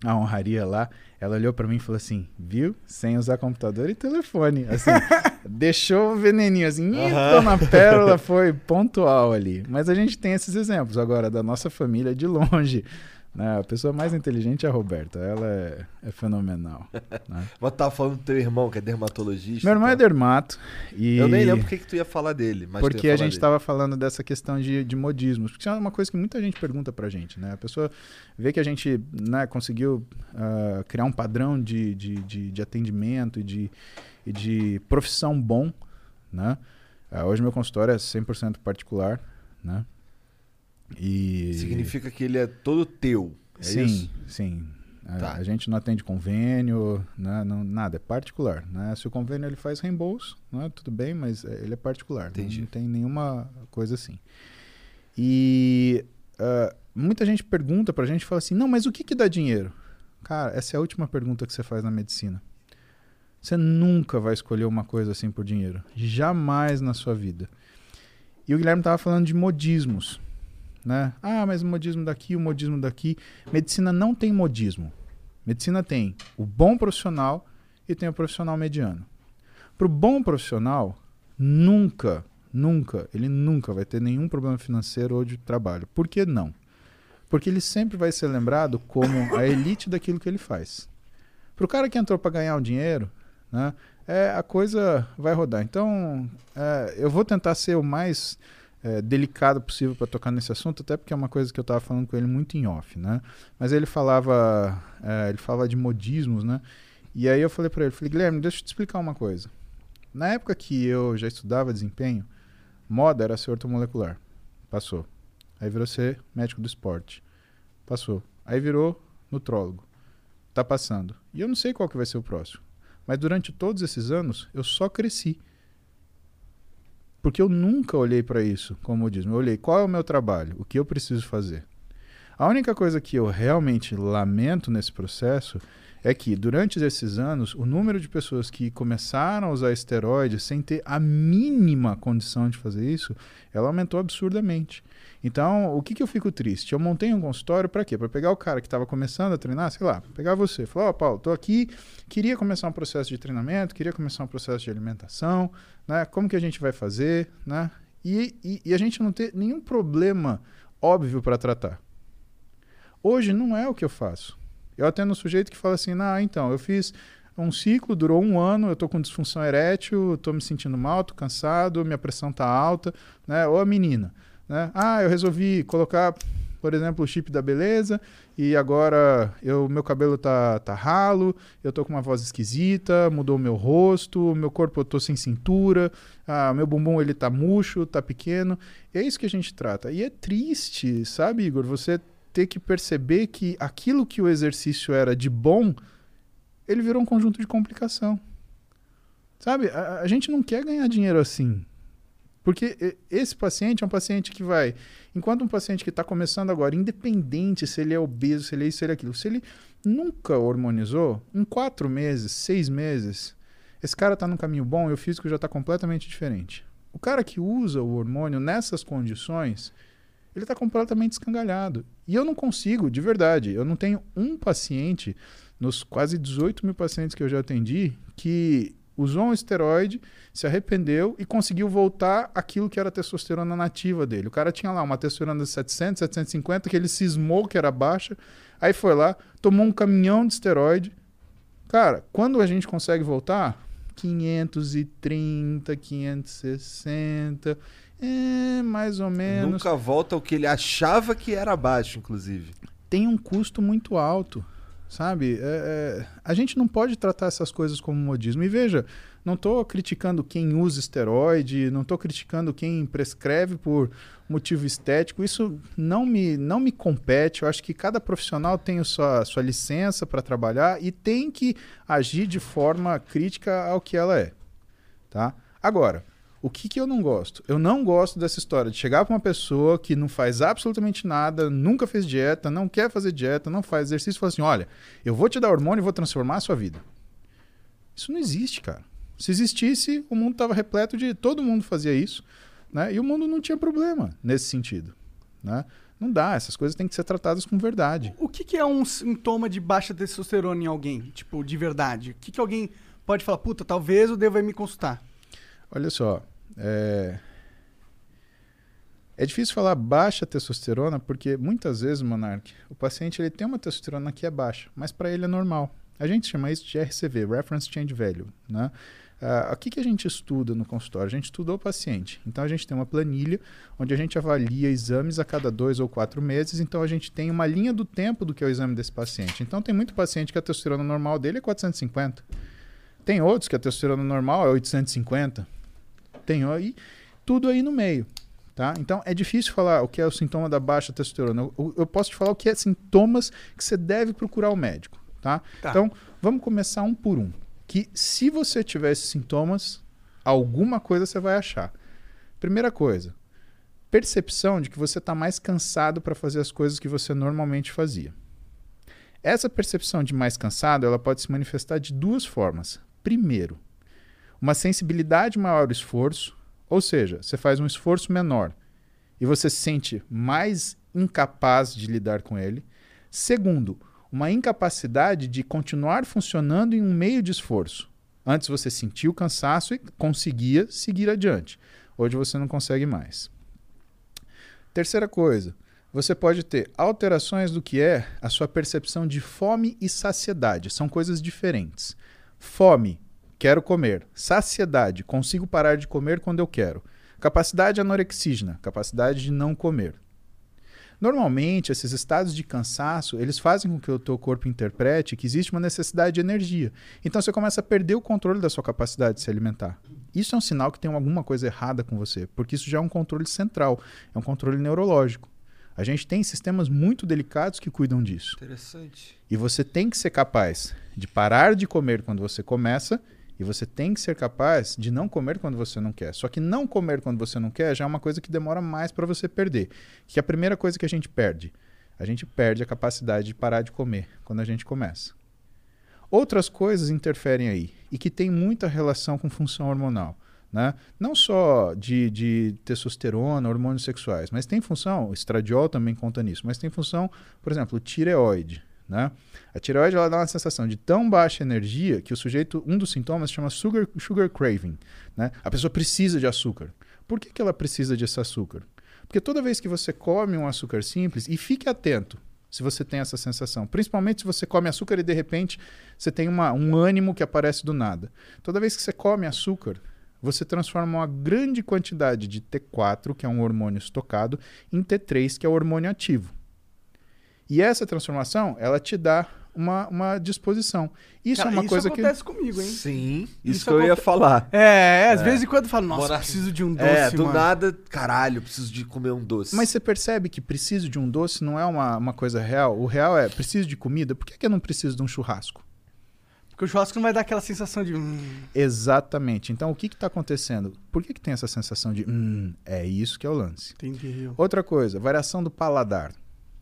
D: a honraria lá, ela olhou pra mim e falou assim, viu? Sem usar computador e telefone. Assim, deixou o veneninho assim, Dona Pérola foi pontual ali. Mas a gente tem esses exemplos agora da nossa família de longe. Né? A pessoa mais inteligente é a Roberta, ela é fenomenal. Né?
C: Mas tu tava falando do teu irmão, que é dermatologista.
D: Meu irmão é dermato. E...
C: Eu nem lembro por que tu ia falar dele. Mas
D: porque a gente estava falando dessa questão de modismos. Porque isso é uma coisa que muita gente pergunta pra gente. Né? A pessoa vê que a gente, né, conseguiu criar um padrão de atendimento e de profissão bom. Né? Hoje meu consultório é 100% particular. Né? E... Significa
C: que ele é todo teu, é
D: sim,
C: isso?
D: Sim.
C: Tá.
D: A gente não atende convênio, né? Não, nada, é particular. Né? Se o convênio ele faz reembolso, né? Tudo bem, mas ele é particular. Não tem nenhuma coisa assim. E muita gente pergunta pra gente, fala assim, não, mas o que dá dinheiro? Cara, essa é a última pergunta que você faz na medicina. Você nunca vai escolher uma coisa assim por dinheiro. Jamais na sua vida. E o Guilherme estava falando de modismos. Né? Ah, mas o modismo daqui, o modismo daqui. Medicina não tem modismo. Medicina tem o bom profissional e tem o profissional mediano. Para o bom profissional, ele nunca vai ter nenhum problema financeiro ou de trabalho. Por que não? Porque ele sempre vai ser lembrado como a elite daquilo que ele faz. Para o cara que entrou para ganhar um dinheiro, né, a coisa vai rodar. Então, eu vou tentar ser o mais... delicado possível para tocar nesse assunto, até porque é uma coisa que eu estava falando com ele muito em off, né? Mas ele falava de modismos, né? E aí eu falei para ele, Guilherme, deixa eu te explicar uma coisa. Na época que eu já estudava desempenho, moda era ser ortomolecular. Passou. Aí virou ser médico do esporte. Passou. Aí virou nutrólogo. Tá passando. E eu não sei qual que vai ser o próximo. Mas durante todos esses anos, eu só cresci. Porque eu nunca olhei para isso como modismo. Eu olhei qual é o meu trabalho, o que eu preciso fazer. A única coisa que eu realmente lamento nesse processo é que, durante esses anos, o número de pessoas que começaram a usar esteroides sem ter a mínima condição de fazer isso, ela aumentou absurdamente. Então, o que eu fico triste? Eu montei um consultório para quê? Para pegar o cara que estava começando a treinar, sei lá, pegar você, falar, Paulo, estou aqui, queria começar um processo de treinamento, queria começar um processo de alimentação, né? Como que a gente vai fazer, né? E a gente não ter nenhum problema óbvio para tratar. Hoje não é o que eu faço. Eu atendo um sujeito que fala assim, então, eu fiz um ciclo, durou 1 ano, eu estou com disfunção erétil, estou me sentindo mal, estou cansado, minha pressão está alta, né? Ou a menina, né? Eu resolvi colocar, por exemplo, o chip da beleza e agora meu cabelo tá ralo, eu tô com uma voz esquisita, mudou o meu rosto, meu corpo eu tô sem cintura, meu bumbum ele tá murcho, tá pequeno. E é isso que a gente trata. E é triste, sabe, Igor, você ter que perceber que aquilo que o exercício era de bom, ele virou um conjunto de complicação. Sabe, a gente não quer ganhar dinheiro assim. Porque esse paciente é um paciente que vai... Enquanto um paciente que está começando agora, independente se ele é obeso, se ele é isso, se ele é aquilo, se ele nunca hormonizou, em 4 meses, 6 meses, esse cara está num caminho bom e o físico já está completamente diferente. O cara que usa o hormônio nessas condições, ele está completamente escangalhado. E eu não consigo, de verdade, eu não tenho um paciente, nos quase 18 mil pacientes que eu já atendi, que usou um esteroide, se arrependeu e conseguiu voltar aquilo que era a testosterona nativa dele. O cara tinha lá uma testosterona de 700, 750, que ele cismou que era baixa, aí foi lá, tomou um caminhão de esteroide. Cara, quando a gente consegue voltar, 530, 560, mais ou menos.
C: Nunca volta ao que ele achava que era baixo, inclusive.
D: Tem um custo muito alto, sabe? A gente não pode tratar essas coisas como modismo. E veja, não estou criticando quem usa esteroide, não estou criticando quem prescreve por motivo estético. Isso não me compete. Eu acho que cada profissional tem sua licença para trabalhar e tem que agir de forma crítica ao que ela é. Tá? Agora, o que eu não gosto? Eu não gosto dessa história de chegar para uma pessoa que não faz absolutamente nada, nunca fez dieta, não quer fazer dieta, não faz exercício e falar assim, olha, eu vou te dar hormônio e vou transformar a sua vida. Isso não existe, cara. Se existisse, o mundo estava repleto de... Todo mundo fazia isso, né? E o mundo não tinha problema nesse sentido, né? Não dá, essas coisas têm que ser tratadas com verdade.
B: O que é um sintoma de baixa testosterona em alguém? Tipo, de verdade. O que alguém pode falar, puta, talvez eu deva ir me consultar?
D: Olha só, é difícil falar baixa testosterona porque muitas vezes, Monark, o paciente ele tem uma testosterona que é baixa, mas para ele é normal. A gente chama isso de RCV, Reference Change Value, né? O que a gente estuda no consultório? A gente estuda o paciente. Então, a gente tem uma planilha onde a gente avalia exames a cada 2 ou 4 meses. Então, a gente tem uma linha do tempo do que é o exame desse paciente. Então, tem muito paciente que a testosterona normal dele é 450. Tem outros que a testosterona normal é 850. Tem aí, tudo aí no meio. Tá? Então, é difícil falar o que é o sintoma da baixa testosterona. Eu posso te falar o que é sintomas que você deve procurar o médico. Tá? Então, vamos começar um por um. Que se você tiver esses sintomas, alguma coisa você vai achar. Primeira coisa, percepção de que você está mais cansado para fazer as coisas que você normalmente fazia. Essa percepção de mais cansado, ela pode se manifestar de 2 formas. Primeiro, uma sensibilidade maior ao esforço, ou seja, você faz um esforço menor e você se sente mais incapaz de lidar com ele. Segundo, uma incapacidade de continuar funcionando em um meio de esforço. Antes você sentia o cansaço e conseguia seguir adiante. Hoje você não consegue mais. Terceira coisa, você pode ter alterações do que é a sua percepção de fome e saciedade. São coisas diferentes. Fome, quero comer. Saciedade, consigo parar de comer quando eu quero. Capacidade anorexígena, capacidade de não comer. Normalmente, esses estados de cansaço, eles fazem com que o teu corpo interprete que existe uma necessidade de energia. Então, você começa a perder o controle da sua capacidade de se alimentar. Isso é um sinal que tem alguma coisa errada com você, porque isso já é um controle central, é um controle neurológico. A gente tem sistemas muito delicados que cuidam disso.
C: Interessante.
D: E você tem que ser capaz de parar de comer quando você começa e você tem que ser capaz de não comer quando você não quer. Só que não comer quando você não quer já é uma coisa que demora mais para você perder. Que é a primeira coisa que a gente perde a capacidade de parar de comer quando a gente começa. Outras coisas interferem aí e que tem muita relação com função hormonal. Né? Não só de testosterona, hormônios sexuais, mas tem função, o estradiol também conta nisso, mas tem função, por exemplo, tireoide. Né? A tireoide ela dá uma sensação de tão baixa energia que o sujeito, um dos sintomas se chama sugar craving. Né? A pessoa precisa de açúcar. Por que ela precisa desse açúcar? Porque toda vez que você come um açúcar simples, e fique atento se você tem essa sensação, principalmente se você come açúcar e de repente você tem um ânimo que aparece do nada. Toda vez que você come açúcar, você transforma uma grande quantidade de T4, que é um hormônio estocado, em T3, que é o hormônio ativo. E essa transformação, ela te dá uma disposição. Isso é uma coisa que...
B: Isso acontece comigo, hein?
C: Sim, isso que eu ia falar.
B: Às vezes em quando eu falo, nossa, preciso de um doce,
C: do
B: mano.
C: nada, caralho, preciso de comer um doce.
D: Mas você percebe que preciso de um doce não é uma coisa real? O real é, preciso de comida, por que eu não preciso de um churrasco?
B: Porque o churrasco não vai dar aquela sensação de...
D: Exatamente. Então, o que está acontecendo? Por que tem essa sensação de... É isso que é o lance.
B: Entendi.
D: Outra coisa, variação do paladar.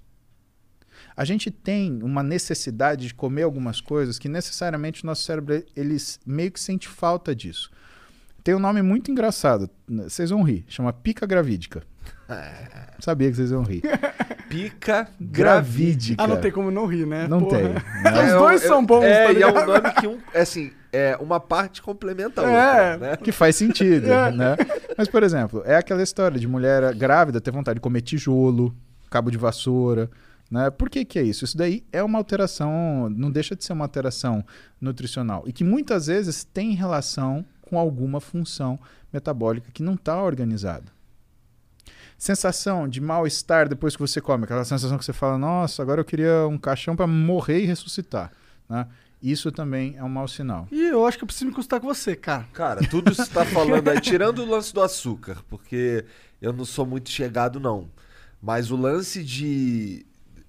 D: A gente tem uma necessidade de comer algumas coisas que necessariamente o nosso cérebro ele meio que sente falta disso. Tem um nome muito engraçado, vocês vão rir, chama pica gravídica. Sabia que vocês vão rir.
C: Pica gravídica.
B: Não tem como não rir, né?
D: Não tem. Né?
B: Os dois são bons, tá
C: ligado? E é um nome que uma parte complementa a outra, né?
D: Que faz sentido, né? Mas, por exemplo, é aquela história de mulher grávida ter vontade de comer tijolo, cabo de vassoura, né? Por que é isso? Isso daí é uma alteração, não deixa de ser uma alteração nutricional e que muitas vezes tem relação com alguma função metabólica que não está organizada. Sensação de mal-estar depois que você come, aquela sensação que você fala, nossa, agora eu queria um caixão para morrer e ressuscitar, né? Isso também é um mau sinal.
B: E eu acho que eu preciso me consultar com você, cara.
C: Cara, tudo isso que você tá falando aí, tirando o lance do açúcar, porque eu não sou muito chegado, não. Mas o lance de...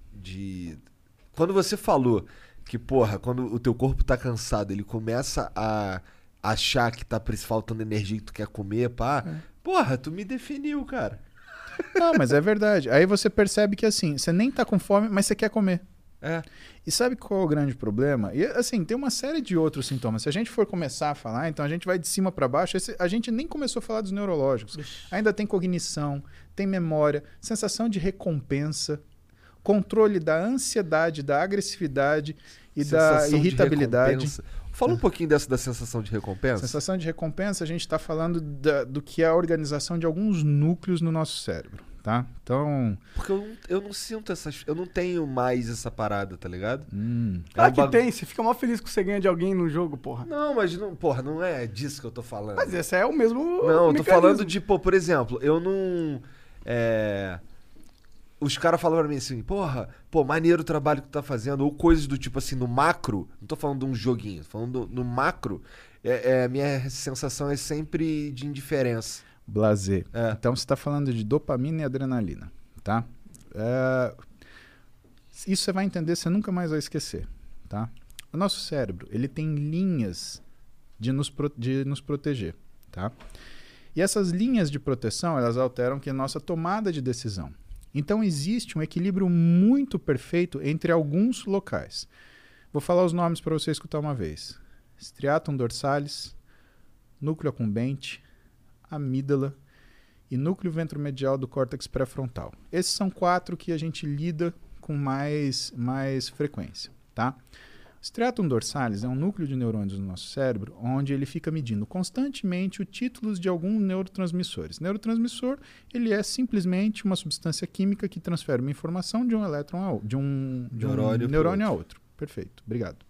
C: Quando você falou que, porra, quando o teu corpo tá cansado, ele começa a achar que tá faltando energia que tu quer comer, pá. Porra, tu me definiu, cara.
D: Não, mas é verdade. Aí você percebe que assim, você nem tá com fome, mas você quer comer. E sabe qual é o grande problema? E assim, tem uma série de outros sintomas. Se a gente for começar a falar, então a gente vai de cima para baixo. A gente nem começou a falar dos neurológicos. Ainda tem cognição, tem memória, sensação de recompensa, controle da ansiedade, da agressividade e da irritabilidade.
C: Fala um pouquinho dessa da sensação de recompensa.
D: Sensação de recompensa, a gente está falando do que é a organização de alguns núcleos no nosso cérebro, tá? Então...
C: Porque eu não sinto essas... Eu não tenho mais essa parada, tá ligado?
B: Que tem. Você fica mó feliz que você ganha de alguém no jogo, porra.
C: Não, mas não, porra, não é disso que eu tô falando.
B: Mas esse é o mesmo
C: Não, eu tô falando de, por exemplo, eu não... Os caras falam pra mim assim, maneiro o trabalho que tu tá fazendo, ou coisas do tipo assim, no macro, não tô falando de um joguinho, tô falando no macro, a minha sensação é sempre de indiferença.
D: Blazer. Então você tá falando de dopamina e adrenalina, tá? Isso você vai entender, você nunca mais vai esquecer, tá? O nosso cérebro, ele tem linhas de nos proteger, tá? E essas linhas de proteção, elas alteram que a nossa tomada de decisão. Então existe um equilíbrio muito perfeito entre alguns locais. Vou falar os nomes para você escutar uma vez. Striatum dorsalis, núcleo accumbente, amígdala e núcleo ventromedial do córtex pré-frontal. Esses são 4 que a gente lida com mais frequência, tá? Striatum dorsalis é um núcleo de neurônios no nosso cérebro onde ele fica medindo constantemente os títulos de alguns neurotransmissores. Neurotransmissor, ele é simplesmente uma substância química que transfere uma informação de um elétron de um neurônio a outro. Perfeito, obrigado.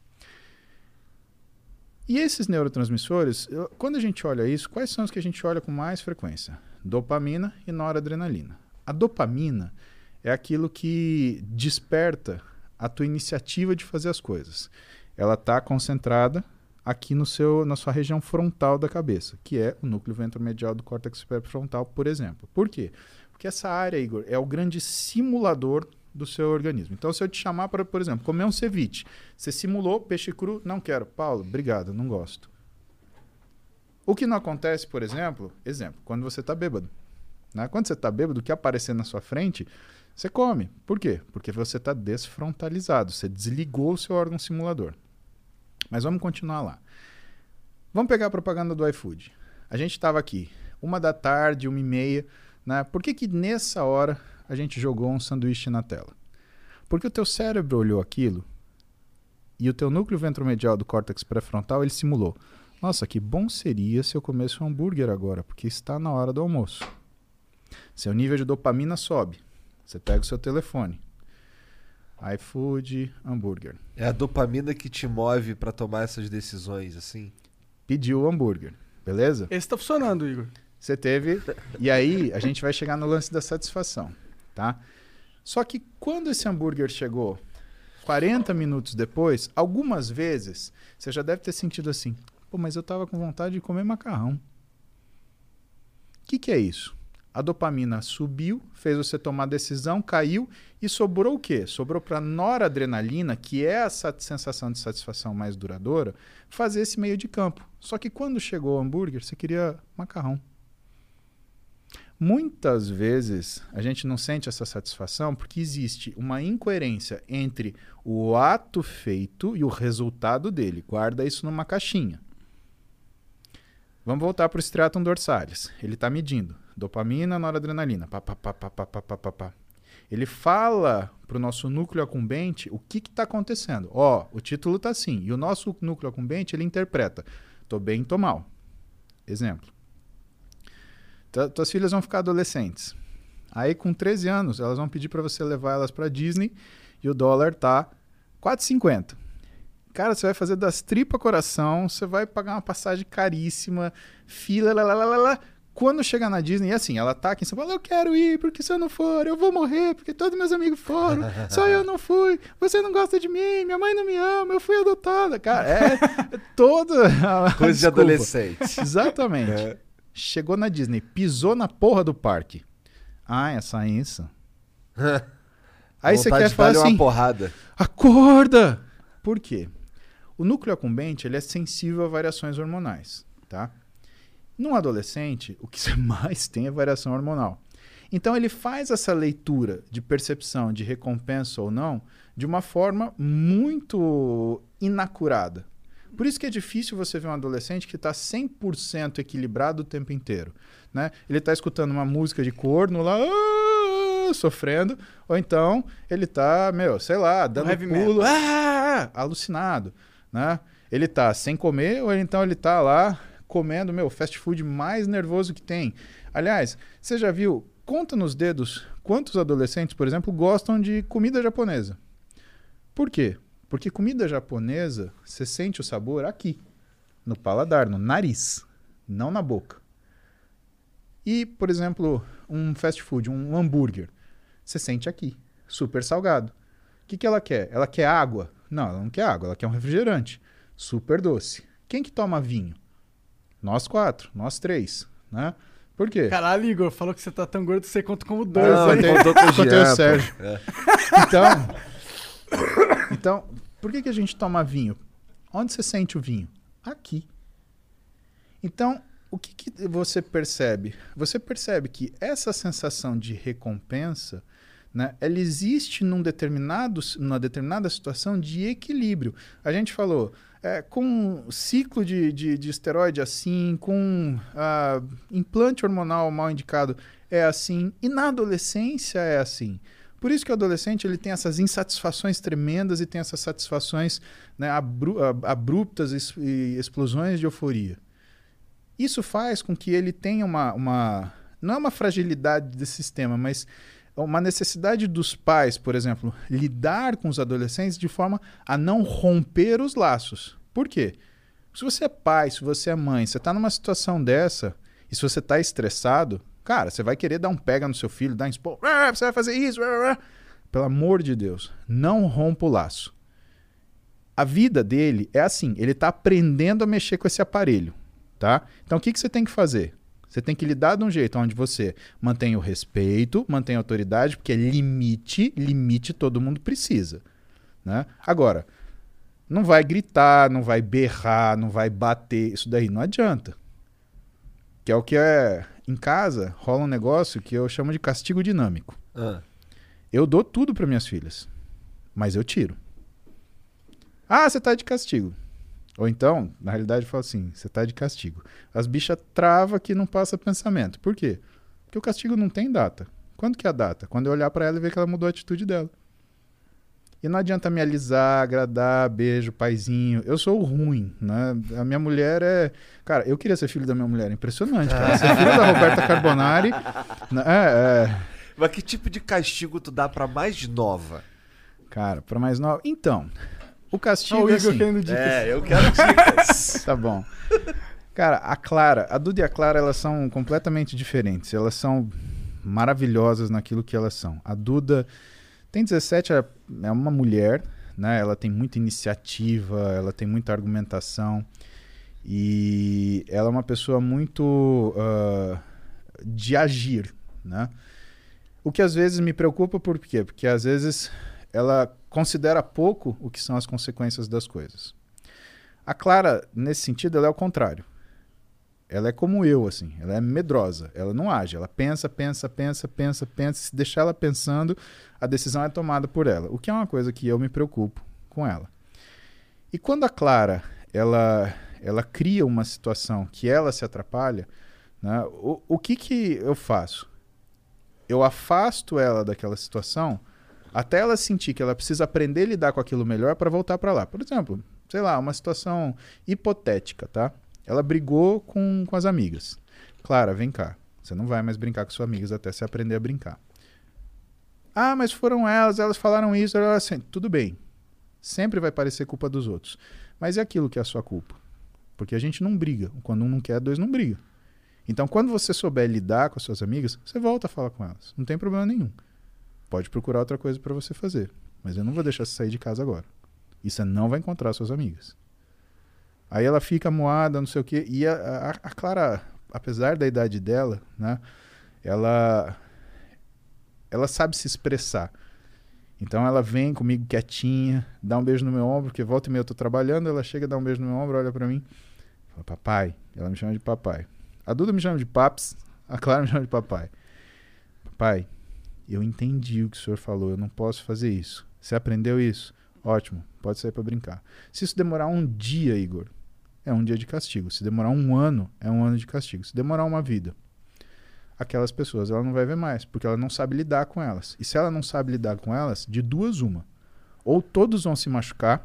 D: E esses neurotransmissores, quando a gente olha isso, quais são os que a gente olha com mais frequência? Dopamina e noradrenalina. A dopamina é aquilo que desperta a tua iniciativa de fazer as coisas. Ela está concentrada aqui na sua região frontal da cabeça, que é o núcleo ventromedial do córtex pré-frontal, por exemplo. Por quê? Porque essa área, Igor, é o grande simulador do seu organismo. Então, se eu te chamar para, por exemplo, comer um ceviche, você simulou peixe cru, não quero. Paulo, obrigado, não gosto. O que não acontece, por exemplo, quando você está bêbado. Né? Quando você está bêbado, o que aparecer na sua frente, você come. Por quê? Porque você está desfrontalizado. Você desligou o seu órgão simulador. Mas vamos continuar lá. Vamos pegar a propaganda do iFood. A gente estava aqui, 1 da tarde, 1h30. Né? Por que nessa hora a gente jogou um sanduíche na tela? Porque o teu cérebro olhou aquilo e o teu núcleo ventromedial do córtex pré-frontal, ele simulou. Nossa, que bom seria se eu comesse um hambúrguer agora, porque está na hora do almoço. Seu nível de dopamina sobe. Você pega o seu telefone. iFood, hambúrguer.
C: É a dopamina que te move para tomar essas decisões, assim?
D: Pediu o hambúrguer, beleza?
B: Esse tá funcionando, Igor.
D: Você teve... E aí, a gente vai chegar no lance da satisfação, tá? Só que quando esse hambúrguer chegou, 40 minutos depois, algumas vezes, você já deve ter sentido assim, mas eu tava com vontade de comer macarrão. O que é isso? A dopamina subiu, fez você tomar decisão, caiu e sobrou o quê? Sobrou para a noradrenalina, que é essa sensação de satisfação mais duradoura, fazer esse meio de campo. Só que quando chegou o hambúrguer, você queria macarrão. Muitas vezes a gente não sente essa satisfação porque existe uma incoerência entre o ato feito e o resultado dele. Guarda isso numa caixinha. Vamos voltar para o striatum dorsalis. Ele está medindo dopamina, noradrenalina. Ele fala para o nosso núcleo accumbente o que está acontecendo. O título está assim. E o nosso núcleo accumbente, ele interpreta. Tô bem, tô mal. Exemplo. Tuas filhas vão ficar adolescentes. Aí, com 13 anos, elas vão pedir para você levar elas para Disney e o dólar tá R$4,50. Cara, você vai fazer das tripas coração, você vai pagar uma passagem caríssima, fila, Quando chegar na Disney, e assim, ela tá aqui em São Paulo, eu quero ir, porque se eu não for, eu vou morrer, porque todos meus amigos foram, só eu não fui, você não gosta de mim, minha mãe não me ama, eu fui adotada. Cara, é toda...
C: Coisa de adolescente.
D: Exatamente. Chegou na Disney, pisou na porra do parque. Essa isso. Aí você quer falar assim,
C: uma porrada.
D: Acorda! Por quê? O núcleo accumbente, ele é sensível a variações hormonais, tá? No adolescente, o que você mais tem é variação hormonal. Então ele faz essa leitura de percepção de recompensa ou não de uma forma muito inacurada. Por isso que é difícil você ver um adolescente que está 100% equilibrado o tempo inteiro. Né? Ele está escutando uma música de corno lá, sofrendo, ou então ele está, sei lá, dando pulo, alucinado. Né? Ele está sem comer, ou então ele está lá comendo o fast food mais nervoso que tem. Aliás, você já viu, conta nos dedos, quantos adolescentes, por exemplo, gostam de comida japonesa? Por quê? Porque comida japonesa, você sente o sabor aqui, no paladar, no nariz, não na boca. E, por exemplo, um fast food, um hambúrguer, você sente aqui, super salgado. O que ela quer? Ela quer água? Não, ela não quer água, ela quer um refrigerante, super doce. Quem que toma vinho? Nós 4, nós 3, né? Por quê?
B: Caralho, Igor, falou que você tá tão gordo que você conta como 2.
C: Não, ele contou com o Jean,
D: o Sérgio. Então, por que a gente toma vinho? Onde você sente o vinho? Aqui. Então, o que você percebe? Você percebe que essa sensação de recompensa, né, ela existe numa determinada situação de equilíbrio. A gente falou, com ciclo de esteroide assim, com implante hormonal mal indicado é assim, e na adolescência é assim. Por isso que o adolescente ele tem essas insatisfações tremendas e tem essas satisfações, né, abruptas e explosões de euforia. Isso faz com que ele tenha não é uma fragilidade desse sistema, mas uma necessidade dos pais, por exemplo, lidar com os adolescentes de forma a não romper os laços. Por quê? Se você é pai, se você é mãe, você está numa situação dessa, e se você está estressado, cara, você vai querer dar um pega no seu filho, dar um expor, você vai fazer isso, pelo amor de Deus, não rompa o laço. A vida dele é assim, ele está aprendendo a mexer com esse aparelho, tá? Então o que você tem que fazer? Você tem que lidar de um jeito onde você mantém o respeito, mantém a autoridade, porque limite todo mundo precisa. Né? Agora, não vai gritar, não vai berrar, não vai bater, isso daí não adianta. Que é o que em casa rola um negócio que eu chamo de castigo dinâmico. Eu dou tudo para minhas filhas, mas eu tiro. Você tá de castigo. Ou então, na realidade, eu falo assim, você tá de castigo. As bichas travam que não passa pensamento. Por quê? Porque o castigo não tem data. Quando que é a data? Quando eu olhar pra ela e ver que ela mudou a atitude dela. E não adianta me alisar, agradar, beijo, paizinho. Eu sou ruim, né? A minha mulher é... Cara, eu queria ser filho da minha mulher. Impressionante, cara. Ser filho da Roberta Carbonari...
C: Mas que tipo de castigo tu dá pra mais nova?
D: Cara, pra mais nova... Então... O castigo é assim...
C: eu quero dicas.
D: Tá bom. Cara, a Duda e a Clara, elas são completamente diferentes. Elas são maravilhosas naquilo que elas são. A Duda tem 17, é uma mulher, né? Ela tem muita iniciativa, ela tem muita argumentação. E ela é uma pessoa muito de agir, né? O que às vezes me preocupa, por quê? Porque às vezes ela considera pouco o que são as consequências das coisas. A Clara, nesse sentido, ela é o contrário. Ela é como eu, assim. Ela é medrosa. Ela não age. Ela pensa. Se deixar ela pensando, a decisão é tomada por ela. O que é uma coisa que eu me preocupo com ela. E quando a Clara, ela cria uma situação que ela se atrapalha, né, o que eu faço? Eu afasto ela daquela situação até ela sentir que ela precisa aprender a lidar com aquilo melhor para voltar para lá. Por exemplo, sei lá, uma situação hipotética, tá? Ela brigou com as amigas. Clara, vem cá. Você não vai mais brincar com suas amigas até você aprender a brincar. Mas foram elas falaram isso. Assim, tudo bem. Sempre vai parecer culpa dos outros. Mas é aquilo que é a sua culpa. Porque a gente não briga. Quando um não quer, dois não brigam. Então, quando você souber lidar com as suas amigas, você volta a falar com elas. Não tem problema nenhum. Pode procurar outra coisa para você fazer. Mas eu não vou deixar você sair de casa agora. E você não vai encontrar suas amigas. Aí ela fica moada, não sei o quê. E a Clara, apesar da idade dela, né, ela sabe se expressar. Então ela vem comigo quietinha, dá um beijo no meu ombro, porque volta e meia eu tô trabalhando, ela chega, dá um beijo no meu ombro, olha para mim, fala, papai. Ela me chama de papai. A Duda me chama de paps, a Clara me chama de papai. pai, eu entendi o que o senhor falou, eu não posso fazer isso. Você aprendeu isso? Ótimo, pode sair para brincar. Se isso demorar um dia, Igor, é um dia de castigo. Se demorar um ano, é um ano de castigo. Se demorar uma vida, aquelas pessoas ela não vai ver mais, porque ela não sabe lidar com elas. E se ela não sabe lidar com elas, de duas uma. Ou todos vão se machucar,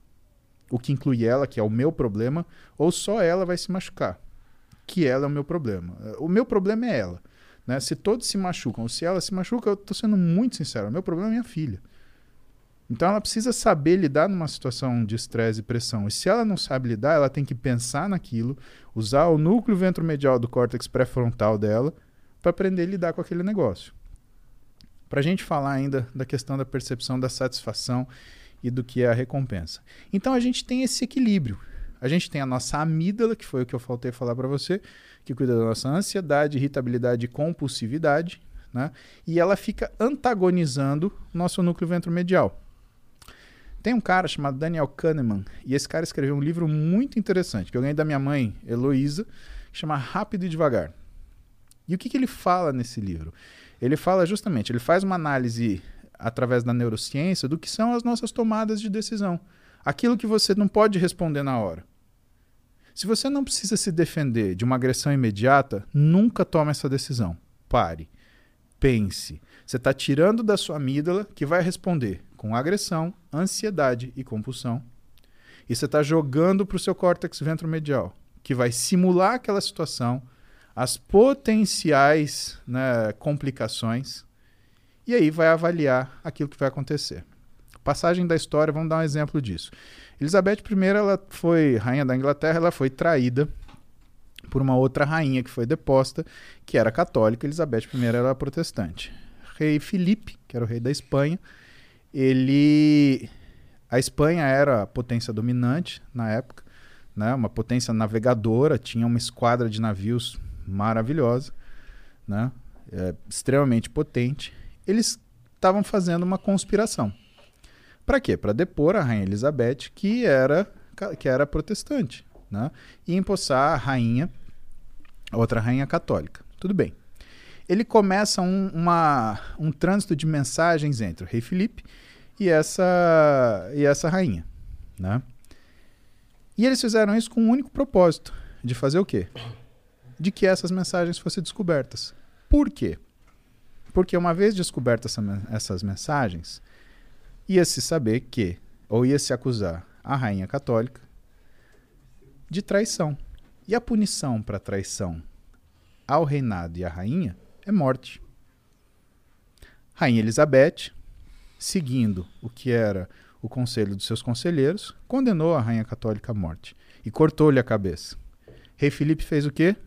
D: o que inclui ela, que é o meu problema, ou só ela vai se machucar, que ela é o meu problema. O meu problema é ela. Né? Se todos se machucam, ou se ela se machuca, eu estou sendo muito sincero, o meu problema é minha filha. Então ela precisa saber lidar numa situação de estresse e pressão. E se ela não sabe lidar, ela tem que pensar naquilo, usar o núcleo ventromedial do córtex pré-frontal dela para aprender a lidar com aquele negócio. Para a gente falar ainda da questão da percepção da satisfação e do que é a recompensa. Então a gente tem esse equilíbrio. A gente tem a nossa amígdala, que foi o que eu faltei falar para você, que cuida da nossa ansiedade, irritabilidade e compulsividade, né? E ela fica antagonizando o nosso núcleo ventromedial. Tem um cara chamado Daniel Kahneman, e esse cara escreveu um livro muito interessante, que eu ganhei da minha mãe, Heloísa, que chama Rápido e Devagar. E o que ele fala nesse livro? Ele fala justamente, ele faz uma análise através da neurociência do que são as nossas tomadas de decisão. Aquilo que você não pode responder na hora. Se você não precisa se defender de uma agressão imediata, nunca tome essa decisão. Pare. Pense. Você está tirando da sua amígdala, que vai responder com agressão, ansiedade e compulsão. E você está jogando para o seu córtex ventromedial, que vai simular aquela situação, as potenciais, né, complicações, e aí vai avaliar aquilo que vai acontecer. Passagem da história, vamos dar um exemplo disso. Elizabeth I, ela foi rainha da Inglaterra, ela foi traída por uma outra rainha que foi deposta, que era católica. Elizabeth I era protestante. Rei Filipe, que era o rei da Espanha, a Espanha era a potência dominante na época, né? Uma potência navegadora, tinha uma esquadra de navios maravilhosa, né? Extremamente potente. Eles estavam fazendo uma conspiração. Para quê? Para depor a rainha Elizabeth, que era protestante, né? E empossar a outra rainha católica. Tudo bem. Ele começa um trânsito de mensagens entre o rei Filipe e essa rainha, né? E eles fizeram isso com um único propósito, de fazer o quê? De que essas mensagens fossem descobertas. Por quê? Porque uma vez descobertas essas mensagens, ia-se saber que, ou ia-se acusar a rainha católica de traição. E a punição para traição ao reinado e à rainha é morte. Rainha Elizabeth, seguindo o que era o conselho dos seus conselheiros, condenou a rainha católica à morte e cortou-lhe a cabeça. Rei Filipe fez o quê?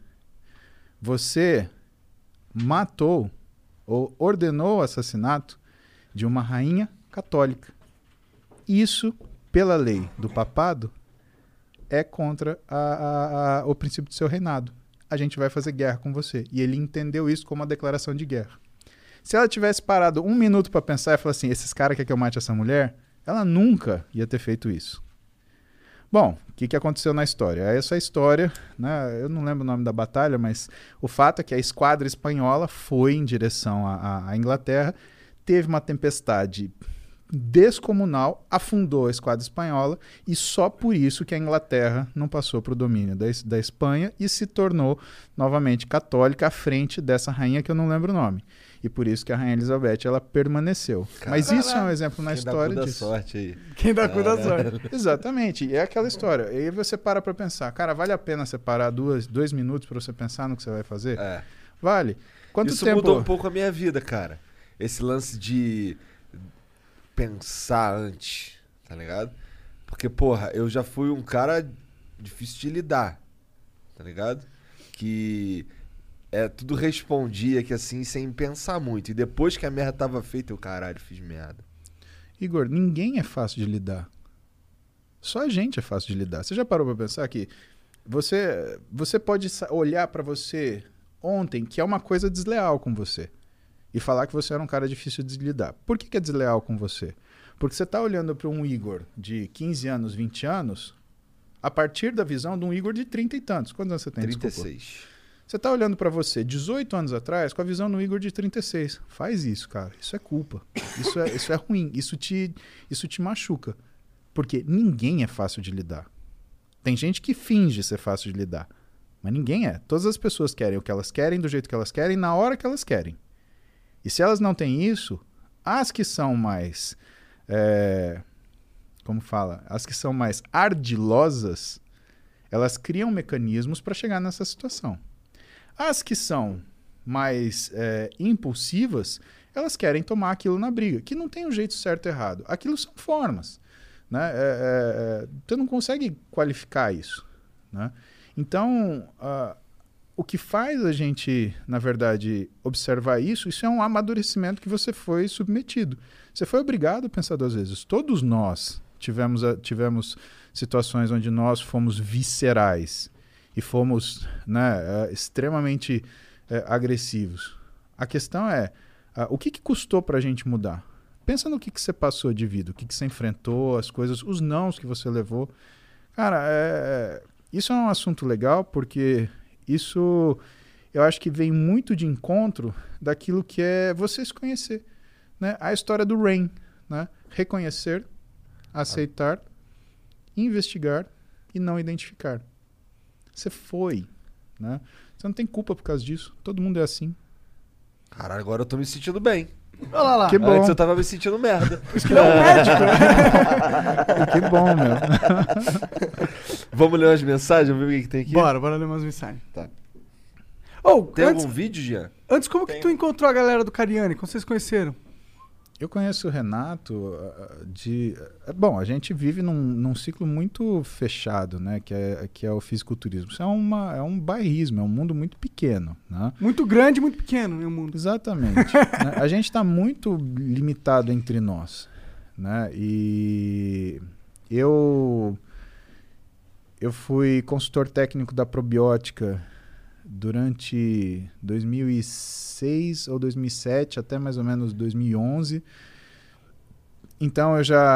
D: Você matou ou ordenou o assassinato de uma rainha católica. Isso, pela lei do papado, é contra o princípio do seu reinado. A gente vai fazer guerra com você. E ele entendeu isso como uma declaração de guerra. Se ela tivesse parado um minuto para pensar e falar assim, esses caras querem que eu mate essa mulher, ela nunca ia ter feito isso. Bom, o que aconteceu na história? Essa história, né, eu não lembro o nome da batalha, mas o fato é que a esquadra espanhola foi em direção à Inglaterra, teve uma tempestade descomunal, afundou a esquadra espanhola e só por isso que a Inglaterra não passou para o domínio da Espanha e se tornou novamente católica à frente dessa rainha que eu não lembro o nome. E por isso que a rainha Elizabeth ela permaneceu. Caramba. Mas isso é um exemplo na história disso. Quem dá cu da sorte aí.
B: Quem dá cu da sorte.
D: Exatamente. E é aquela história. E aí você para pensar, cara, vale a pena separar 2 minutos para você pensar no que você vai fazer? É. Vale. Quanto
C: isso
D: tempo...
C: mudou um pouco a minha vida, cara. Esse lance de pensar antes, tá ligado? Porque, porra, eu já fui um cara difícil de lidar, tá ligado? Que tudo respondia que assim, sem pensar muito. E depois que a merda tava feita, eu, caralho, fiz merda.
D: Igor, ninguém é fácil de lidar. Só a gente é fácil de lidar. Você já parou pra pensar que você pode olhar pra você ontem que é uma coisa desleal com você e falar que você era um cara difícil de lidar. Por que é desleal com você? Porque você tá olhando para um Igor de 15 anos, 20 anos, a partir da visão de um Igor de 30 e tantos. Quantos anos você tem?
C: 36.
D: Desculpa. Você tá olhando pra você 18 anos atrás com a visão no Igor de 36. Faz isso, cara. Isso é culpa. Isso é ruim. Isso te machuca. Porque ninguém é fácil de lidar. Tem gente que finge ser fácil de lidar. Mas ninguém é. Todas as pessoas querem o que elas querem, do jeito que elas querem, na hora que elas querem. E se elas não têm isso, as que são mais... como fala? As que são mais ardilosas, elas criam mecanismos para chegar nessa situação. As que são mais impulsivas, elas querem tomar aquilo na briga, que não tem um jeito certo e errado. Aquilo são formas. Né? Você não consegue qualificar isso. Né? Então, o que faz a gente, na verdade, observar isso é um amadurecimento que você foi submetido. Você foi obrigado a pensar 2 vezes. Todos nós tivemos situações onde nós fomos viscerais e fomos, né, extremamente agressivos. A questão é, o que custou para a gente mudar? Pensa no que você passou de vida, o que você enfrentou, as coisas, os nãos que você levou. Cara, isso é um assunto legal porque isso eu acho que vem muito de encontro daquilo que é você se conhecer. Né? A história do Rain, né? Reconhecer, aceitar, investigar e não identificar. Você foi, né? Você não tem culpa por causa disso. Todo mundo é assim.
C: Caralho, agora eu tô me sentindo bem.
B: Olha lá.
D: Que bom.
C: Antes eu tava me sentindo merda.
B: Por isso que ele é um médico.
D: Que bom, meu.
C: Vamos ler umas mensagens, vamos ver o que tem aqui?
B: Bora ler umas mensagens.
C: Tá.
B: Tem
C: algum vídeo, Jean?
B: Antes, como que tu encontrou a galera do Cariani? Como vocês conheceram?
D: Eu conheço o Renato Bom, a gente vive num ciclo muito fechado, né? Que é o fisiculturismo. Isso é um bairrismo, é um mundo muito pequeno. Né?
B: Muito grande e muito pequeno, né, o mundo.
D: Exatamente. Né? A gente está muito limitado entre nós. Né? E eu fui consultor técnico da Probiótica durante 2006 ou 2007 até mais ou menos 2011. Então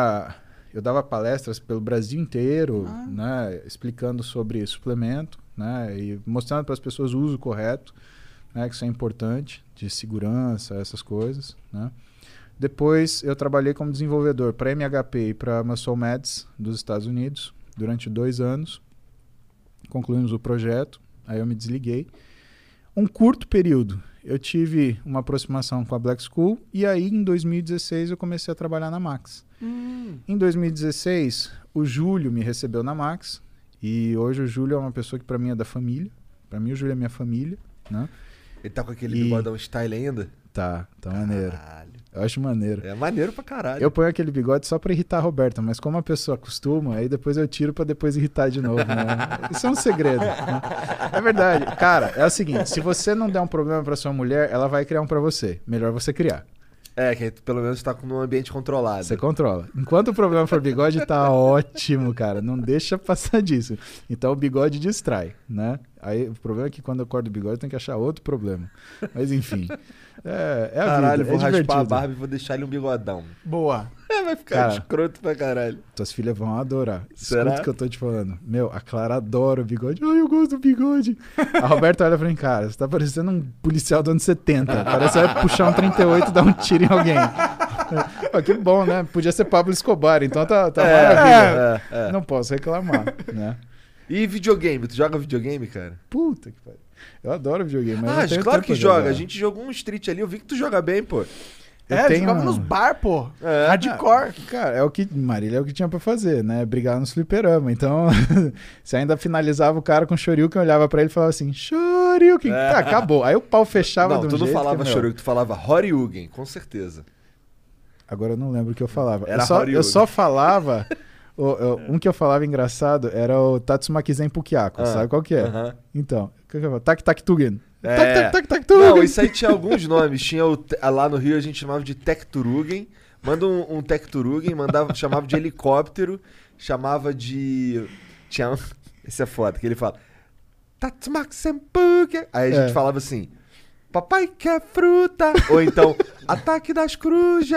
D: eu dava palestras pelo Brasil inteiro, né, explicando sobre suplemento, né, e mostrando para as pessoas o uso correto, né, que isso é importante, de segurança, essas coisas. Né. Depois eu trabalhei como desenvolvedor para MHP e para Muscle Meds dos Estados Unidos durante 2 anos. Concluímos o projeto. Aí eu me desliguei. Um curto período, eu tive uma aproximação com a Black School e aí em 2016 eu comecei a trabalhar na Max. Em 2016, o Júlio me recebeu na Max e hoje o Júlio é uma pessoa que para mim é da família. Para mim o Júlio é minha família. Né?
C: Ele tá com aquele bigodão style ainda?
D: Tá maneiro.
C: Caralho.
D: Eu acho maneiro.
C: É maneiro pra caralho.
D: Eu ponho aquele bigode só pra irritar a Roberta, mas como a pessoa acostuma, aí depois eu tiro pra depois irritar de novo, né? Isso é um segredo. Né? É verdade. Cara, é o seguinte, se você não der um problema pra sua mulher, ela vai criar um pra você. Melhor você criar.
C: Que aí pelo menos tá num ambiente controlado.
D: Você controla. Enquanto o problema for bigode, tá ótimo, cara. Não deixa passar disso. Então o bigode distrai, né? Aí o problema é que quando eu corto o bigode, eu tenho que achar outro problema. Mas enfim. É a
C: caralho,
D: vida.
C: Vou
D: divertido.
C: raspar a barba e vou deixar ele um bigodão.
B: Boa.
C: Vai ficar escroto pra caralho.
D: Tuas filhas vão adorar.
C: Será?
D: Escuta o que eu tô te falando. Meu, a Clara adora o bigode. Ai, eu gosto do bigode. A Roberta olha pra mim, cara, você tá parecendo um policial dos anos 70. Parece que vai puxar um 38 e dar um tiro em alguém. Que bom, né? Podia ser Pablo Escobar, então tá maravilha. Não posso reclamar, né?
C: E videogame? Tu joga videogame, cara?
D: Puta que pariu. Eu adoro videogame. Mas
C: Claro que joga. A gente jogou um Street ali, eu vi que tu joga bem, pô.
B: Jogava nos bar, pô. Hardcore.
D: Cara, Marília é o que tinha pra fazer, né? Brigar nos fliperama. Então, você ainda finalizava o cara com Shoryuken, olhava pra ele e falava assim, Shoryuken. Tá, acabou. Aí o pau fechava do jeito.
C: Não, tu não falava Shoryuken, tu falava Horyugen, com certeza.
D: Agora eu não lembro o que eu falava.
C: Era
D: eu só falava... um que eu falava engraçado era o Tatsumaki Zen Pukiako. Sabe qual que é? Então, o que eu falava? Tak-tak-tugen.
C: Não, isso aí tinha alguns nomes. Tinha lá no Rio a gente chamava de Tekturugen. Manda um Tekturugen, chamava de helicóptero, chamava de... Esse é foda, que ele fala... Tatsumaki Senpuke. Aí a gente falava assim... Papai quer fruta. Ou então, Ataque das Corujas!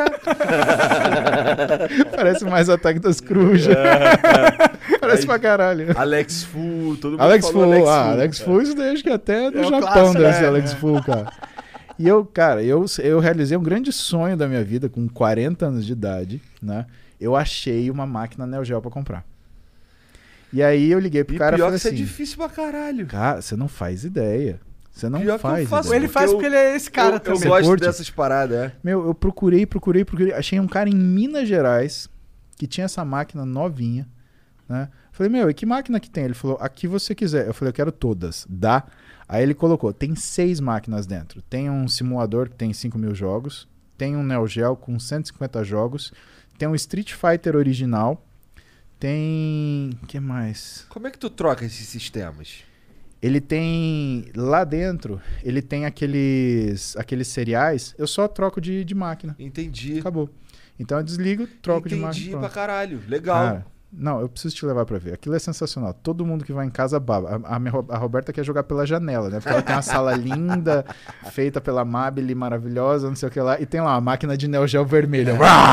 D: Parece mais Ataque das Corujas. Parece pra caralho.
C: Alex Fu, todo mundo
D: Alex
C: falou
D: Fu,
C: Alex Fu.
D: Alex Fu, isso daí acho que até no
B: É o
D: Japão
B: clássico,
D: deve ser
B: né?
D: Alex Fu, cara. E eu, cara, eu realizei um grande sonho da minha vida com 40 anos de idade, né? Eu achei uma máquina Neo Geo pra comprar. E aí eu liguei pro
C: E
D: cara e
C: pior
D: falei
C: que isso
D: assim...
C: é difícil pra caralho.
D: Cara, você não faz ideia. Você não
C: Pior que eu
D: faz
C: faço,
D: ideia.
B: Ele faz porque ele é esse cara
C: Eu
B: também.
C: gosto
D: curte?
C: dessas paradas, é.
D: Meu, eu procurei. Achei um cara em Minas Gerais que tinha essa máquina novinha, né? Falei, meu, e que máquina que tem? Ele falou, a que você quiser. Eu falei, eu quero todas. Dá? Aí ele colocou, tem 6 máquinas dentro. Tem um simulador que tem 5.000 jogos. Tem um Neo Geo com 150 jogos. Tem um Street Fighter original. Tem... O que mais?
C: Como é que tu troca esses sistemas?
D: Ele tem... Lá dentro, ele tem aqueles cereais. Eu só troco de máquina.
C: Entendi.
D: Acabou. Então eu desligo, troco de máquina.
C: Entendi
D: pronto.
C: pra caralho. Legal.
D: Cara, não, eu preciso te levar pra ver. Aquilo é sensacional. Todo mundo que vai em casa baba. A Roberta quer jogar pela janela, né? Porque ela tem uma sala linda, feita pela Mabile, maravilhosa, não sei o que lá. E tem lá uma máquina de Neo Geo vermelha.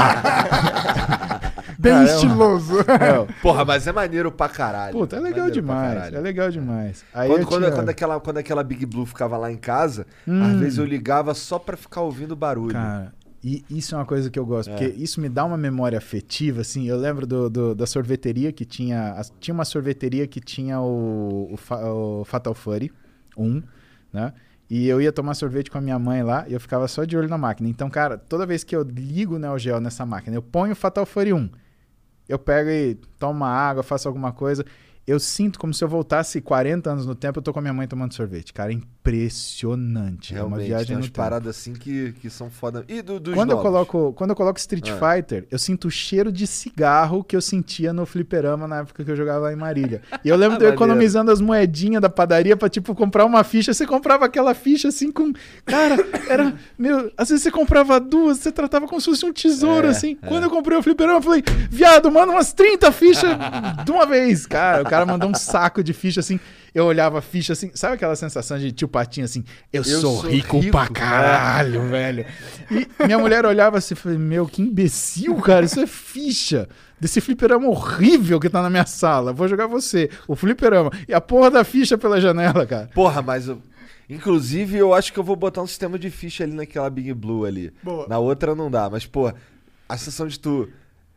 B: Bem
D: Cara,
B: estiloso.
C: Porra, mas é maneiro pra caralho.
D: Puta, é legal
C: Maneiro pra
D: demais.
C: caralho.
D: É legal demais. Aí
C: Quando aquela Big Blue ficava lá em casa, às vezes eu ligava só pra ficar ouvindo o barulho.
D: Cara, e isso é uma coisa que eu gosto, porque isso me dá uma memória afetiva, assim. Eu lembro da sorveteria que tinha... Tinha uma sorveteria que tinha o Fatal Fury 1, né? E eu ia tomar sorvete com a minha mãe lá e eu ficava só de olho na máquina. Então, cara, toda vez que eu ligo o Neo Geo nessa máquina, eu ponho o Fatal Fury 1, eu pego e tomo uma água, faço alguma coisa... Eu sinto como se eu voltasse 40 anos no tempo, eu tô com a minha mãe tomando sorvete. Cara, é impressionante.
C: Realmente,
D: é uma viagem
C: tem
D: no
C: umas
D: tempo.
C: paradas assim que são foda. E dos
D: Quando eu
C: novos?
D: coloco Street Fighter, eu sinto o cheiro de cigarro que eu sentia no fliperama na época que eu jogava lá em Marília. E eu lembro de eu economizando as moedinhas da padaria pra, tipo, comprar uma ficha. Você comprava aquela ficha assim com... Cara, era... Meu, às vezes você comprava 2, você tratava como se fosse um tesouro, assim. Quando eu comprei o fliperama, eu falei, viado, manda umas 30 fichas de uma vez. Cara, o cara mandou um saco de ficha, assim. Eu olhava a ficha, assim. Sabe aquela sensação de tio Patinho, assim? Eu sou rico pra caralho, velho. E minha mulher olhava assim e falei, meu, que imbecil, cara. Isso é ficha desse fliperama horrível que tá na minha sala. Vou jogar você, o fliperama. E a porra da ficha pela janela, cara.
C: Porra, mas... Inclusive, eu acho que eu vou botar um sistema de ficha ali naquela Big Blue ali.
B: Boa.
C: Na outra não dá, mas, pô, a sensação de tu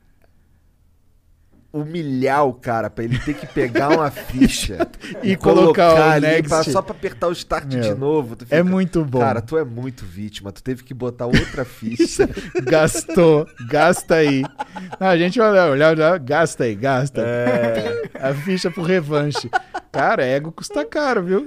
C: humilhar o cara pra ele ter que pegar uma ficha
D: e colocar o
C: ali
D: next.
C: só pra apertar o start de novo. Tu
D: É muito bom.
C: Cara, tu é muito vítima. Tu teve que botar outra ficha.
D: Gasta aí. Não, a gente olha, gasta aí, gasta. A ficha pro revanche. Cara, ego custa caro, viu?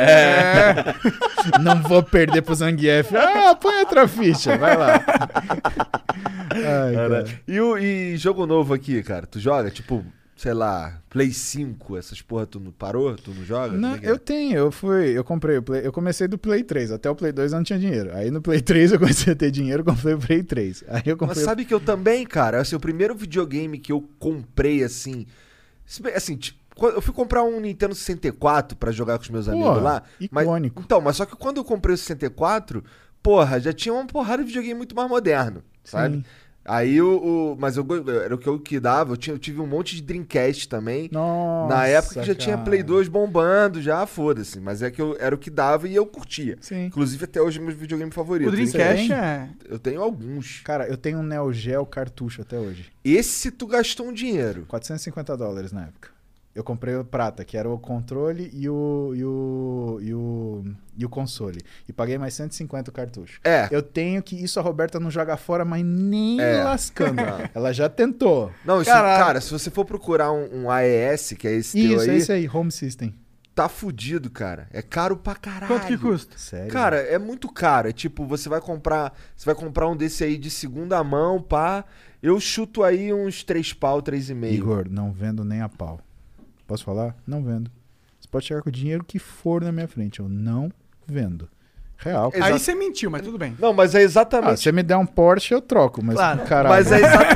D: Não vou perder pro Zangief. Põe outra ficha, vai lá. Ai, cara.
C: E jogo novo aqui, cara? Tu joga? Tipo, sei lá, Play 5, essas porra, tu não parou? Tu não joga?
D: Não, eu tenho, eu comprei o Play, eu comecei do Play 3, até o Play 2 eu não tinha dinheiro. Aí no Play 3 eu comecei a ter dinheiro, comprei o Play 3. Aí eu comprei.
C: Mas sabe que eu também, cara, assim, o primeiro videogame que eu comprei, assim, tipo, eu fui comprar um Nintendo 64 pra jogar com os meus amigos lá.
D: Icônico.
C: Mas só que quando eu comprei o 64, porra, já tinha uma porrada de videogame muito mais moderno, sabe?
D: Sim.
C: Aí mas era o que eu que dava, eu tive um monte de Dreamcast também.
D: Nossa,
C: na época que já tinha Play 2 bombando, já foda-se. Mas era o que dava e eu curtia.
D: Sim.
C: Inclusive até hoje é meu videogame favorito.
B: O Dreamcast é...
C: Eu tenho alguns.
D: Cara, eu tenho um Neo Geo cartucho até hoje.
C: Esse tu gastou um dinheiro.
D: $450 na época. Eu comprei o prata, que era o controle e o console. E paguei mais 150 o cartucho. Eu tenho que... Isso a Roberta não joga fora, mas nem lascando. Ela já tentou.
C: Não, isso, cara, se você for procurar um AES, que é esse teu aí...
D: Isso, é esse aí, Home System.
C: Tá fudido, cara. É caro pra caralho.
B: Quanto que custa?
D: Sério?
C: Cara, é muito caro. É tipo, você vai comprar um desse aí de segunda mão, pá. Eu chuto aí uns 3 pau, 3,5.
D: Igor, não vendo nem a pau. Posso falar? Não vendo. Você pode chegar com o dinheiro que for na minha frente. Eu não vendo. Real.
B: Aí você mentiu, mas tudo bem.
C: Não, mas é exatamente...
D: Se você me der um Porsche, eu troco. Mas,
B: claro.
D: caralho.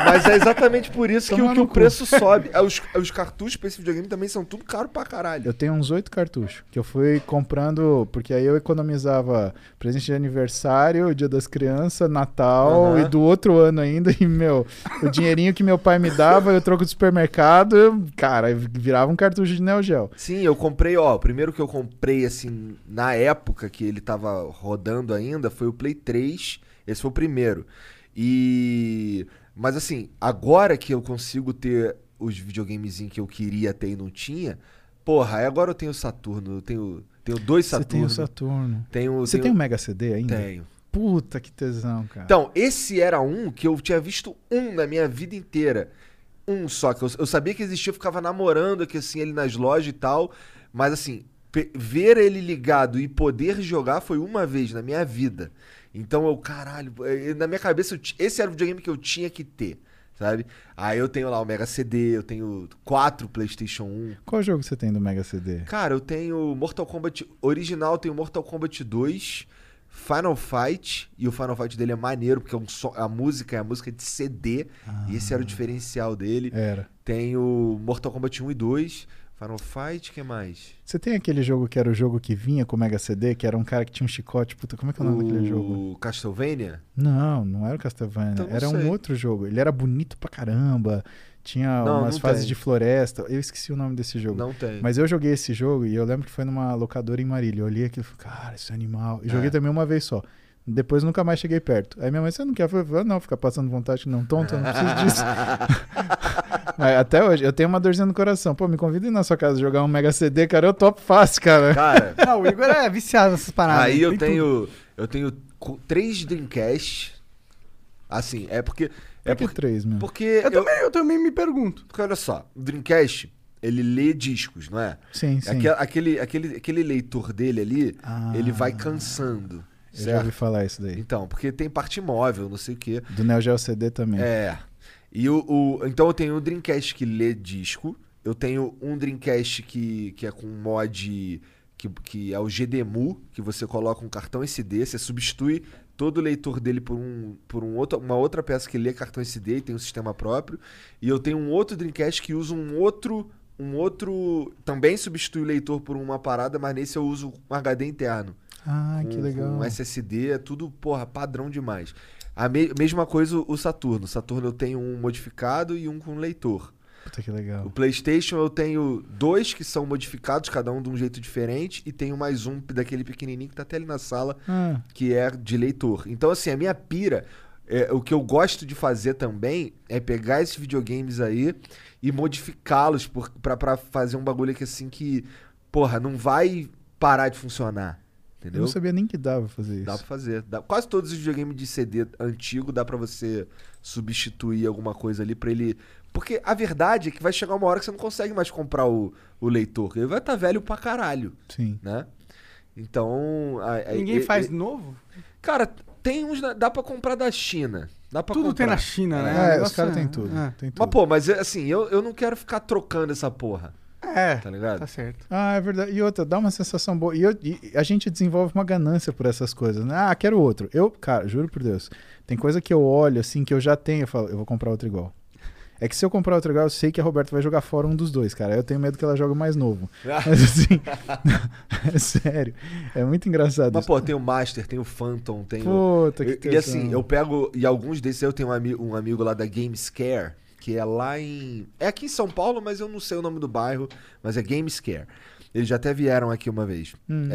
C: Mas é exatamente por isso que
D: Toma
C: o
D: no cu.
C: preço sobe. Os cartuchos pra esse videogame também são tudo caro pra caralho.
D: Eu tenho uns 8 cartuchos que eu fui comprando, porque aí eu economizava presente de aniversário, Dia das Crianças, Natal e do outro ano ainda. E, o dinheirinho que meu pai me dava, eu troco do supermercado, cara, virava um cartucho de Neo Geo.
C: Sim, eu comprei, o primeiro que eu comprei, assim, na época que ele tava rodando ainda, foi o Play 3. Esse foi o primeiro. Mas assim, agora que eu consigo ter os videogamezinhos que eu queria ter e não tinha, porra, aí agora eu tenho o Saturno, eu tenho 2
D: Você
C: Saturno.
D: tem o Saturno. Você
C: tenho...
D: tem um Mega CD ainda?
C: Tenho.
D: Puta, que tesão, cara.
C: Então, esse era um que eu tinha visto na minha vida inteira. Um só, que eu sabia que existia, eu ficava namorando aqui, assim, ele nas lojas e tal, mas assim, ver ele ligado e poder jogar foi uma vez na minha vida. Então caralho, na minha cabeça, esse era o videogame que eu tinha que ter, sabe? Aí eu tenho lá o Mega CD, eu tenho 4 PlayStation 1.
D: Qual jogo você tem do Mega CD?
C: Cara, eu tenho Mortal Kombat original, tenho Mortal Kombat 2, Final Fight, e o Final Fight dele é maneiro, porque a música é a música de CD, e esse era o diferencial dele.
D: Era.
C: Tenho Mortal Kombat 1 e 2, Final Fight, o que mais?
D: Você tem aquele jogo que era o jogo que vinha com o Mega CD, que era um cara que tinha um chicote, puta, como é que é o nome daquele jogo?
C: O Castlevania?
D: Não era o Castlevania,
C: Então, não
D: era
C: sei.
D: um outro jogo. Ele era bonito pra caramba, tinha umas
C: não
D: fases
C: tem.
D: de floresta, eu esqueci o nome desse jogo.
C: Não tem.
D: Mas eu joguei esse jogo e eu lembro que foi numa locadora em Marília, eu olhei aquilo e falei, cara, isso é animal. E joguei também uma vez só. Depois nunca mais cheguei perto. Aí minha mãe, você não quer? Eu falei, não, ficar passando vontade, não, tonto, eu não preciso disso. Mas até hoje, eu tenho uma dorzinha no coração. Pô, me convida a ir na sua casa jogar um Mega CD, cara, eu topo fácil, cara.
C: Cara,
B: Não, o Igor é viciado nessas paradas.
C: aí eu
B: Tem tudo.
C: tenho 3 Dreamcast. Assim, é porque...
D: Por que 3, meu?
C: Porque
B: Eu também me pergunto.
C: Porque olha só, o Dreamcast, ele lê discos, não é?
D: Sim, sim.
C: Aquele leitor dele ali, ele vai cansando.
D: Eu já ouvi falar isso daí.
C: Então, porque tem parte móvel, não sei o quê.
D: Do Neo Geo CD também.
C: E então eu tenho um Dreamcast que lê disco, eu tenho um Dreamcast que é com mod que é o GDEMU, que você coloca um cartão SD, você substitui todo o leitor dele por uma outra peça que lê cartão SD e tem um sistema próprio. E eu tenho um outro Dreamcast que usa um outro também substitui o leitor por uma parada, mas nesse eu uso um HD interno.
D: Ah, que legal.
C: Um SSD, é tudo, porra, padrão demais. A mesma coisa o Saturno. O Saturno eu tenho um modificado e um com leitor.
D: Puta que legal.
C: O PlayStation eu tenho 2 que são modificados, cada um de um jeito diferente, e tenho mais um daquele pequenininho que tá até ali na sala, que é de leitor. Então, assim, a minha pira, o que eu gosto de fazer também é pegar esses videogames aí e modificá-los pra fazer um bagulho que, assim, que, porra, não vai parar de funcionar. Entendeu?
D: Eu não sabia nem que dava pra fazer isso.
C: Dá pra fazer. Quase todos os videogames de CD antigo dá pra você substituir alguma coisa ali pra ele... Porque a verdade é que vai chegar uma hora que você não consegue mais comprar o leitor. Ele vai estar velho pra caralho.
D: Sim.
C: Né? Então...
B: Ninguém faz novo?
C: Cara, tem uns... Dá pra comprar da China. Dá pra
B: Tudo
C: comprar.
B: tem na China, né?
D: Os caras têm tudo. Tem tudo.
C: Mas, pô, assim, eu não quero ficar trocando essa porra. Tá ligado?
B: Tá certo.
D: Ah, é verdade. E outra, dá uma sensação boa. E a gente desenvolve uma ganância por essas coisas, né? Ah, quero outro. Cara, juro por Deus, tem coisa que eu olho, assim, que eu já tenho, eu falo, eu vou comprar outro igual. É que se eu comprar outro igual, eu sei que a Roberta vai jogar fora um dos dois, cara. Eu tenho medo que ela jogue o mais novo. Mas assim, é sério. É muito engraçado
C: Mas,
D: isso.
C: pô, tem o Master, tem o Phantom, tem
D: Puta, que
C: E
D: tesão.
C: assim, eu pego... E alguns desses eu tenho um amigo lá da Gamescare, que é lá em... É aqui em São Paulo, mas eu não sei o nome do bairro, mas é Gamescare. Eles já até vieram aqui uma vez.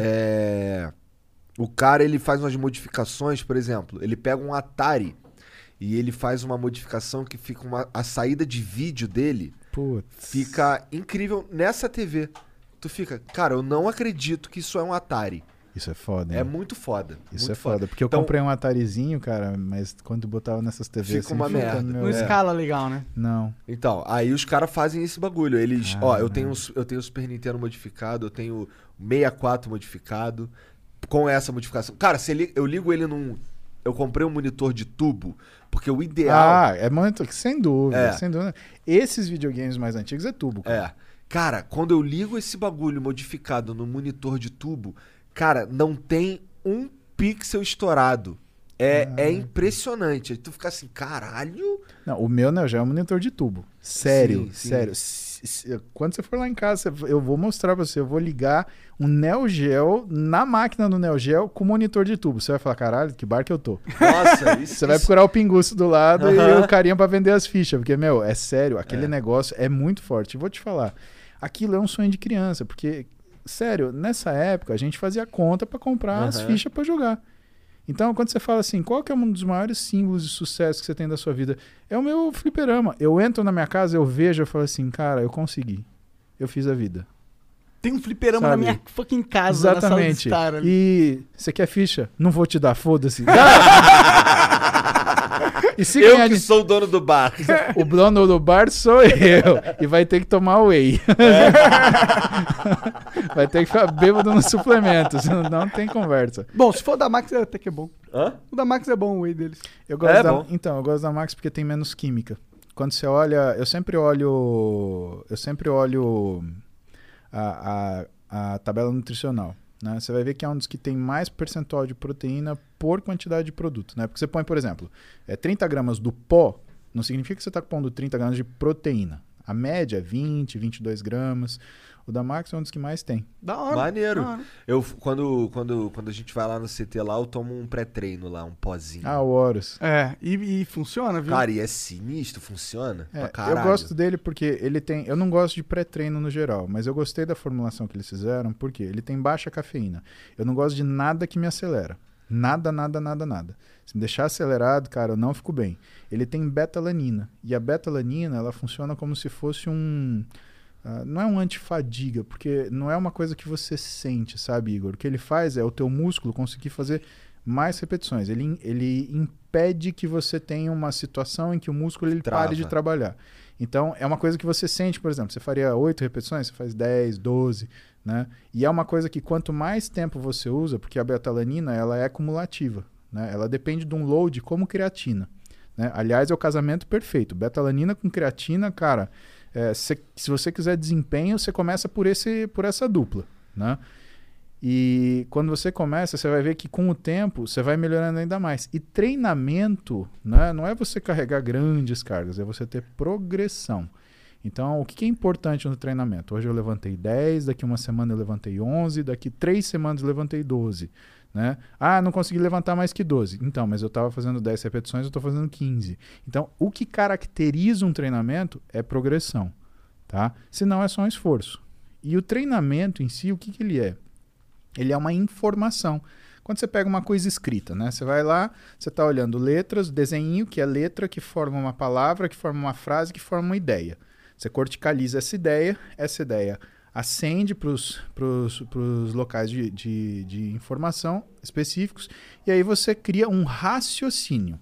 C: O cara, ele faz umas modificações, por exemplo, ele pega um Atari e ele faz uma modificação que fica a saída de vídeo dele fica incrível nessa TV. Tu fica, cara, eu não acredito que isso é um Atari.
D: Isso é foda,
C: É
D: hein?
C: muito foda.
D: Isso
C: muito
D: é foda. Porque eu
C: Então,
D: comprei um Atarizinho, cara, mas quando botava nessas TVs...
C: Fica
D: assim,
C: uma merda.
B: Não escala legal, né?
D: Não.
C: Então, aí os caras fazem esse bagulho. Eles, eu tenho o Super Nintendo modificado, eu tenho o 64 modificado, com essa modificação. Cara, eu ligo ele eu comprei um monitor de tubo, porque o ideal...
D: É monitor, sem dúvida, sem dúvida. Esses videogames mais antigos é tubo, cara.
C: Cara, quando eu ligo esse bagulho modificado no monitor de tubo, cara, não tem um pixel estourado. É impressionante. Aí tu fica assim, caralho.
D: Não, o meu Neo Geo é um monitor de tubo. Sério,
C: Sim.
D: sério. Quando você for lá em casa, eu vou mostrar pra você. Eu vou ligar um Neo Geo na máquina do Neo Geo com monitor de tubo. Você vai falar, caralho, que bar que eu tô.
C: Nossa, isso.
D: Você vai procurar o Pinguço do lado e o carinha pra vender as fichas. Porque, meu, é sério, aquele negócio é muito forte. E vou te falar, aquilo é um sonho de criança. Porque, sério, nessa época a gente fazia conta pra comprar as fichas pra jogar. Então, quando você fala assim, qual que é um dos maiores símbolos de sucesso que você tem da sua vida? É o meu fliperama. Eu entro na minha casa, eu vejo, eu falo assim, cara, eu consegui. Eu fiz a vida.
B: Tem um fliperama
D: Sabe?
B: na minha fucking casa,
D: Exatamente.
B: na sala de estar ali.
D: E você quer ficha? Não vou te dar, foda-se. E se
C: Eu
D: ganhar
C: que sou o dono do bar.
D: O dono do bar sou eu. E vai ter que tomar whey. Vai ter que ficar bêbado no suplemento. Senão não tem conversa.
B: Bom, se for da Max, até que é bom.
C: Hã?
B: O da Max é bom, o whey deles.
D: Eu gosto
C: bom.
D: Então, eu gosto da Max porque tem menos química. Quando você olha... Eu sempre olho a tabela nutricional. Né? Você vai ver que é um dos que tem mais percentual de proteína por quantidade de produto. Né? Porque você põe, por exemplo, 30 gramas do pó, não significa que você está pondo 30 gramas de proteína. A média é 20, 22 gramas. O da Max é um dos que mais tem.
B: Da hora.
C: Maneiro.
B: Da hora.
C: Eu, quando a gente vai lá no CT lá, eu tomo um pré-treino lá, um pozinho.
D: Ah, o Horus.
B: É, e funciona, viu?
C: Cara, e é sinistro, funciona pra caralho.
D: Eu gosto dele porque ele tem... Eu não gosto de pré-treino no geral, mas eu gostei da formulação que eles fizeram porque ele tem baixa cafeína. Eu não gosto de nada que me acelera. Nada. Se me deixar acelerado, cara, eu não fico bem. Ele tem beta-alanina. E a beta-alanina, ela funciona como se fosse um... não é um antifadiga, porque não é uma coisa que você sente, sabe, Igor? O que ele faz é o teu músculo conseguir fazer mais repetições. Ele impede que você tenha uma situação em que o músculo ele pare de trabalhar. Então, é uma coisa que você sente, por exemplo, você faria 8 repetições, você faz 10, 12, né? E é uma coisa que quanto mais tempo você usa, porque a beta-alanina, ela é cumulativa, né? Ela depende de um load como creatina, né? Aliás, é o casamento perfeito. Beta-alanina com creatina, cara... se você quiser desempenho, você começa por essa dupla, né? E quando você começa, você vai ver que com o tempo você vai melhorando ainda mais. E treinamento, né, não é você carregar grandes cargas, é você ter progressão. Então, o que é importante no treinamento? Hoje eu levantei 10, daqui uma semana eu levantei 11, daqui 3 semanas eu levantei 12. Né? Ah, não consegui levantar mais que 12. Então, mas eu estava fazendo 10 repetições, eu estou fazendo 15. Então, o que caracteriza um treinamento é progressão, tá? Senão é só um esforço. E o treinamento em si, o que ele é? Ele é uma informação. Quando você pega uma coisa escrita, né? Você vai lá, você está olhando letras, desenho, que é letra que forma uma palavra, que forma uma frase, que forma uma ideia. Você corticaliza essa ideia acende para os locais de informação específicos e aí você cria um raciocínio.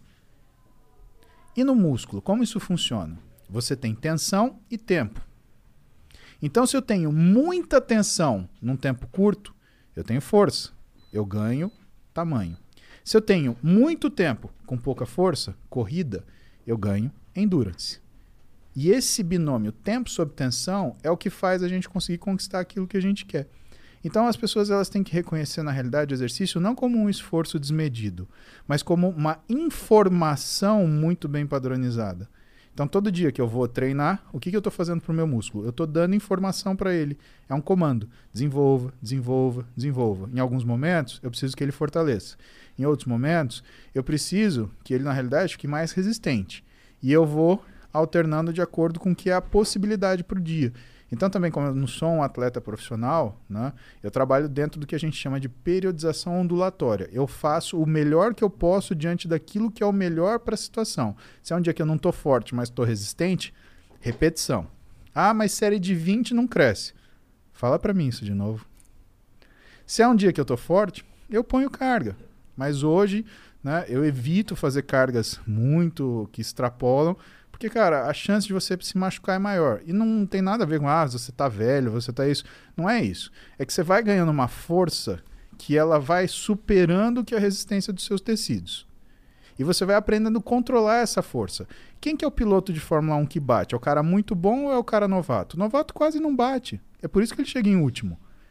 D: E no músculo, como isso funciona? Você tem tensão e tempo. Então, se eu tenho muita tensão num tempo curto, eu tenho força, eu ganho tamanho. Se eu tenho muito tempo com pouca força, corrida, eu ganho endurance. E esse binômio tempo sob tensão é o que faz a gente conseguir conquistar aquilo que a gente quer. Então as pessoas elas têm que reconhecer na realidade o exercício não como um esforço desmedido, mas como uma informação muito bem padronizada. Então todo dia que eu vou treinar, o que eu estou fazendo para o meu músculo? Eu estou dando informação para ele. É um comando. Desenvolva, desenvolva, desenvolva. Em alguns momentos eu preciso que ele fortaleça. Em outros momentos eu preciso que ele na realidade fique mais resistente. E eu vou alternando de acordo com o que é a possibilidade para o dia. Então também, como eu não sou um atleta profissional, né, eu trabalho dentro do que a gente chama de periodização ondulatória. Eu faço o melhor que eu posso diante daquilo que é o melhor para a situação. Se é um dia que eu não estou forte, mas estou resistente, repetição. Ah, mas série de 20 não cresce. Fala para mim isso de novo. Se é um dia que eu estou forte, eu ponho carga. Mas hoje, né, eu evito fazer cargas muito que extrapolam, porque, cara, a chance de você se machucar é maior. E não tem nada a ver com, você tá velho, você tá isso. Não é isso. É que você vai ganhando uma força que ela vai superando que a resistência dos seus tecidos. E você vai aprendendo a controlar essa força. Quem que é o piloto de Fórmula 1 que bate? É o cara muito bom ou é o cara novato? O novato quase não bate. É por isso que ele chega em último.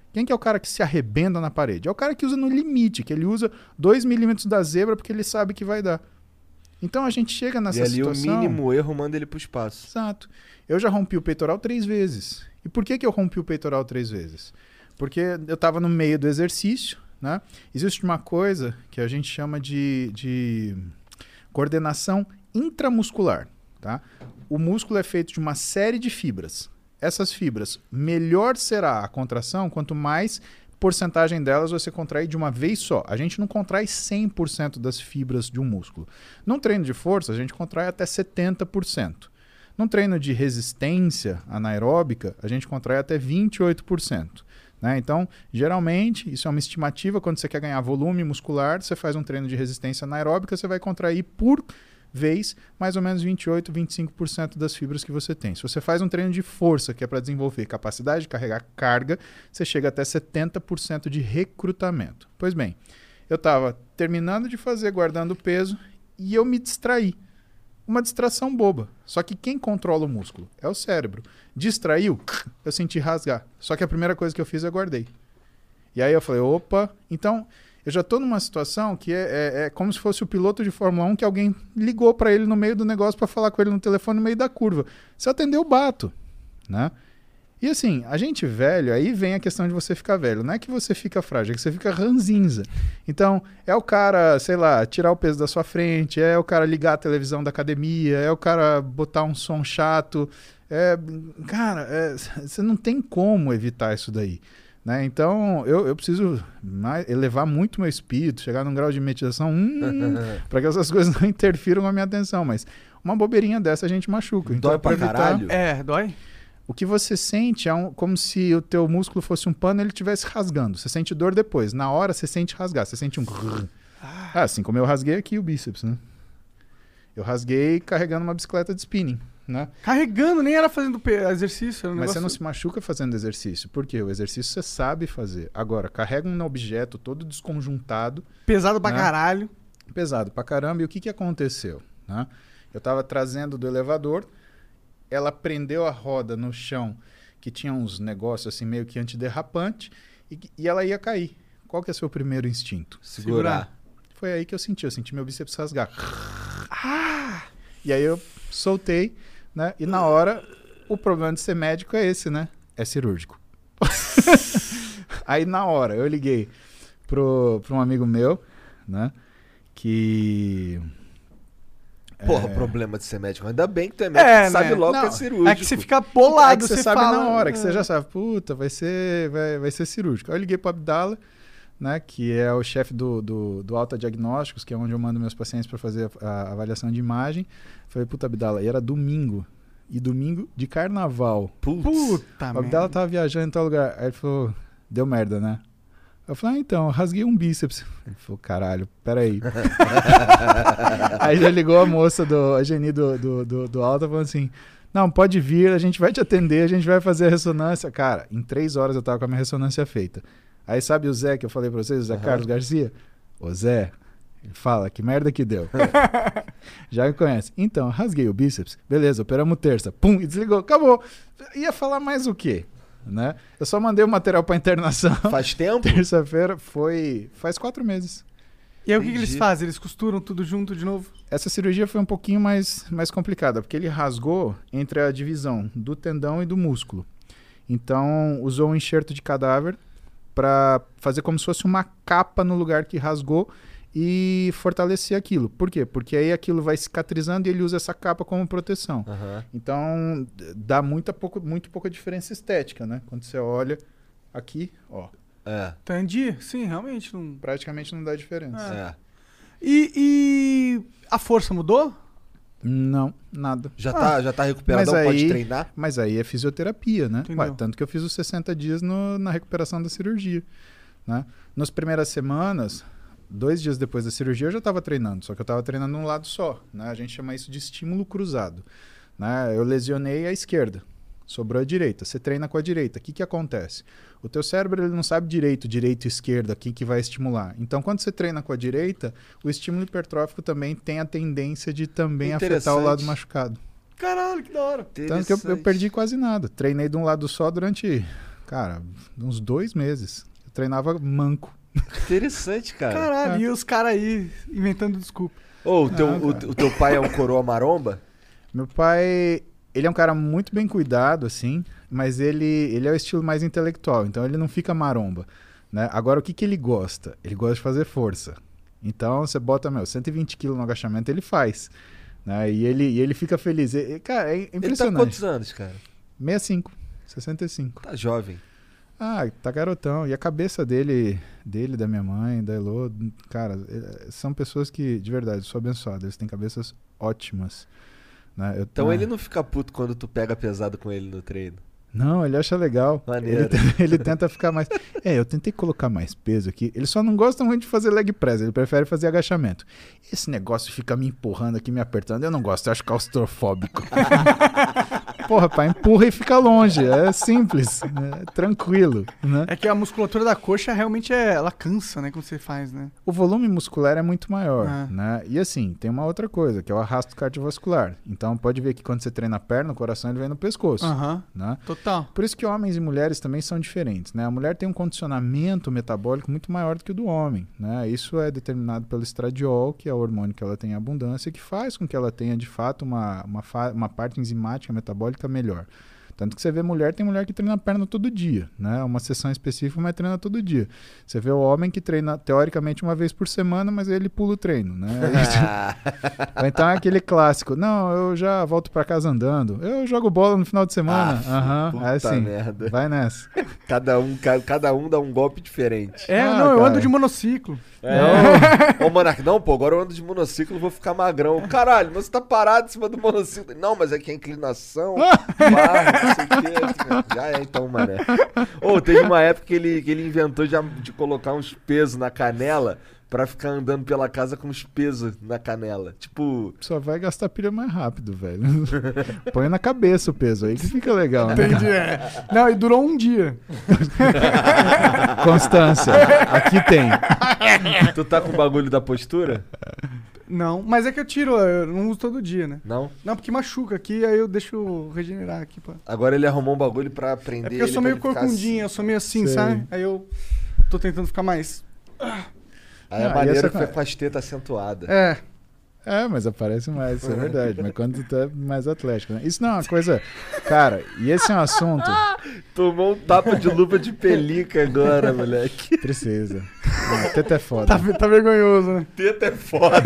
D: Quem que é o cara que se arrebenta na parede? É o cara que usa no limite, que ele usa 2 milímetros da zebra porque ele sabe que vai dar. Então a gente chega nessa situação...
C: E ali o mínimo erro manda ele pro espaço.
D: Exato. Eu já rompi o peitoral 3 vezes. E por que eu rompi o peitoral 3 vezes? Porque eu estava no meio do exercício, né? Existe uma coisa que a gente chama de coordenação intramuscular, tá? O músculo é feito de uma série de fibras. Essas fibras, melhor será a contração quanto mais porcentagem delas você contrai de uma vez só. A gente não contrai 100% das fibras de um músculo. Num treino de força, a gente contrai até 70%. Num treino de resistência anaeróbica, a gente contrai até 28%. Né? Então, geralmente, isso é uma estimativa. Quando você quer ganhar volume muscular, você faz um treino de resistência anaeróbica, você vai contrair por vez mais ou menos 28, 25% das fibras que você tem. Se você faz um treino de força, que é para desenvolver capacidade de carregar carga, você chega até 70% de recrutamento. Pois bem, eu estava terminando de fazer guardando peso e eu me distraí. Uma distração boba. Só que quem controla o músculo é o cérebro. Distraiu, eu senti rasgar. Só que a primeira coisa que eu fiz, eu guardei. E aí eu falei, opa, então... Eu já estou numa situação que é como se fosse o piloto de Fórmula 1 que alguém ligou para ele no meio do negócio para falar com ele no telefone no meio da curva. Se eu atender, eu bato, né? E assim, a gente velho, aí vem a questão de você ficar velho. Não é que você fica frágil, é que você fica ranzinza. Então, é o cara, sei lá, tirar o peso da sua frente, é o cara ligar a televisão da academia, é o cara botar um som chato. Cara, você não tem como evitar isso daí. Né? Então, eu preciso elevar muito meu espírito, chegar num grau de meditação para que essas coisas não interfiram com a minha atenção. Mas uma bobeirinha dessa a gente machuca. Então,
C: dói pra caralho?
B: Dói.
D: O que você sente é como se o teu músculo fosse um pano e ele estivesse rasgando. Você sente dor depois. Na hora, você sente rasgar. Você sente um... assim como eu rasguei aqui o bíceps, né? Eu rasguei carregando uma bicicleta de spinning. Né?
B: Carregando, nem era fazendo exercício. Era um
D: Mas
B: negócio...
D: você não se machuca fazendo exercício. Por quê? O exercício você sabe fazer. Agora, carrega um objeto todo desconjuntado.
B: Pesado pra caralho.
D: Pesado pra caramba. E o que aconteceu? Né? Eu tava trazendo do elevador, ela prendeu a roda no chão, que tinha uns negócios assim meio que antiderrapante, e ela ia cair. Qual que é o seu primeiro instinto?
C: Segurar.
D: Foi aí que eu senti meu bíceps rasgar. E aí eu soltei, né? E na hora, o problema de ser médico é esse, né? É cirúrgico. Aí na hora, eu liguei pra um amigo meu, né? Que...
C: Porra, o problema de ser médico. Ainda bem que tu é médico, sabe logo que é cirúrgico.
B: É que você fica bolado,
D: você sabe fala, na hora, que você já sabe, puta, vai ser cirúrgico. Aí eu liguei pro Abdala, né, que é o chefe do Alta Diagnósticos, que é onde eu mando meus pacientes para fazer a avaliação de imagem. Falei, puta, Abdala, e era domingo. E domingo de carnaval.
B: Puta,
D: o Abdala tava viajando em tal lugar. Aí ele falou, deu merda, né? Eu falei, então, eu rasguei um bíceps. Ele falou, caralho, peraí. Aí já ligou a moça, a Geni do Alta, falando assim, não, pode vir, a gente vai te atender, a gente vai fazer a ressonância. Cara, em 3 horas eu tava com a minha ressonância feita. Aí sabe o Zé que eu falei pra vocês, o Zé Carlos Garcia? Ô Zé, ele fala, que merda que deu. Já me conhece. Então, rasguei o bíceps, beleza, operamos terça, pum, e desligou, acabou. Ia falar mais o quê? Né? Eu só mandei o material pra internação.
C: Faz tempo?
D: Terça-feira faz 4 meses.
B: E aí o que eles fazem? Eles costuram tudo junto de novo?
D: Essa cirurgia foi um pouquinho mais complicada, porque ele rasgou entre a divisão do tendão e do músculo. Então, usou um enxerto de cadáver para fazer como se fosse uma capa no lugar que rasgou e fortalecer aquilo. Por quê? Porque aí aquilo vai cicatrizando e ele usa essa capa como proteção. Então, dá muito pouca diferença estética, né? Quando você olha aqui, ó.
B: Entendi. Sim, realmente.
D: Praticamente não dá diferença.
B: E a força mudou?
D: Não, nada.
C: Já tá recuperado, pode treinar?
D: Mas aí é fisioterapia, né? Ué, tanto que eu fiz os 60 dias na recuperação da cirurgia. Né? Nas primeiras semanas, 2 dias depois da cirurgia, eu já estava treinando, só que eu estava treinando um lado só. Né? A gente chama isso de estímulo cruzado. Né? Eu lesionei a esquerda, sobrou a direita. Você treina com a direita. O que acontece? O teu cérebro ele não sabe direito e esquerda, quem que vai estimular. Então, quando você treina com a direita, o estímulo hipertrófico também tem a tendência de também afetar o lado machucado.
B: Caralho, que da hora.
D: Tanto que eu perdi quase nada. Treinei de um lado só durante Cara, uns 2 meses. Eu treinava manco.
C: Interessante, cara.
B: Caralho, e os caras aí inventando desculpa.
C: Ô, o teu pai é um coroa maromba?
D: Meu pai, ele é um cara muito bem cuidado, assim, mas ele é o estilo mais intelectual, então ele não fica maromba, né? Agora, o que ele gosta? Ele gosta de fazer força. Então, você bota, 120 quilos no agachamento, ele faz. Né? E ele fica feliz. Cara, é impressionante.
C: Ele tá com quantos anos, cara?
D: 65.
C: Tá jovem.
D: Ah, tá garotão. E a cabeça dele, da minha mãe, da Elô, cara, são pessoas que, de verdade, eu sou abençoado. Eles têm cabeças ótimas. Né?
C: Então ele não fica puto quando tu pega pesado com ele no treino?
D: Não, ele acha legal.
C: Maneiro.
D: Ele tenta ficar mais... eu tentei colocar mais peso aqui. Ele só não gosta muito de fazer leg press. Ele prefere fazer agachamento. Esse negócio fica me empurrando aqui, me apertando. Eu não gosto, eu acho claustrofóbico. Porra, pai, empurra e fica longe. É simples, é tranquilo, né?
B: É que a musculatura da coxa realmente ela cansa, né, quando você faz, né?
D: O volume muscular é muito maior, né? E assim, tem uma outra coisa, que é o arrasto cardiovascular. Então pode ver que quando você treina a perna, o coração ele vem no pescoço, né?
B: Total.
D: Por isso que homens e mulheres também são diferentes, né? A mulher tem um condicionamento metabólico muito maior do que o do homem, né? Isso é determinado pelo estradiol, que é o hormônio que ela tem em abundância, que faz com que ela tenha, de fato, uma parte enzimática metabólica melhor. Tanto que você vê tem mulher que treina a perna todo dia, né? Uma sessão específica, mas treina todo dia. Você vê o homem que treina, teoricamente, uma vez por semana, mas ele pula o treino, né? Então é aquele clássico. Não, eu já volto pra casa andando. Eu jogo bola no final de semana.
C: Puta
D: assim,
C: merda.
D: vai nessa.
C: Cada um dá um golpe diferente.
B: Eu ando de monociclo.
C: Ô, Monark, não, pô, agora eu ando de monociclo, vou ficar magrão. Caralho, mas você tá parado em cima do monociclo. Não, mas é que a inclinação... não sei o que. Já é então, mané. Teve uma época que ele inventou de colocar uns pesos na canela pra ficar andando pela casa com os pesos na canela. Tipo...
D: Só vai gastar pilha mais rápido, velho. Põe na cabeça o peso aí que fica legal, né?
B: Entendi, Não, e durou um dia.
D: Constância. Aqui tem.
C: Tu tá com o bagulho da postura?
B: Não, mas é que eu não uso todo dia, né?
C: Não?
B: Não, porque machuca aqui, aí eu deixo regenerar aqui. Pô.
C: Agora ele arrumou um bagulho pra prender.
B: É porque eu sou meio corcundinho,
C: assim.
B: eu sou meio assim, sabe? Aí eu tô tentando ficar mais...
C: Aí a maneira que foi com as tetas acentuadas.
D: Mas aparece mais, isso é verdade. Mas quando tu tá mais atlético, né? Isso não é uma coisa... Cara, e esse é um assunto...
C: Tomou um tapa de luva de pelica agora, moleque.
D: Precisa. Teta é foda.
B: Tá vergonhoso, né?
C: Teta é foda.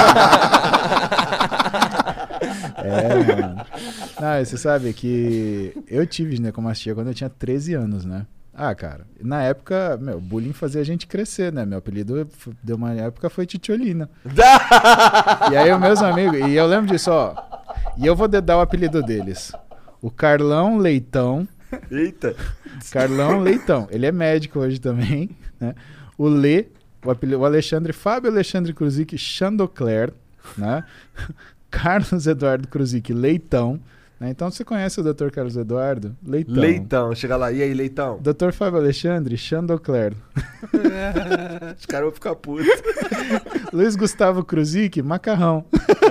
D: Mano. Não, você sabe que eu tive ginecomastia quando eu tinha 13 anos, né? Cara, na época, o bullying fazia a gente crescer, né? Meu apelido de uma época foi Titiolina. E aí, os meus amigos, e eu lembro disso, e eu vou dar o apelido deles. O Carlão Leitão.
C: Eita!
D: Carlão Leitão. Ele é médico hoje também, né? O Alexandre, Fábio Alexandre Kruzik Chandocler, né? Carlos Eduardo Kruzik Leitão. Então você conhece o Dr. Carlos Eduardo?
C: Leitão, chega lá. E aí, Leitão?
D: Dr. Fábio Alexandre Chandocler.
C: Os caras vão ficar putos.
D: Luiz Gustavo Kruzik Macarrão.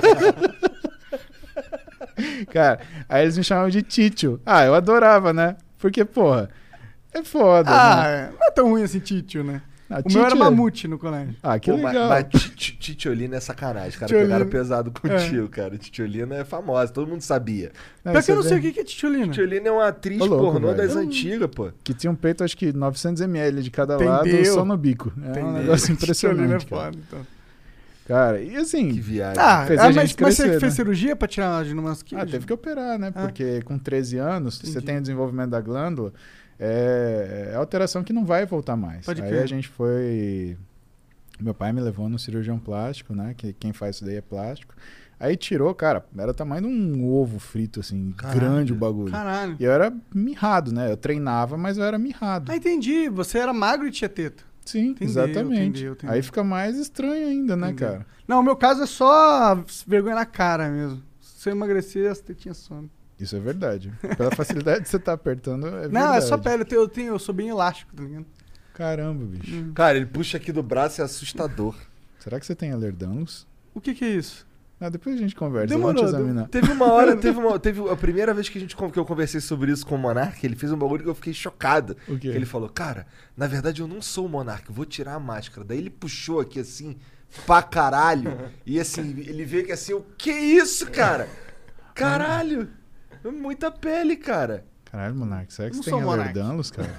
D: Cara, aí eles me chamavam de Títio. Eu adorava, né? Porque, porra, é foda, né?
B: Não é tão ruim assim, Títio, né? O
D: Títio
B: meu era Mamute no colégio.
D: Que legal.
C: Mas Titiolina é sacanagem. Os caras pegaram pesado contigo, cara. Titiolina é famosa, todo mundo sabia.
B: Pior que eu não sei o que é Titiolina.
C: Titiolina é uma atriz pornô das antigas, pô.
D: Que tinha um peito, acho que 900 ml de cada lado, só no bico. Um negócio impressionante.
B: Titiolina é foda, então.
D: Cara, e assim...
C: Que viagem.
B: Mas você fez cirurgia pra tirar a ginecomastia?
D: Teve que operar, né? Porque com 13 anos, você tem o desenvolvimento da glândula, é alteração que não vai voltar mais. Aí a gente foi... Meu pai me levou no cirurgião plástico, né? Que quem faz isso daí é plástico. Aí tirou, cara, era o tamanho de um ovo frito, assim, grande o bagulho.
B: Caralho.
D: E eu era mirrado, né? Eu treinava, mas eu era mirrado.
B: Entendi. Você era magro e tinha teta.
D: Sim, exatamente.
B: Entendi.
D: Aí fica mais estranho ainda, né, cara?
B: Não, o meu caso é só vergonha na cara mesmo. Se eu emagrecer, as tetinhas somem.
D: Isso é verdade. Pela facilidade de você tá apertando, é verdade.
B: Não, é só pele. Eu sou bem elástico, tá ligado?
D: Caramba, bicho.
C: Cara, ele puxa aqui do braço, é assustador.
D: Será que você tem Ehlers-Danlos?
B: O que é isso?
D: Depois a gente conversa.
B: Demorou,
D: Vamos te examinar.
C: Teve uma hora, teve a primeira vez que eu conversei sobre isso com o Monark, ele fez um bagulho que eu fiquei chocado.
D: O quê?
C: Ele falou, cara, na verdade eu não sou o Monark, eu vou tirar a máscara. Daí ele puxou aqui assim, pra caralho, e assim, ele veio que assim, o que isso, cara? Caralho, muita pele, cara.
D: Caralho, Monark, será que
B: Não
D: você
B: sou
D: tem
B: Monark.
D: Ehlers-Danlos, cara?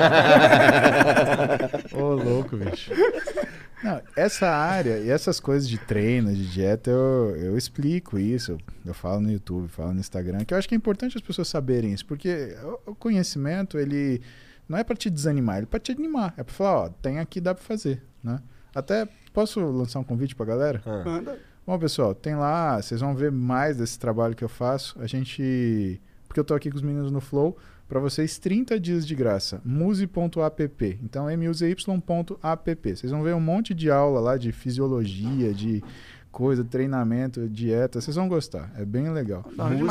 D: Ô, louco, bicho. Não, essa área e essas coisas de treino, de dieta, eu explico isso. Eu falo no YouTube, falo no Instagram, que eu acho que é importante as pessoas saberem isso, porque o conhecimento, ele não é pra te desanimar, ele é pra te animar. É pra falar, ó, tem aqui, dá pra fazer, né? Até, posso lançar um convite pra galera?
B: Manda.
D: Bom, pessoal, tem lá, vocês vão ver mais desse trabalho que eu faço. Porque eu tô aqui com os meninos no Flow, para vocês 30 dias de graça, muse.app. Então, muse.app. Vocês vão ver um monte de aula lá de fisiologia, de coisa, treinamento, dieta. Vocês vão gostar, é bem legal.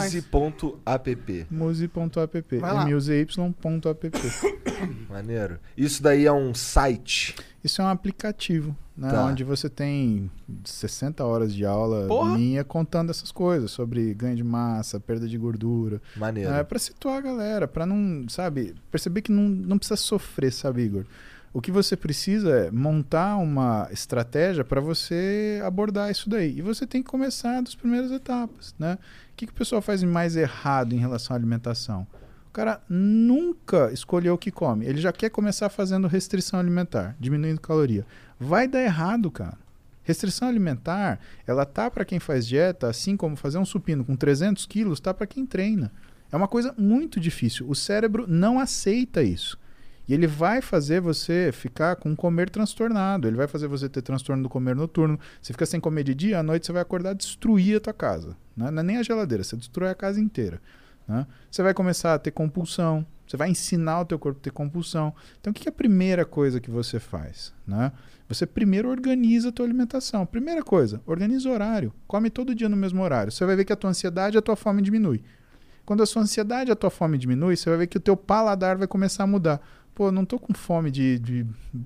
C: Muse.app.
D: Muse.app,
B: Vai lá.
D: muse.app.
C: Maneiro. Isso daí é um site?
D: Isso é um aplicativo, né?
C: Tá.
D: Onde você tem 60 horas de aula minha contando essas coisas, sobre ganho de massa, perda de gordura.
C: Maneiro.
D: Pra situar a galera, pra não, sabe, perceber que não precisa sofrer, sabe, Igor? O que você precisa é montar uma estratégia para você abordar isso daí. E você tem que começar das primeiras etapas, né? O que o pessoal faz mais errado em relação à alimentação? O cara nunca escolheu o que come. Ele já quer começar fazendo restrição alimentar, diminuindo caloria. Vai dar errado, cara. Restrição alimentar, ela tá para quem faz dieta, assim como fazer um supino com 300 quilos, tá para quem treina. É uma coisa muito difícil. O cérebro não aceita isso. E ele vai fazer você ficar com comer transtornado. Ele vai fazer você ter transtorno do comer noturno. Você fica sem comer de dia, à noite você vai acordar, destruir a tua casa. Né? Não é nem a geladeira, você destrói a casa inteira. Né? Você vai começar a ter compulsão. Você vai ensinar o teu corpo a ter compulsão. Então, o que é a primeira coisa que você faz? Né? Você primeiro organiza a tua alimentação. Primeira coisa, organiza o horário. Come todo dia no mesmo horário. Você vai ver que a tua ansiedade e a tua fome diminui. Quando a sua ansiedade e a tua fome diminui, você vai ver que o teu paladar vai começar a mudar. Pô, não tô com fome de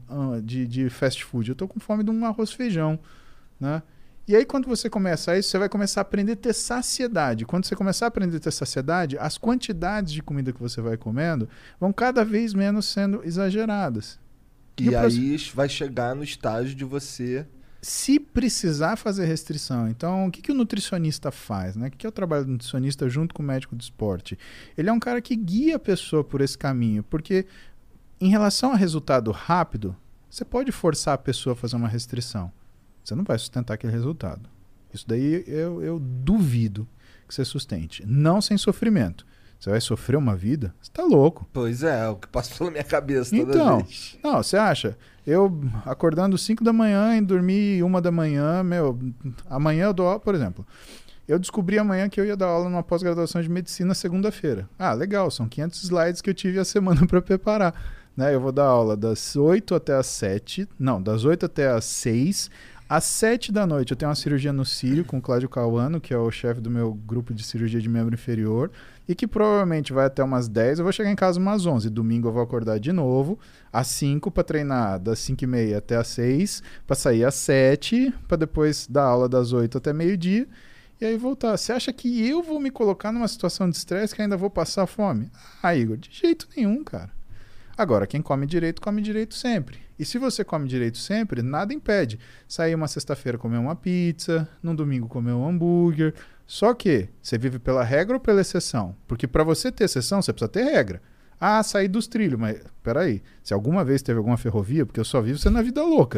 D: fast food, eu tô com fome de um arroz e feijão, né? E aí quando você começa isso, você vai começar a aprender a ter saciedade. Quando você começar a aprender a ter saciedade, as quantidades de comida que você vai comendo vão cada vez menos sendo exageradas.
C: E aí vai chegar no estágio de você...
D: Se precisar fazer restrição. Então, o que o nutricionista faz? Né? O que é o trabalho do nutricionista junto com o médico do esporte? Ele é um cara que guia a pessoa por esse caminho, porque... Em relação a resultado rápido, você pode forçar a pessoa a fazer uma restrição. Você não vai sustentar aquele resultado. Isso daí eu duvido que você sustente. Não sem sofrimento. Você vai sofrer uma vida? Você tá louco.
C: Pois é o que passa pela minha cabeça toda
D: então,
C: vez.
D: Não, você acha? Eu acordando 5 da manhã e dormir 1 da manhã, amanhã eu dou aula, por exemplo. Eu descobri amanhã que eu ia dar aula numa pós-graduação de medicina segunda-feira. Ah, legal, são 500 slides que eu tive a semana para preparar. Né? Eu vou dar aula das 8 até as 7, não, das 8 até as 6. Às 7 da noite eu tenho uma cirurgia no cílio com o Cláudio Cauano, que é o chefe do meu grupo de cirurgia de membro inferior, e que provavelmente vai até umas 10, eu vou chegar em casa umas 11. Domingo eu vou acordar de novo, às 5 para treinar das 5h30 até as 6, para sair às 7, para depois dar aula das 8 até meio-dia, e aí voltar. Você acha que eu vou me colocar numa situação de estresse que ainda vou passar fome? Ah, Igor, de jeito nenhum, cara. Agora, quem come direito sempre. E se você come direito sempre, nada impede. Sair uma sexta-feira comer uma pizza, num domingo comer um hambúrguer. Só que você vive pela regra ou pela exceção? Porque para você ter exceção, você precisa ter regra. Ah, sair dos trilhos. Mas, peraí, se alguma vez teve alguma ferrovia, porque eu só vivo sendo a vida louca.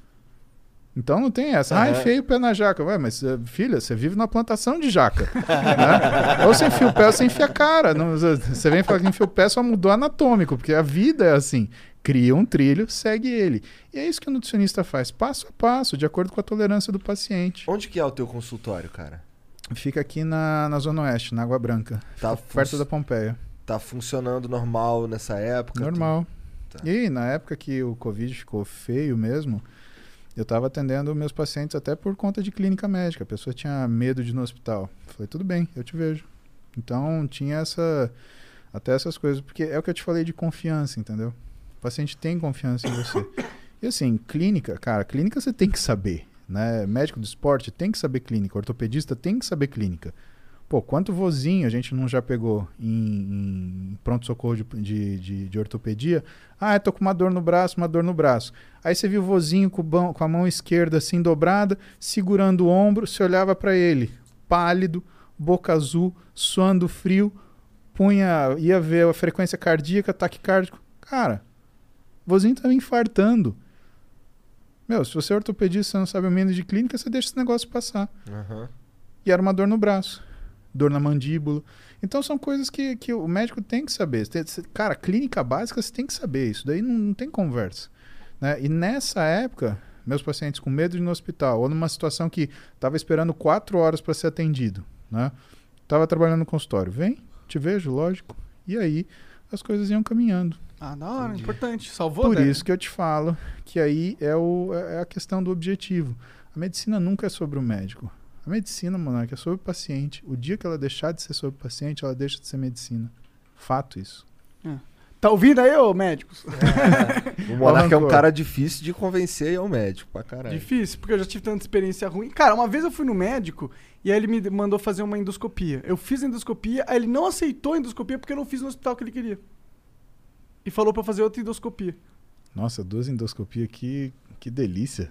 D: Então não tem essa. Ah, enfiei o pé na jaca. Ué, mas filha, você vive na plantação de jaca. Né? Ou você enfia o pé ou você enfia a cara. Não, você vem falar que enfia o pé, só mudou anatômico, porque a vida é assim. Cria um trilho, segue ele. E é isso que o nutricionista faz, passo a passo, de acordo com a tolerância do paciente.
C: Onde que é o teu consultório, cara?
D: Fica aqui na Zona Oeste, na Água Branca.
C: Tá
D: perto da Pompeia.
C: Tá funcionando normal nessa época?
D: Normal.
C: Tá.
D: E na época que o Covid ficou feio mesmo, eu estava atendendo meus pacientes até por conta de clínica médica. A pessoa tinha medo de ir no hospital. Falei, tudo bem, eu te vejo. Então tinha até essas coisas, porque é o que eu te falei de confiança, entendeu? O paciente tem confiança em você. E assim, clínica, cara, clínica você tem que saber. né? Médico do esporte tem que saber clínica, ortopedista tem que saber clínica. Pô, quanto vozinho a gente não já pegou em pronto-socorro de ortopedia? Ah, eu tô com uma dor no braço. Aí você viu o vozinho com a mão esquerda assim dobrada, segurando o ombro, você olhava para ele, pálido, boca azul, suando frio, ia ver a frequência cardíaca, taquicárdico. Cara, o vozinho tava infartando. Meu, se você é ortopedista e você não sabe o mínimo de clínica, você deixa esse negócio passar.
C: Uhum.
D: E era uma dor no braço. Dor na mandíbula. Então são coisas que o médico tem que saber. Cara, clínica básica você tem que saber. Isso daí não tem conversa. Né? E nessa época, meus pacientes com medo de ir no hospital, ou numa situação que estava esperando 4 horas para ser atendido, né? Tava trabalhando no consultório. Vem, te vejo, lógico. E aí as coisas iam caminhando.
B: Ah, da hora, importante. Salvou,
D: Por isso que eu te falo que aí é a questão do objetivo. A medicina nunca é sobre o médico. A medicina, Monark, é sobre o paciente. O dia que ela deixar de ser sobre o paciente, ela deixa de ser medicina. Fato isso.
B: Tá ouvindo aí, ô médicos?
C: O Monark é um cara difícil de convencer e é um médico pra caralho.
B: Difícil, porque eu já tive tanta experiência ruim. Cara, uma vez eu fui no médico e aí ele me mandou fazer uma endoscopia. Eu fiz a endoscopia, aí ele não aceitou a endoscopia porque eu não fiz no hospital que ele queria. E falou pra fazer outra endoscopia.
D: Nossa, 2 endoscopias, que delícia.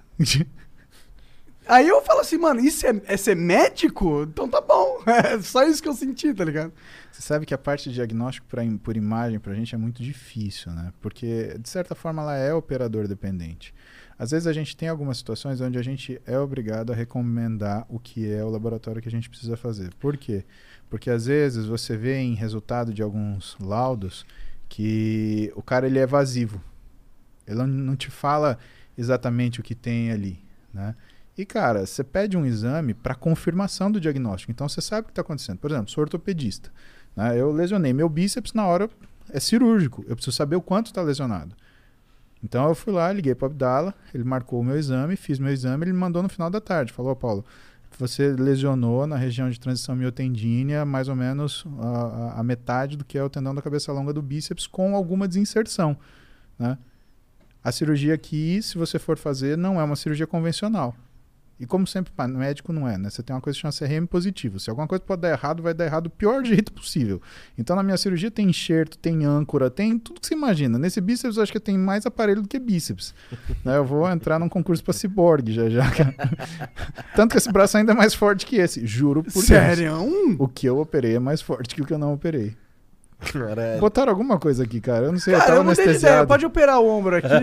B: Aí eu falo assim, mano, isso é ser médico? Então tá bom. É só isso que eu senti, tá ligado?
D: Você sabe que a parte de diagnóstico por imagem pra gente é muito difícil, né? Porque, de certa forma, ela é operador dependente. Às vezes a gente tem algumas situações onde a gente é obrigado a recomendar o que é o laboratório que a gente precisa fazer. Por quê? Porque às vezes você vê em resultado de alguns laudos que o cara ele é evasivo. Ele não te fala exatamente o que tem ali, né? E, cara, você pede um exame para confirmação do diagnóstico. Então, você sabe o que está acontecendo. Por exemplo, sou ortopedista. Né? Eu lesionei meu bíceps na hora, é cirúrgico. Eu preciso saber o quanto está lesionado. Então, eu fui lá, liguei para o Abdala, ele marcou o meu exame, fiz meu exame, ele me mandou no final da tarde. Falou, Paulo, você lesionou na região de transição miotendínea mais ou menos a metade do que é o tendão da cabeça longa do bíceps com alguma desinserção. Né? A cirurgia aqui, se você for fazer, não é uma cirurgia convencional. E como sempre, médico não é, né? Você tem uma coisa que chama CRM positivo. Se alguma coisa pode dar errado, vai dar errado do pior jeito possível. Então, na minha cirurgia tem enxerto, tem âncora, tem tudo que você imagina. Nesse bíceps, eu acho que tem mais aparelho do que bíceps. Né? Eu vou entrar num concurso pra ciborgue já. Tanto que esse braço ainda é mais forte que esse. Juro por Deus.
B: Sério?
D: O que eu operei é mais forte que o que eu não operei.
C: Caralho.
D: Botaram alguma coisa aqui, cara. Eu não sei,
B: Cara,
D: eu tava
B: eu não tenho ideia.
D: anestesiado.
B: Pode operar o ombro aqui.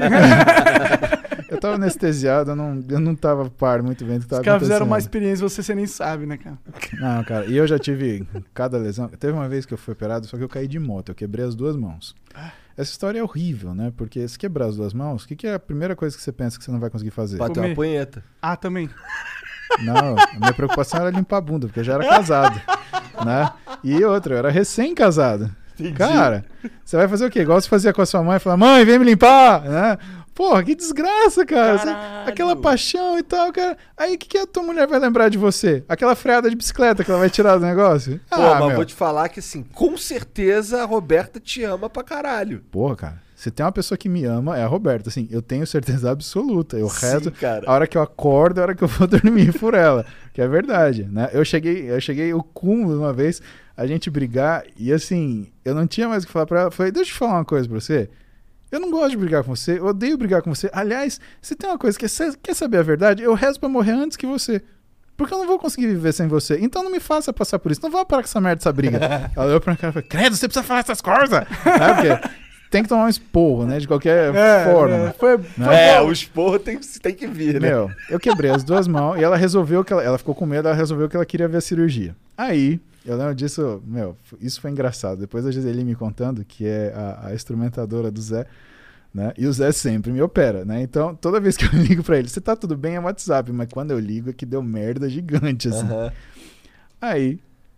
D: Eu tava anestesiado, eu não tava par muito bem do que tava
B: Os caras fizeram
D: acontecendo.
B: uma experiência, você nem sabe, né, cara?
D: Não, cara, e eu já tive cada lesão. Teve uma vez que eu fui operado, só que eu caí de moto, eu quebrei as 2 mãos. Essa história é horrível, né? Porque se quebrar as 2 mãos, o que é a primeira coisa que você pensa que você não vai conseguir fazer?
C: Bater uma punheta.
B: Ah, também.
D: Não, a minha preocupação era limpar a bunda, porque eu já era casado, né? E outra, eu era recém-casado.
C: Entendi.
D: Cara, você vai fazer o quê? Igual você fazia com a sua mãe, falar, mãe, vem me limpar, né? Porra, que desgraça, cara. Aquela paixão e tal, cara. Aí o que a tua mulher vai lembrar de você? Aquela freada de bicicleta que ela vai tirar do negócio?
C: Pô, mas vou te falar que assim, com certeza a Roberta te ama pra caralho.
D: Porra, cara. Se tem uma pessoa que me ama, é a Roberta. Assim, eu tenho certeza absoluta. Eu rezo,
C: cara.
D: a hora que eu acordo, a hora que eu vou dormir por ela. Que é verdade, né? Eu cheguei o cúmulo uma vez, a gente brigar, e assim, eu não tinha mais o que falar pra ela. Eu falei, deixa eu falar uma coisa pra você. Eu não gosto de brigar com você, eu odeio brigar com você. Aliás, se tem uma coisa que você quer saber a verdade, eu rezo pra morrer antes que você. Porque eu não vou conseguir viver sem você. Então não me faça passar por isso. Não vá parar com essa merda, essa briga. Ela olhou pra cá e falou, credo, você precisa falar essas coisas. Porque tem que tomar um esporro, né? De qualquer forma.
C: O esporro tem que vir, né?
D: Meu, eu quebrei as 2 mãos e ela resolveu que ela ficou com medo, ela resolveu que ela queria ver a cirurgia. Aí, eu lembro disso, isso foi engraçado. Depois a Gisele me contando, que é a instrumentadora do Zé, né? E o Zé sempre me opera, né? Então, toda vez que eu ligo pra ele, você tá tudo bem? É WhatsApp, mas quando eu ligo é que deu merda gigante, assim. Aí,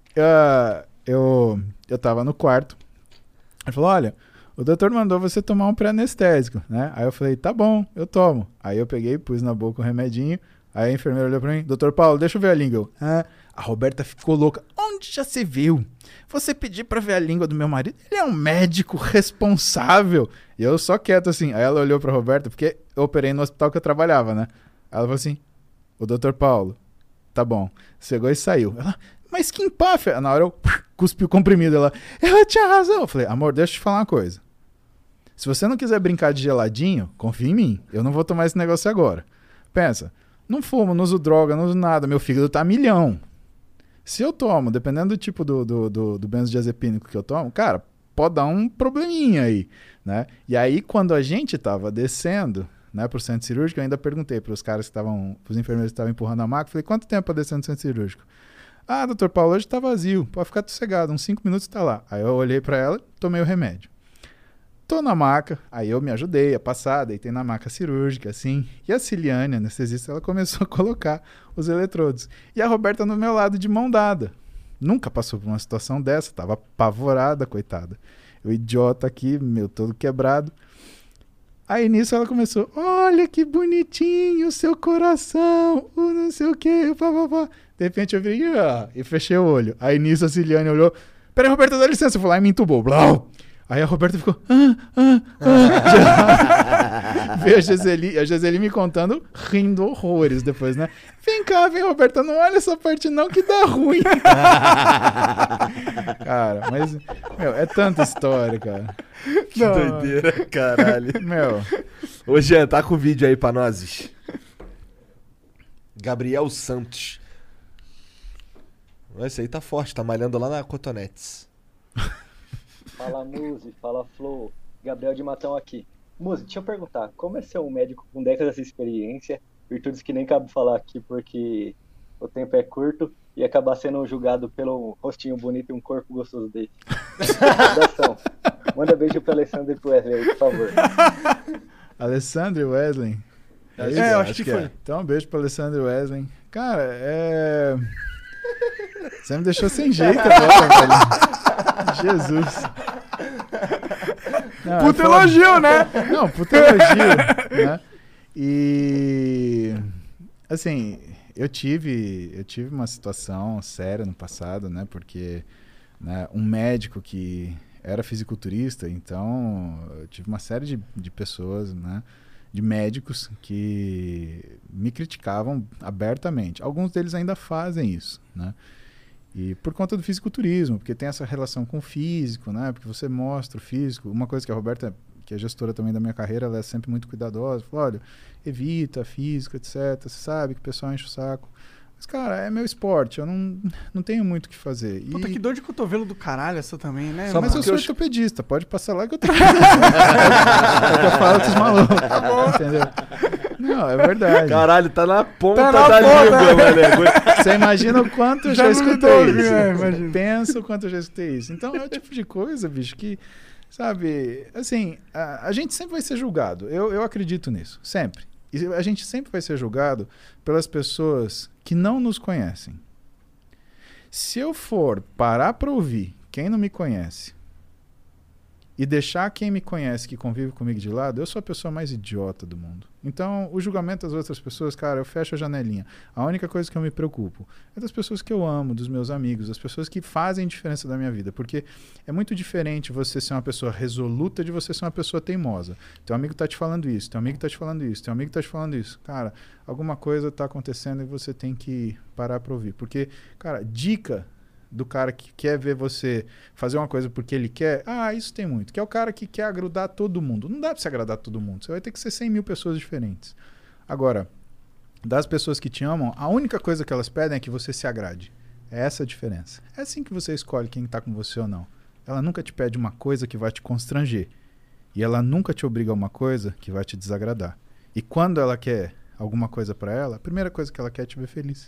D: eu tava no quarto, ele falou, olha, o doutor mandou você tomar um pré-anestésico, né? Aí eu falei, tá bom, eu tomo. Aí eu peguei, pus na boca o remedinho, aí a enfermeira olhou pra mim, doutor Paulo, deixa eu ver a língua. A Roberta ficou louca. Onde já se viu? Você pedir pra ver a língua do meu marido? Ele é um médico responsável. E eu só quieto assim. Aí ela olhou pra Roberta, porque eu operei no hospital que eu trabalhava, né? Ela falou assim, O Dr. Paulo, tá bom. Chegou e saiu. Ela, mas que empáfia. Na hora eu cuspi o comprimido. Ela tinha razão. Eu falei, amor, deixa eu te falar uma coisa. Se você não quiser brincar de geladinho, confia em mim. Eu não vou tomar esse negócio agora. Pensa, não fumo, não uso droga, não uso nada. Meu fígado tá a milhão. Se eu tomo, dependendo do tipo do benzodiazepínico que eu tomo, cara, pode dar um probleminha aí, né? E aí, quando a gente tava descendo, né, pro centro cirúrgico, eu ainda perguntei pros caras que estavam, pros enfermeiros que estavam empurrando a maca, falei, quanto tempo pra descer no centro cirúrgico? Ah, doutor Paulo, hoje tá vazio, pode ficar sossegado, uns 5 minutos tá lá. Aí eu olhei pra ela, tomei o remédio. Tô na maca, aí eu me ajudei a passar, deitei na maca cirúrgica, assim. E a Ciliane, a anestesista, ela começou a colocar os eletrodos. E a Roberta no meu lado de mão dada. Nunca passou por uma situação dessa, tava apavorada, coitada. O idiota aqui, meu, todo quebrado. Aí nisso ela começou, olha que bonitinho o seu coração, o não sei o que, papapá. De repente eu vi, e fechei o olho. Aí nisso a Ciliane olhou, peraí, Roberta, dá licença. Eu falei, me entubou, blau. Aí a Roberta ficou... Veio a Giseli me contando, rindo horrores depois, né? Vem cá, Roberta, não olha essa parte não que dá ruim. Cara, mas... Meu, é tanta história, cara.
C: Que doideira, caralho.
D: Meu...
C: Ô, Jean, tá com o vídeo aí pra nós. Gabriel Santos. Esse aí tá forte, tá malhando lá na Cotonetes.
J: Fala Muzi, fala Flow, Gabriel de Matão aqui. Muzi, deixa eu perguntar, como é ser um médico com décadas de experiência, virtudes que nem cabe falar aqui porque o tempo é curto, e acabar sendo julgado pelo rostinho bonito e um corpo gostoso dele? Manda beijo pro Alessandro e pro Wesley aí, por favor.
D: Alessandro e Wesley?
B: Eu acho que foi.
D: Então um beijo pro Alessandro e Wesley. Cara, Você me deixou sem jeito agora, velho. Jesus. Não,
B: puta elogio, né?
D: Não, puta elogio, né? E... Assim, eu tive uma situação séria no passado, né? Porque um médico que era fisiculturista, então eu tive uma série de pessoas, né? De médicos que me criticavam abertamente. Alguns deles ainda fazem isso, né? E por conta do fisiculturismo, porque tem essa relação com o físico, né? Porque você mostra o físico. Uma coisa que a Roberta, que é gestora também da minha carreira, ela é sempre muito cuidadosa. Fala, olha, evita físico, etc. Você sabe que o pessoal enche o saco. Mas, cara, é meu esporte, eu não tenho muito o que fazer.
B: Puta, que dor de cotovelo do caralho essa também, né?
D: Mas eu sou ortopedista, pode passar lá que eu trago. Eu falo com os malucos. Tá bom. Entendeu? Não, é verdade.
C: Caralho, tá na ponta da língua, velho.
D: Você imagina o quanto eu já escutei isso. Pensa o quanto eu já escutei isso. Então é o tipo de coisa, bicho, que, sabe, assim, a gente sempre vai ser julgado. Eu acredito nisso, sempre. E a gente sempre vai ser julgado pelas pessoas que não nos conhecem. Se eu for parar para ouvir quem não me conhece e deixar quem me conhece, que convive comigo de lado, eu sou a pessoa mais idiota do mundo. Então, o julgamento das outras pessoas, cara, eu fecho a janelinha. A única coisa que eu me preocupo é das pessoas que eu amo, dos meus amigos, das pessoas que fazem diferença da minha vida. Porque é muito diferente você ser uma pessoa resoluta de você ser uma pessoa teimosa. Teu amigo tá te falando isso, teu amigo tá te falando isso, teu amigo tá te falando isso. Cara, alguma coisa tá acontecendo e você tem que parar pra ouvir. Porque, cara, dica do cara que quer ver você fazer uma coisa porque ele quer, isso tem muito. Que é o cara que quer agradar todo mundo. Não dá pra você agradar todo mundo. Você vai ter que ser 100 mil pessoas diferentes. Agora, das pessoas que te amam, a única coisa que elas pedem é que você se agrade. É essa a diferença. É assim que você escolhe quem tá com você ou não. Ela nunca te pede uma coisa que vai te constranger. E ela nunca te obriga a uma coisa que vai te desagradar. E quando ela quer alguma coisa pra ela, a primeira coisa que ela quer é te ver feliz.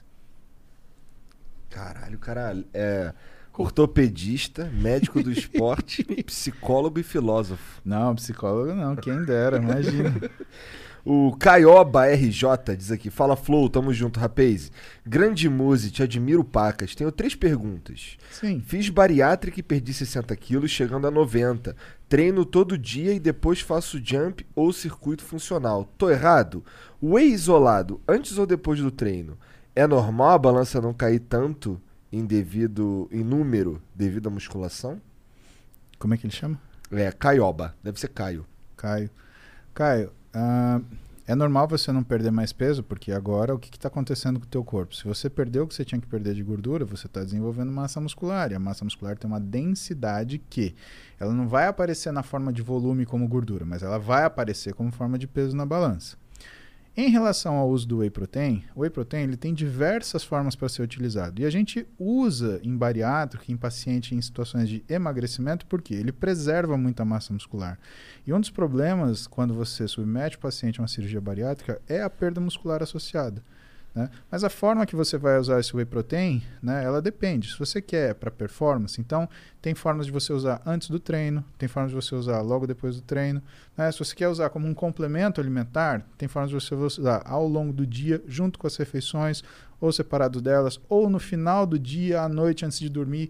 C: Caralho, cara, ortopedista, médico do esporte, psicólogo e filósofo.
D: Não, psicólogo não, quem dera, imagina.
C: O Caioba RJ diz aqui, fala Flow, tamo junto, rapaz. Grande Muzi, te admiro pacas. Tenho 3 perguntas.
D: Sim.
C: Fiz bariátrica e perdi 60 quilos, chegando a 90. Treino todo dia e depois faço jump ou circuito funcional. Tô errado? Whey isolado, antes ou depois do treino? É normal a balança não cair tanto em número devido à musculação?
D: Como é que ele chama?
C: Caioba. Deve ser Caio.
D: Caio, É normal você não perder mais peso, porque agora o que está acontecendo com o teu corpo? Se você perdeu o que você tinha que perder de gordura, você está desenvolvendo massa muscular. E a massa muscular tem uma densidade que ela não vai aparecer na forma de volume como gordura, mas ela vai aparecer como forma de peso na balança. Em relação ao uso do whey protein, o whey protein ele tem diversas formas para ser utilizado. E a gente usa em bariátrico, em paciente em situações de emagrecimento, porque ele preserva muito a massa muscular. E um dos problemas quando você submete o paciente a uma cirurgia bariátrica é a perda muscular associada. Né? Mas a forma que você vai usar esse whey protein, né, ela depende. Se você quer para performance, então tem formas de você usar antes do treino, tem formas de você usar logo depois do treino. Né? Se você quer usar como um complemento alimentar, tem formas de você usar ao longo do dia, junto com as refeições, ou separado delas, ou no final do dia, à noite, antes de dormir,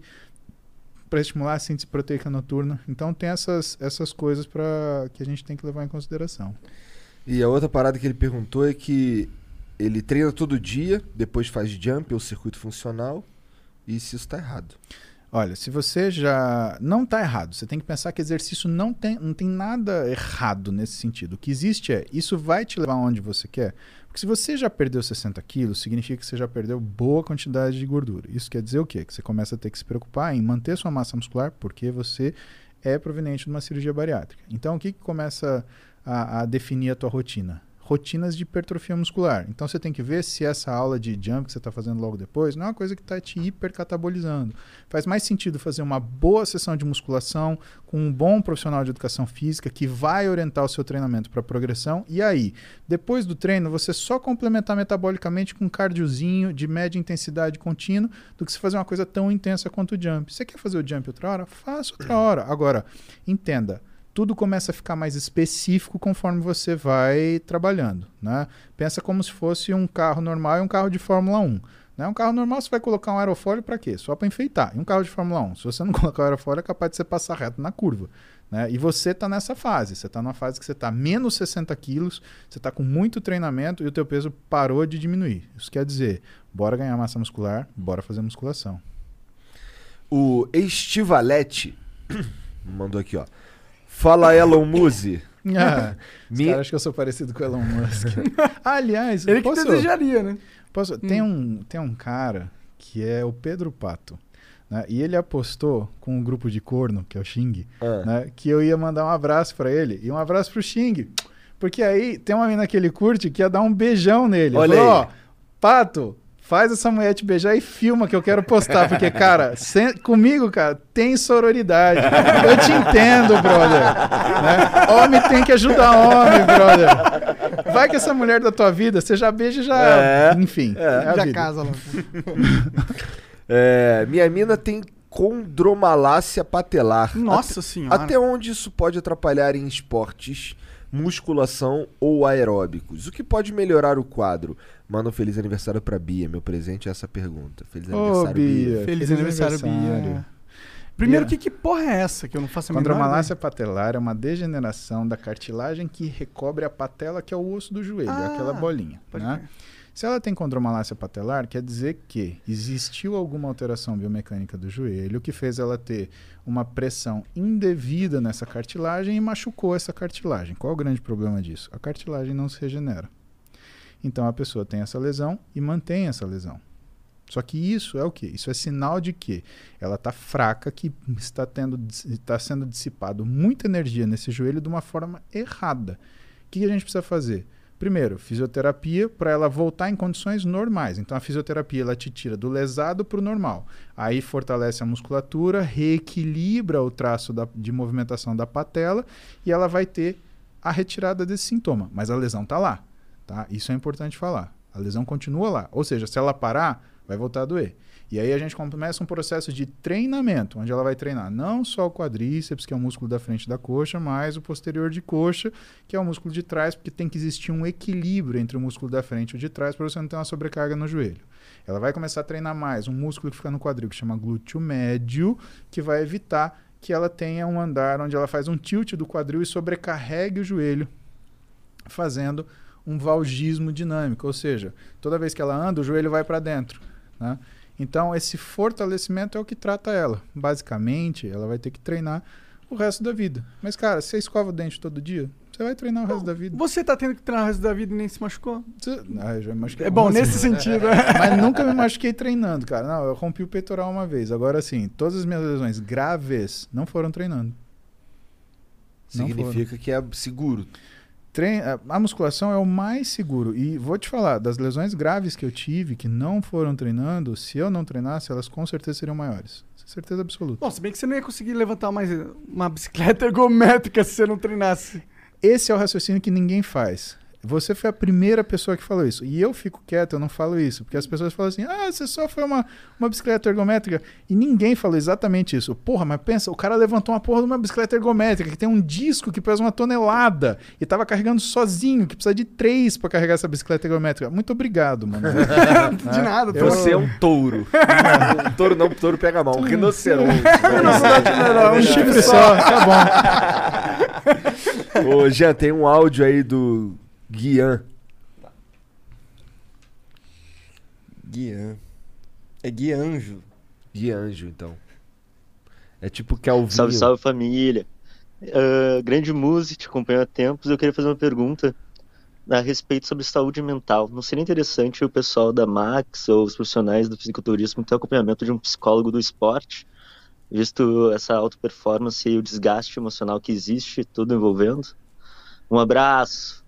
D: para estimular a síntese proteica noturna. Então tem essas coisas que a gente tem que levar em consideração.
C: E a outra parada que ele perguntou é que ele treina todo dia, depois faz jump ou circuito funcional, e se isso está errado.
D: Olha, se você já... Não está errado. Você tem que pensar que exercício não tem nada errado nesse sentido. O que existe isso vai te levar onde você quer. Porque se você já perdeu 60 quilos, significa que você já perdeu boa quantidade de gordura. Isso quer dizer o quê? Que você começa a ter que se preocupar em manter sua massa muscular, porque você é proveniente de uma cirurgia bariátrica. Então, o que começa a definir a tua rotina? Rotinas de hipertrofia muscular. Então você tem que ver se essa aula de jump que você está fazendo logo depois não é uma coisa que está te hipercatabolizando. Faz mais sentido fazer uma boa sessão de musculação com um bom profissional de educação física que vai orientar o seu treinamento para progressão. E aí, depois do treino, você só complementar metabolicamente com um cardiozinho de média intensidade contínua do que se fazer uma coisa tão intensa quanto o jump. Você quer fazer o jump outra hora? Faça outra hora. Agora, entenda, tudo começa a ficar mais específico conforme você vai trabalhando, né? Pensa como se fosse um carro normal e um carro de Fórmula 1. Né? Um carro normal você vai colocar um aerofólio para quê? Só para enfeitar. E um carro de Fórmula 1, se você não colocar o aerofólio, é capaz de você passar reto na curva. Né? E você está nessa fase. Você está numa fase que você está menos 60 quilos, você está com muito treinamento e o teu peso parou de diminuir. Isso quer dizer, bora ganhar massa muscular, bora fazer musculação.
C: O Estivalete mandou aqui, ó. Fala, Elon Musk.
D: Os caras acham que eu sou parecido com o Elon Musk. Aliás,
B: ele que desejaria, né?
D: Tem um cara que é o Pedro Pato, né? E ele apostou com um grupo de corno, que é o Xing, né? Que eu ia mandar um abraço pra ele e um abraço pro Xing. Porque aí tem uma menina que ele curte que ia dar um beijão nele.
C: Olha
D: falou,
C: aí.
D: ó, Pato, faz essa mulher te beijar e filma que eu quero postar. Porque, cara, comigo, cara, tem sororidade. Eu te entendo, brother. Né? Homem tem que ajudar homem, brother. Vai que essa mulher da tua vida, você já beija e já... Enfim.
B: Já
D: vida.
B: casa lá.
C: Minha mina tem condromalácia patelar.
B: Nossa senhora.
C: Até onde isso pode atrapalhar em esportes, musculação ou aeróbicos? O que pode melhorar o quadro? Manda um feliz aniversário pra Bia. Meu presente é essa pergunta. Feliz aniversário, Bia.
B: Feliz aniversário, Bia. Primeiro, que porra é essa que eu não faço a menor ideia?
D: Condromalácia patelar é uma degeneração da cartilagem que recobre a patela, que é o osso do joelho, aquela bolinha. Né? Se ela tem condromalácia patelar, quer dizer que existiu alguma alteração biomecânica do joelho que fez ela ter uma pressão indevida nessa cartilagem e machucou essa cartilagem. Qual é o grande problema disso? A cartilagem não se regenera. Então a pessoa tem essa lesão e mantém essa lesão. Só que isso é o quê? Isso é sinal de que ela está fraca, que está sendo dissipado muita energia nesse joelho de uma forma errada. O que a gente precisa fazer? Primeiro, fisioterapia para ela voltar em condições normais. Então a fisioterapia ela te tira do lesado para o normal. Aí fortalece a musculatura, reequilibra o traço de movimentação da patela e ela vai ter a retirada desse sintoma. Mas a lesão está lá. Tá? Isso é importante falar. A lesão continua lá. Ou seja, se ela parar, vai voltar a doer. E aí a gente começa um processo de treinamento, onde ela vai treinar não só o quadríceps, que é o músculo da frente da coxa, mas o posterior de coxa, que é o músculo de trás, porque tem que existir um equilíbrio entre o músculo da frente e o de trás para você não ter uma sobrecarga no joelho. Ela vai começar a treinar mais um músculo que fica no quadril, que chama glúteo médio, que vai evitar que ela tenha um andar onde ela faz um tilt do quadril e sobrecarregue o joelho, fazendo um valgismo dinâmico, ou seja, toda vez que ela anda, o joelho vai para dentro, né? Então, esse fortalecimento é o que trata ela. Basicamente, ela vai ter que treinar o resto da vida. Mas, cara, você escova o dente todo dia? Você vai treinar o resto da vida.
B: Você tá tendo que treinar o resto da vida e nem se machucou?
D: Eu já me machuquei.
B: É bom, nesse sentido.
D: Mas nunca me machuquei treinando, cara. Não, eu rompi o peitoral uma vez. Agora, assim, todas as minhas lesões graves não foram treinando.
C: Significa que é seguro.
D: A musculação é o mais seguro. E vou te falar, das lesões graves que eu tive, que não foram treinando, se eu não treinasse, elas com certeza seriam maiores. Certeza absoluta.
B: Bom, se bem que você não ia conseguir levantar mais uma bicicleta ergométrica se você não treinasse.
D: Esse é o raciocínio que ninguém faz. Você foi a primeira pessoa que falou isso. E eu fico quieto, eu não falo isso. Porque as pessoas falam assim, você só foi uma bicicleta ergométrica. E ninguém falou exatamente isso. Porra, mas pensa, o cara levantou uma porra de uma bicicleta ergométrica que tem um disco que pesa 1 tonelada e tava carregando sozinho, que precisa de 3 para carregar essa bicicleta ergométrica. Muito obrigado, mano.
B: De nada.
C: Você é um touro. Um touro não, touro pega mal. Um rinoceronte.
D: Um chifre só, tá bom.
C: Ô, Jean, tem um áudio aí do Guian.
K: É Guianjo.
C: Guianjo, então. É tipo Kelvinho.
K: Salve, salve família. Grande Muse, te acompanho há tempos. Eu queria fazer uma pergunta a respeito sobre saúde mental. Não seria interessante o pessoal da Max ou os profissionais do fisiculturismo ter acompanhamento de um psicólogo do esporte, visto essa alta performance e o desgaste emocional que existe, tudo envolvendo? Um abraço.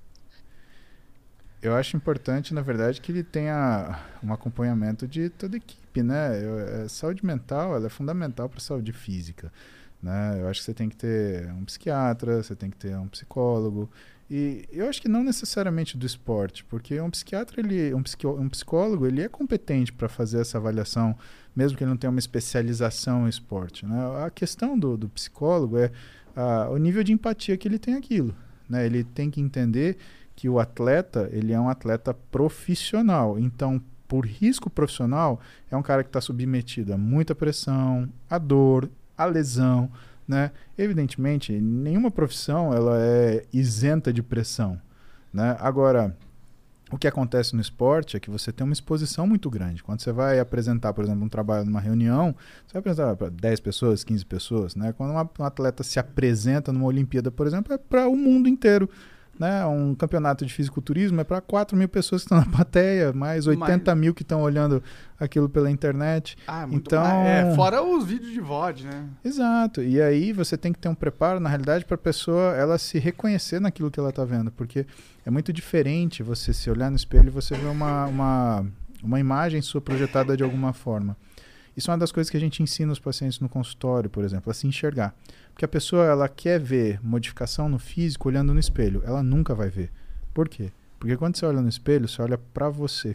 D: Eu acho importante, na verdade, que ele tenha um acompanhamento de toda a equipe, né? Saúde mental, ela é fundamental para a saúde física, né? Eu acho que você tem que ter um psiquiatra, você tem que ter um psicólogo. E eu acho que não necessariamente do esporte, porque um psiquiatra, um psicólogo, ele é competente para fazer essa avaliação, mesmo que ele não tenha uma especialização em esporte, né? A questão do psicólogo é o nível de empatia que ele tem aquilo, né? Ele tem que entender que o atleta, ele é um atleta profissional. Então, por risco profissional, é um cara que está submetido a muita pressão, a dor, a lesão, né? Evidentemente, nenhuma profissão ela é isenta de pressão, né? Agora, o que acontece no esporte é que você tem uma exposição muito grande. Quando você vai apresentar, por exemplo, um trabalho numa reunião, você vai apresentar para 10 pessoas, 15 pessoas, né? Quando um atleta se apresenta numa Olimpíada, por exemplo, é para o mundo inteiro, né? Um campeonato de fisiculturismo é para 4.000 pessoas que estão na plateia, mais 80 mil que estão olhando aquilo pela internet. Então,
B: fora os vídeos de VOD, né?
D: Exato. E aí você tem que ter um preparo, na realidade, para a pessoa ela se reconhecer naquilo que ela está vendo, porque é muito diferente você se olhar no espelho e você ver uma imagem sua projetada de alguma forma. Isso é uma das coisas que a gente ensina os pacientes no consultório, por exemplo, a se enxergar. Porque a pessoa ela quer ver modificação no físico olhando no espelho. Ela nunca vai ver. Por quê? Porque quando você olha no espelho, você olha para você.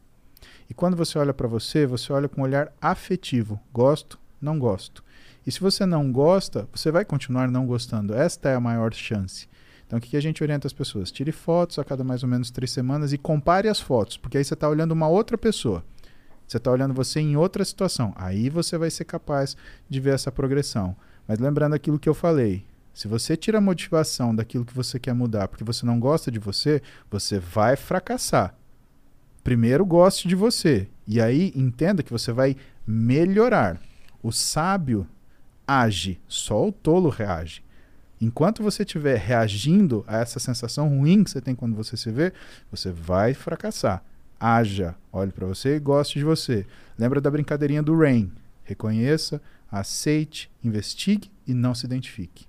D: E quando você olha para você olha com um olhar afetivo. Gosto, não gosto. E se você não gosta, você vai continuar não gostando. Esta é a maior chance. Então o que a gente orienta as pessoas? Tire fotos a cada mais ou menos 3 semanas e compare as fotos. Porque aí você está olhando uma outra pessoa. Você está olhando você em outra situação. Aí você vai ser capaz de ver essa progressão. Mas lembrando aquilo que eu falei, se você tira a motivação daquilo que você quer mudar porque você não gosta de você, você vai fracassar. Primeiro goste de você. E aí entenda que você vai melhorar. O sábio age, só o tolo reage. Enquanto você estiver reagindo a essa sensação ruim que você tem quando você se vê, você vai fracassar. Haja, olhe para você e goste de você. Lembra da brincadeirinha do Rain. Reconheça, aceite, investigue e não se identifique.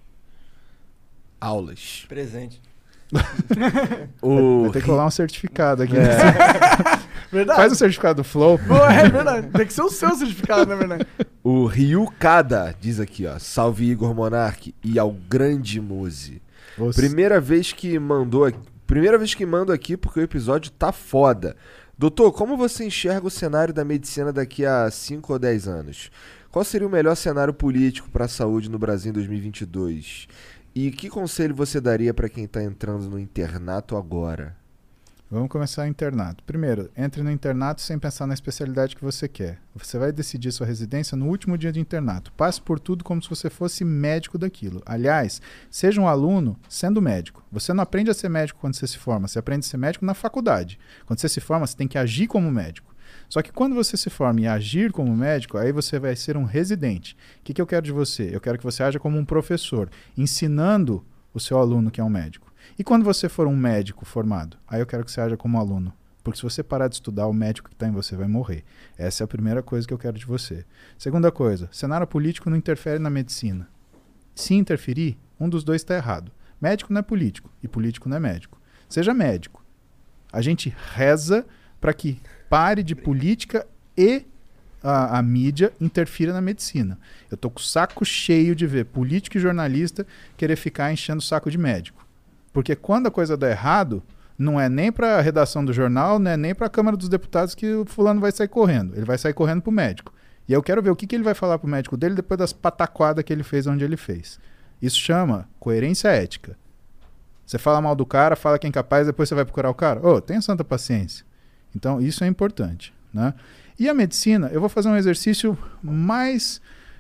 C: Aulas.
K: Presente.
D: Vai ter que colar um certificado aqui.
B: Verdade.
D: Faz o certificado do Flow.
B: É verdade. Tem que ser o seu certificado, na verdade.
C: O Ryu Kada diz aqui, ó. Salve Igor Monark e ao grande Muse. Primeira vez que mando aqui porque o episódio tá foda. Doutor, como você enxerga o cenário da medicina daqui a 5 ou 10 anos? Qual seria o melhor cenário político para a saúde no Brasil em 2022? E que conselho você daria para quem está entrando no internato agora?
D: Vamos começar o internato. Primeiro, entre no internato sem pensar na especialidade que você quer. Você vai decidir sua residência no último dia de internato. Passe por tudo como se você fosse médico daquilo. Aliás, seja um aluno sendo médico. Você não aprende a ser médico quando você se forma. Você aprende a ser médico na faculdade. Quando você se forma, você tem que agir como médico. Só que quando você se forma e agir como médico, aí você vai ser um residente. O que eu quero de você? Eu quero que você haja como um professor, ensinando o seu aluno que é um médico. E quando você for um médico formado, aí eu quero que você haja como aluno. Porque se você parar de estudar, o médico que está em você vai morrer. Essa é a primeira coisa que eu quero de você. Segunda coisa, cenário político não interfere na medicina. Se interferir, um dos dois está errado. Médico não é político e político não é médico. Seja médico. A gente reza para que pare de política e a mídia interfira na medicina. Eu tô com o saco cheio de ver político e jornalista querer ficar enchendo o saco de médico. Porque quando a coisa dá errado, não é nem para a redação do jornal, não é nem para a Câmara dos Deputados que o fulano vai sair correndo. Ele vai sair correndo pro médico. E eu quero ver o que ele vai falar pro médico dele depois das pataquadas que ele fez onde ele fez. Isso chama coerência ética. Você fala mal do cara, fala que é incapaz, depois você vai procurar o cara. Tenha santa paciência. Então, isso é importante, né? E a medicina, eu vou fazer um exercício mais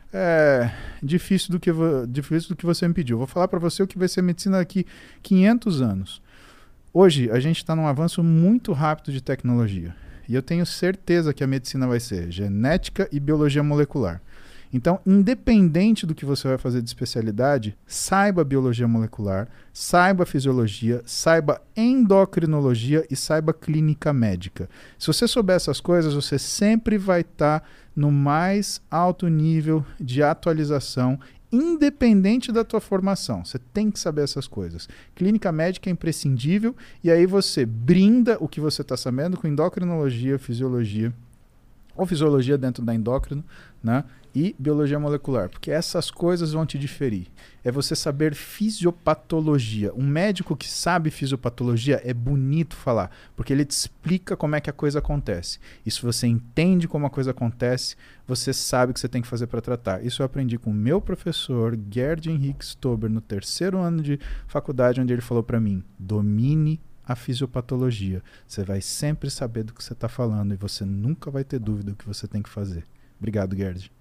D: difícil do que você me pediu. Eu vou falar para você o que vai ser medicina daqui 500 anos. Hoje, a gente está num avanço muito rápido de tecnologia. E eu tenho certeza que a medicina vai ser genética e biologia molecular. Então, independente do que você vai fazer de especialidade, saiba biologia molecular, saiba fisiologia, saiba endocrinologia e saiba clínica médica. Se você souber essas coisas, você sempre vai estar no mais alto nível de atualização, independente da tua formação. Você tem que saber essas coisas. Clínica médica é imprescindível e aí você brinda o que você está sabendo com endocrinologia, fisiologia, ou fisiologia dentro da endócrino, né? E biologia molecular, porque essas coisas vão te diferir. É você saber fisiopatologia. Um médico que sabe fisiopatologia é bonito falar, porque ele te explica como é que a coisa acontece. E se você entende como a coisa acontece, você sabe o que você tem que fazer para tratar. Isso eu aprendi com o meu professor, Gerd Henrique Stober, no 3º ano de faculdade, onde ele falou para mim, domine a fisiopatologia. Você vai sempre saber do que você está falando e você nunca vai ter dúvida do que você tem que fazer. Obrigado, Gerd.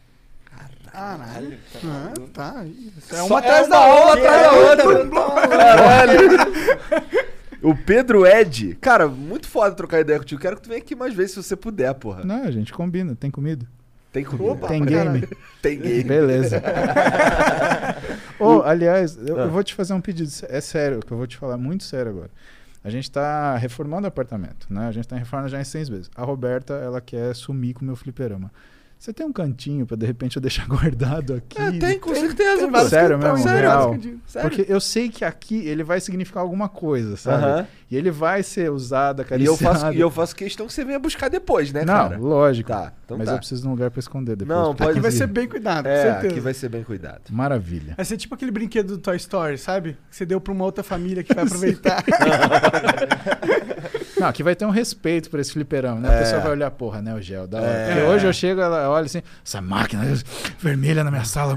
B: Caralho. Tá. Isso é
C: Só
B: uma atrás
C: é
B: da
C: uma
B: aula,
C: aula
B: atrás da outra.
C: Caralho. O Pedro Ed. Cara, muito foda trocar ideia contigo. Quero que tu venha aqui mais vezes se você puder, porra.
D: Não, a gente combina. Tem comida?
C: Tem comida.
B: Opa,
D: tem game?
C: Tem game.
D: Beleza. Aliás, eu vou te fazer um pedido. É sério, que eu vou te falar muito sério agora. A gente está reformando o apartamento, né? A gente está em reforma já em 6 meses. A Roberta, ela quer sumir com o meu fliperama. Você tem um cantinho pra, de repente, eu deixar guardado aqui?
C: Tem, com certeza.
D: Tem sério mesmo,
C: sério,
D: real.
C: Sério?
D: Porque eu sei que aqui ele vai significar alguma coisa, sabe? E ele vai ser usado, acariciado.
C: E eu faço questão que você venha buscar depois, né, cara?
D: Não, lógico.
C: Tá, então
D: mas eu preciso de um lugar pra esconder depois.
C: Não, pode
B: Aqui vai
C: vir.
B: ser bem cuidado, com certeza.
C: Aqui vai ser bem cuidado.
D: Maravilha.
B: Vai ser tipo aquele brinquedo do Toy Story, sabe? Que você deu pra uma outra família que vai aproveitar.
D: Não, aqui vai ter um respeito por esse fliperama, né? A pessoa vai olhar, porra, né, o Gel, da hora. Porque hoje eu chego, ela olha assim, essa máquina vermelha na minha sala.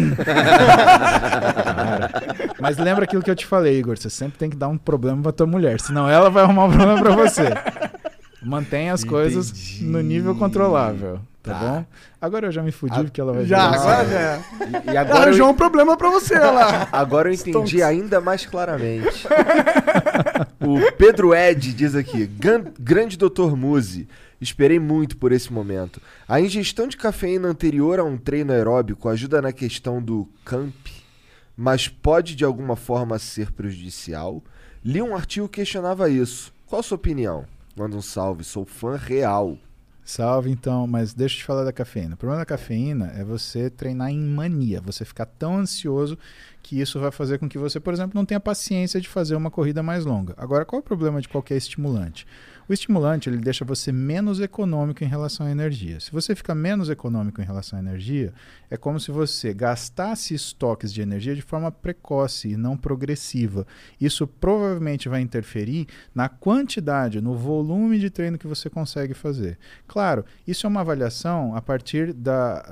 D: Mas lembra aquilo que eu te falei, Igor, você sempre tem que dar um problema pra tua mulher, senão ela vai arrumar um problema pra você. Mantenha as coisas no nível controlável, tá bom? Agora eu já me fudi porque ela vai ver.
B: Agora já.
C: E agora
B: arranjou um problema pra você lá.
C: Agora eu entendi ainda mais claramente. O Pedro Ed diz aqui, grande Dr. Muzi, esperei muito por esse momento. A ingestão de cafeína anterior a um treino aeróbico ajuda na questão do camp, mas pode de alguma forma ser prejudicial? Li um artigo que questionava isso. Qual a sua opinião? Manda um salve, sou fã real.
D: Salve então, mas deixa eu te falar da cafeína. O problema da cafeína é você treinar em mania, você ficar tão ansioso que isso vai fazer com que você, por exemplo, não tenha paciência de fazer uma corrida mais longa. Agora, qual é o problema de qualquer estimulante? O estimulante, ele deixa você menos econômico em relação à energia. Se você fica menos econômico em relação à energia, é como se você gastasse estoques de energia de forma precoce e não progressiva. Isso provavelmente vai interferir na quantidade, no volume de treino que você consegue fazer. Claro, isso é uma avaliação a partir da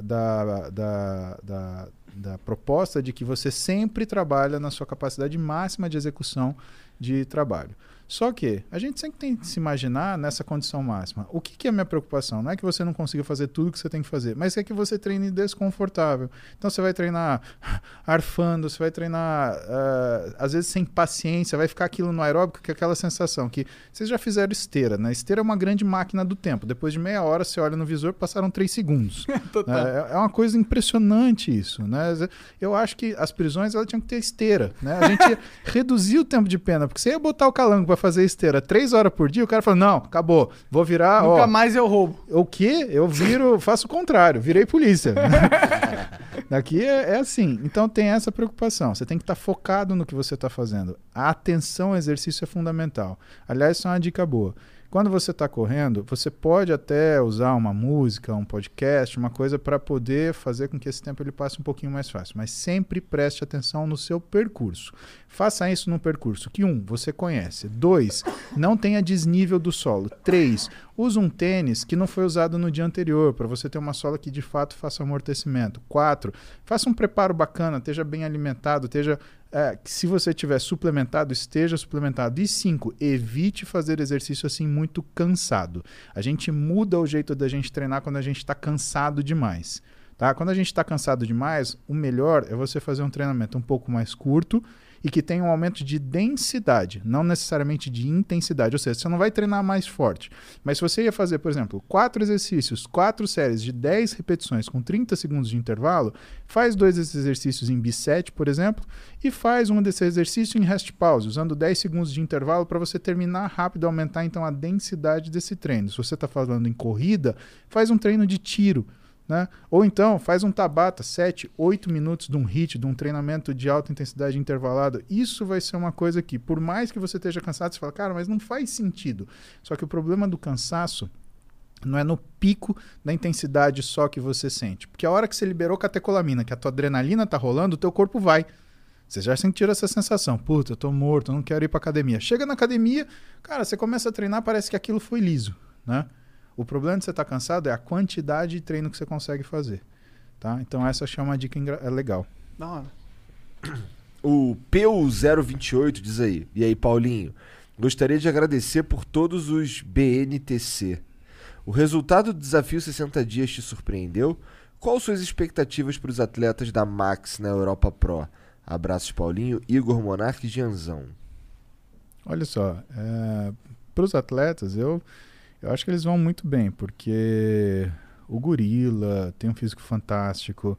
D: proposta de que você sempre trabalha na sua capacidade máxima de execução de trabalho. Só que a gente sempre tem que se imaginar nessa condição máxima. O que é a minha preocupação? Não é que você não consiga fazer tudo que você tem que fazer, mas é que você treine desconfortável. Então você vai treinar arfando, você vai treinar às vezes sem paciência, vai ficar aquilo no aeróbico, que é aquela sensação que vocês já fizeram esteira, né? Esteira é uma grande máquina do tempo. Depois de meia hora você olha no visor, passaram 3 segundos. É uma coisa impressionante isso, né? Eu acho que as prisões elas tinham que ter esteira, né? A gente ia reduzir o tempo de pena, porque você ia botar o calango para fazer esteira 3 horas por dia, o cara falou, não, acabou, vou virar...
B: Nunca mais eu roubo.
D: O quê? Eu faço o contrário, virei polícia. Daqui é assim. Então tem essa preocupação. Você tem que estar focado no que você está fazendo. A atenção ao exercício é fundamental. Aliás, isso é uma dica boa. Quando você está correndo, você pode até usar uma música, um podcast, uma coisa para poder fazer com que esse tempo ele passe um pouquinho mais fácil. Mas sempre preste atenção no seu percurso. Faça isso num percurso que 1, você conhece. 2, não tenha desnível do solo. 3, use um tênis que não foi usado no dia anterior, para você ter uma sola que de fato faça amortecimento. 4, faça um preparo bacana, esteja bem alimentado, se você tiver suplementado, esteja suplementado. E 5, evite fazer exercício assim muito cansado. A gente muda o jeito da gente treinar quando a gente está cansado demais. Tá? Quando a gente está cansado demais, o melhor é você fazer um treinamento um pouco mais curto e que tenha um aumento de densidade, não necessariamente de intensidade. Ou seja, você não vai treinar mais forte. Mas se você ia fazer, por exemplo, 4 exercícios, 4 séries de 10 repetições com 30 segundos de intervalo, faz 2 desses exercícios em biset, por exemplo, e faz um desse exercício em rest pause, usando 10 segundos de intervalo para você terminar rápido e aumentar então a densidade desse treino. Se você está falando em corrida, faz um treino de tiro. Né? Ou então faz um Tabata 7, 8 minutos de um HIIT, de um treinamento de alta intensidade intervalado. Isso vai ser uma coisa que, por mais que você esteja cansado, você fala, cara, mas não faz sentido. Só que o problema do cansaço não é no pico da intensidade só que você sente. Porque a hora que você liberou catecolamina, que a tua adrenalina tá rolando, o teu corpo vai. Você já sentiu essa sensação, puta, eu tô morto, eu não quero ir pra academia. Chega na academia, cara, você começa a treinar, parece que aquilo foi liso, né? O problema de você estar cansado é a quantidade de treino que você consegue fazer. Tá? Então essa é uma dica legal.
B: Da hora.
C: O Peu028 diz aí. E aí, Paulinho? Gostaria de agradecer por todos os BNTC. O resultado do desafio 60 dias te surpreendeu? Quais suas expectativas para os atletas da Max na Europa Pro? Abraços, Paulinho, Igor Monarque e Gianzão.
D: Olha só, para os atletas, eu acho que eles vão muito bem, porque o Gorila tem um físico fantástico.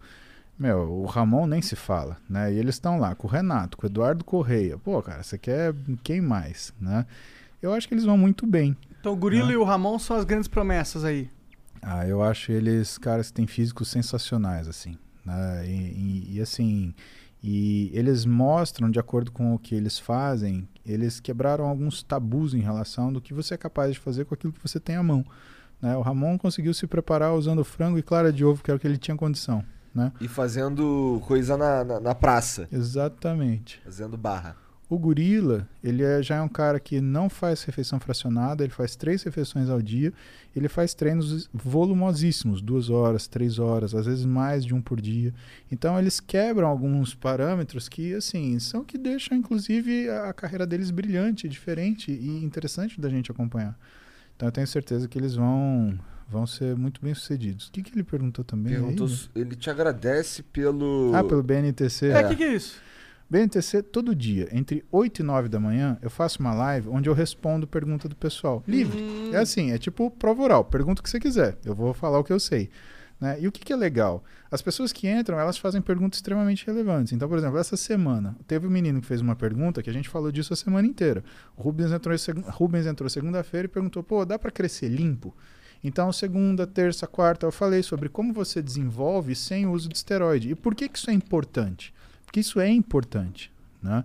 D: O Ramon nem se fala, né? E eles estão lá com o Renato, com o Eduardo Correia. Pô, cara, você quer quem mais, né? Eu acho que eles vão muito bem.
B: Então o Gorila e o Ramon são as grandes promessas aí.
D: Eu acho eles caras que têm físicos sensacionais, assim, né? E assim... E eles mostram, de acordo com o que eles fazem, eles quebraram alguns tabus em relação do que você é capaz de fazer com aquilo que você tem à mão. Né? O Ramon conseguiu se preparar usando frango e clara de ovo, que era o que ele tinha condição. Né?
C: E fazendo coisa na praça.
D: Exatamente.
C: Fazendo barra.
D: O Gorila, ele já é um cara que não faz refeição fracionada, ele faz 3 refeições ao dia, ele faz treinos volumosíssimos, 2 horas, 3 horas, às vezes mais de 1 por dia. Então eles quebram alguns parâmetros que, assim, são que deixam, inclusive, a carreira deles brilhante, diferente e interessante da gente acompanhar. Então eu tenho certeza que eles vão ser muito bem sucedidos. O que ele perguntou também?
C: Ele te agradece pelo...
D: pelo BNTC.
B: O que é isso?
D: BNTC, todo dia, entre 8 e 9 da manhã, eu faço uma live onde eu respondo pergunta do pessoal. Livre. É assim, é tipo prova oral. Pergunta o que você quiser. Eu vou falar o que eu sei. Né? E o que é legal? As pessoas que entram, elas fazem perguntas extremamente relevantes. Então, por exemplo, essa semana, teve um menino que fez uma pergunta que a gente falou disso a semana inteira. O Rubens entrou segunda-feira e perguntou, pô, dá para crescer limpo? Então, segunda, terça, quarta, eu falei sobre como você desenvolve sem o uso de esteroide. E por que isso é importante? Porque isso é importante, né?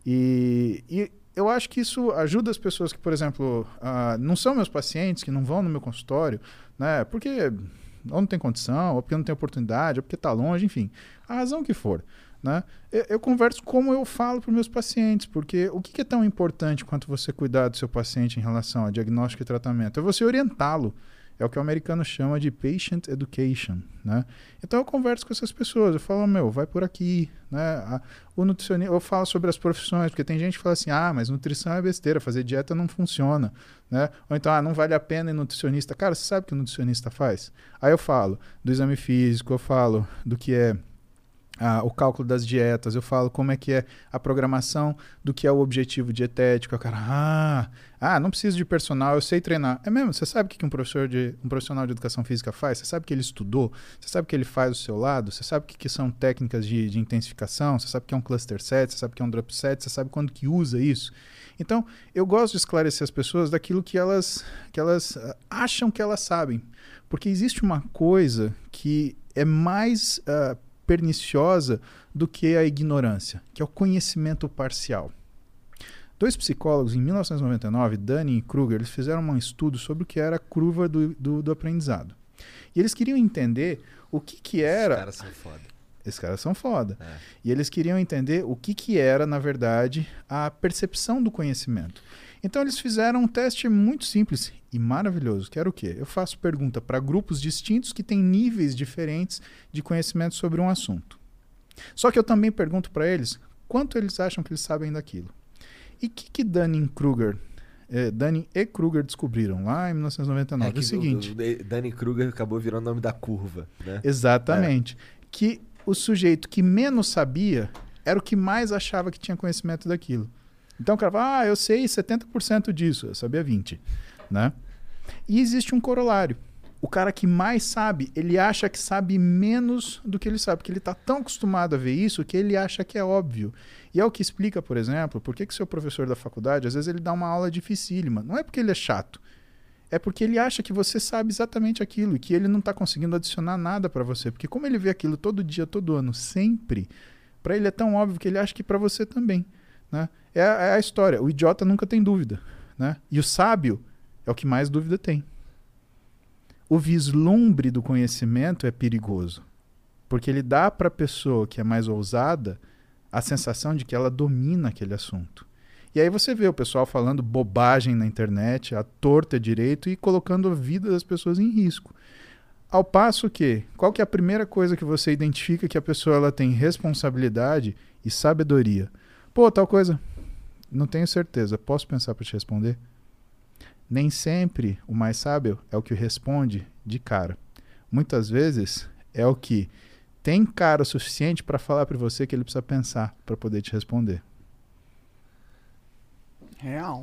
D: E eu acho que isso ajuda as pessoas que, por exemplo, não são meus pacientes, que não vão no meu consultório, né? Porque ou não tem condição, ou porque não tem oportunidade, ou porque está longe, enfim, a razão que for, né? Eu converso como eu falo para os meus pacientes, porque o que é tão importante quanto você cuidar do seu paciente em relação a diagnóstico e tratamento? É você orientá-lo. É o que o americano chama de patient education, né? Então eu converso com essas pessoas, eu falo, vai por aqui, né? O nutricionista, eu falo sobre as profissões, porque tem gente que fala assim, mas nutrição é besteira, fazer dieta não funciona, né? Ou então, não vale a pena ir nutricionista. Cara, você sabe o que o nutricionista faz? Aí eu falo do exame físico, eu falo do que é o cálculo das dietas, eu falo como é que é a programação do que é o objetivo dietético. O cara, não preciso de personal, eu sei treinar. É mesmo? Você sabe o que um profissional de educação física faz? Você sabe que ele estudou? Você sabe que ele faz do seu lado? Você sabe o que são técnicas de intensificação? Você sabe o que é um cluster set? Você sabe o que é um drop set? Você sabe quando que usa isso? Então, eu gosto de esclarecer as pessoas daquilo que elas acham que elas sabem. Porque existe uma coisa que é mais perniciosa do que a ignorância, que é o conhecimento parcial. 2 psicólogos, em 1999, Dunning e Kruger, eles fizeram um estudo sobre o que era a curva do aprendizado. E eles queriam entender o que era...
C: Esses caras são foda.
D: Esses caras são foda. E eles queriam entender o que era, na verdade, a percepção do conhecimento. Então eles fizeram um teste muito simples e maravilhoso, que era o quê? Eu faço pergunta para grupos distintos que têm níveis diferentes de conhecimento sobre um assunto. Só que eu também pergunto para eles quanto eles acham que eles sabem daquilo. E o que Dunning e Kruger descobriram lá em 1999? É o seguinte...
C: Dunning-Kruger acabou virando o nome da curva, né?
D: Exatamente. Que o sujeito que menos sabia era o que mais achava que tinha conhecimento daquilo. Então o cara fala, eu sei 70% disso, eu sabia 20%. Né? E existe um corolário. O cara que mais sabe, ele acha que sabe menos do que ele sabe, porque ele está tão acostumado a ver isso que ele acha que é óbvio. E é o que explica, por exemplo, por que seu professor da faculdade, às vezes ele dá uma aula dificílima. Não é porque ele é chato, é porque ele acha que você sabe exatamente aquilo e que ele não está conseguindo adicionar nada para você. Porque como ele vê aquilo todo dia, todo ano, sempre, para ele é tão óbvio que ele acha que para você também. Né? É a história. O idiota nunca tem dúvida. Né? E o sábio é o que mais dúvida tem. O vislumbre do conhecimento é perigoso. Porque ele dá para a pessoa que é mais ousada a sensação de que ela domina aquele assunto. E aí você vê o pessoal falando bobagem na internet, à torta e à direito, e colocando a vida das pessoas em risco. Ao passo que, qual que é a primeira coisa que você identifica que a pessoa ela tem responsabilidade e sabedoria? Pô, tal coisa, não tenho certeza, posso pensar para te responder? Nem sempre o mais sábio é o que responde de cara. Muitas vezes é o que tem cara o suficiente para falar para você que ele precisa pensar para poder te responder.
B: Real.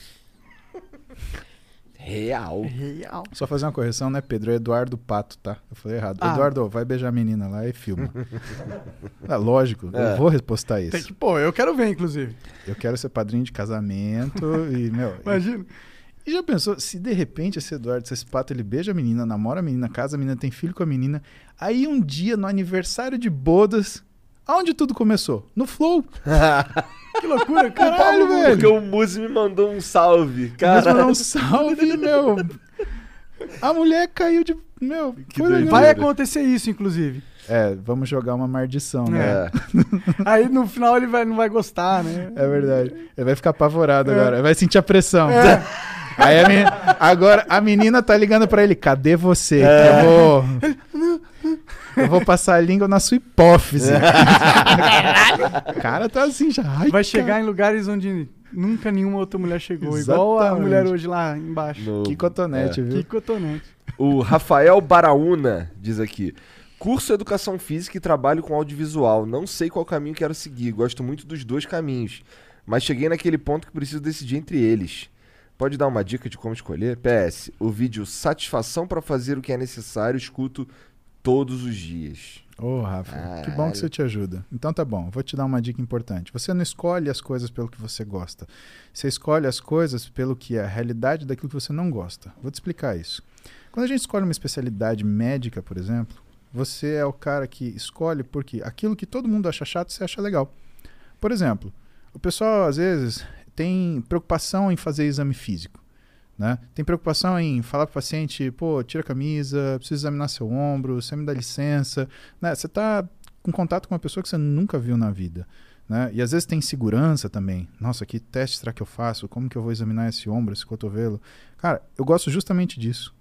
D: Só fazer uma correção, né, Pedro? É Eduardo Pato, tá? Eu falei errado. Eduardo, vai beijar a menina lá e filma. Lógico, eu vou repostar isso.
B: Tem que, eu quero ver, inclusive.
D: Eu quero ser padrinho de casamento e,
B: Imagina.
D: E já pensou, se de repente esse Eduardo, esse Pato, ele beija a menina, namora a menina, casa a menina, tem filho com a menina, aí um dia, no aniversário de bodas, aonde tudo começou? No Flow.
B: Que loucura,
D: caralho, velho.
C: Porque o Muzi me mandou um salve, cara.
D: Me mandou um salve, meu. A mulher caiu de...
B: Vai acontecer isso, inclusive.
D: Vamos jogar uma maldição, né?
B: Aí no final ele não vai gostar, né?
D: É verdade. Ele vai ficar apavorado agora. Ele vai sentir a pressão. Aí agora a menina tá ligando pra ele. Cadê você? Eu vou passar a língua na sua hipófise. O cara tá assim já.
B: Vai chegar em lugares onde nunca nenhuma outra mulher chegou. Exatamente. Igual a mulher hoje lá embaixo.
D: Que cotonete, viu?
B: Que cotonete.
C: O Rafael Baraúna diz aqui: curso Educação Física e trabalho com audiovisual. Não sei qual caminho quero seguir. Gosto muito dos dois caminhos. Mas cheguei naquele ponto que preciso decidir entre eles. Pode dar uma dica de como escolher? PS, o vídeo Satisfação para fazer o que é necessário, escuto todos os dias.
D: Rafa, que bom que você te ajuda. Então tá bom, vou te dar uma dica importante. Você não escolhe as coisas pelo que você gosta. Você escolhe as coisas pelo que é a realidade daquilo que você não gosta. Vou te explicar isso. Quando a gente escolhe uma especialidade médica, por exemplo, você é o cara que escolhe porque aquilo que todo mundo acha chato, você acha legal. Por exemplo, o pessoal às vezes tem preocupação em fazer exame físico. Né? Tem preocupação em falar para o paciente, tira a camisa, preciso examinar seu ombro, você me dá licença. Né? Você está com contato com uma pessoa que você nunca viu na vida. Né? E às vezes tem insegurança também. Nossa, que teste será que eu faço? Como que eu vou examinar esse ombro, esse cotovelo? Cara, eu gosto justamente disso.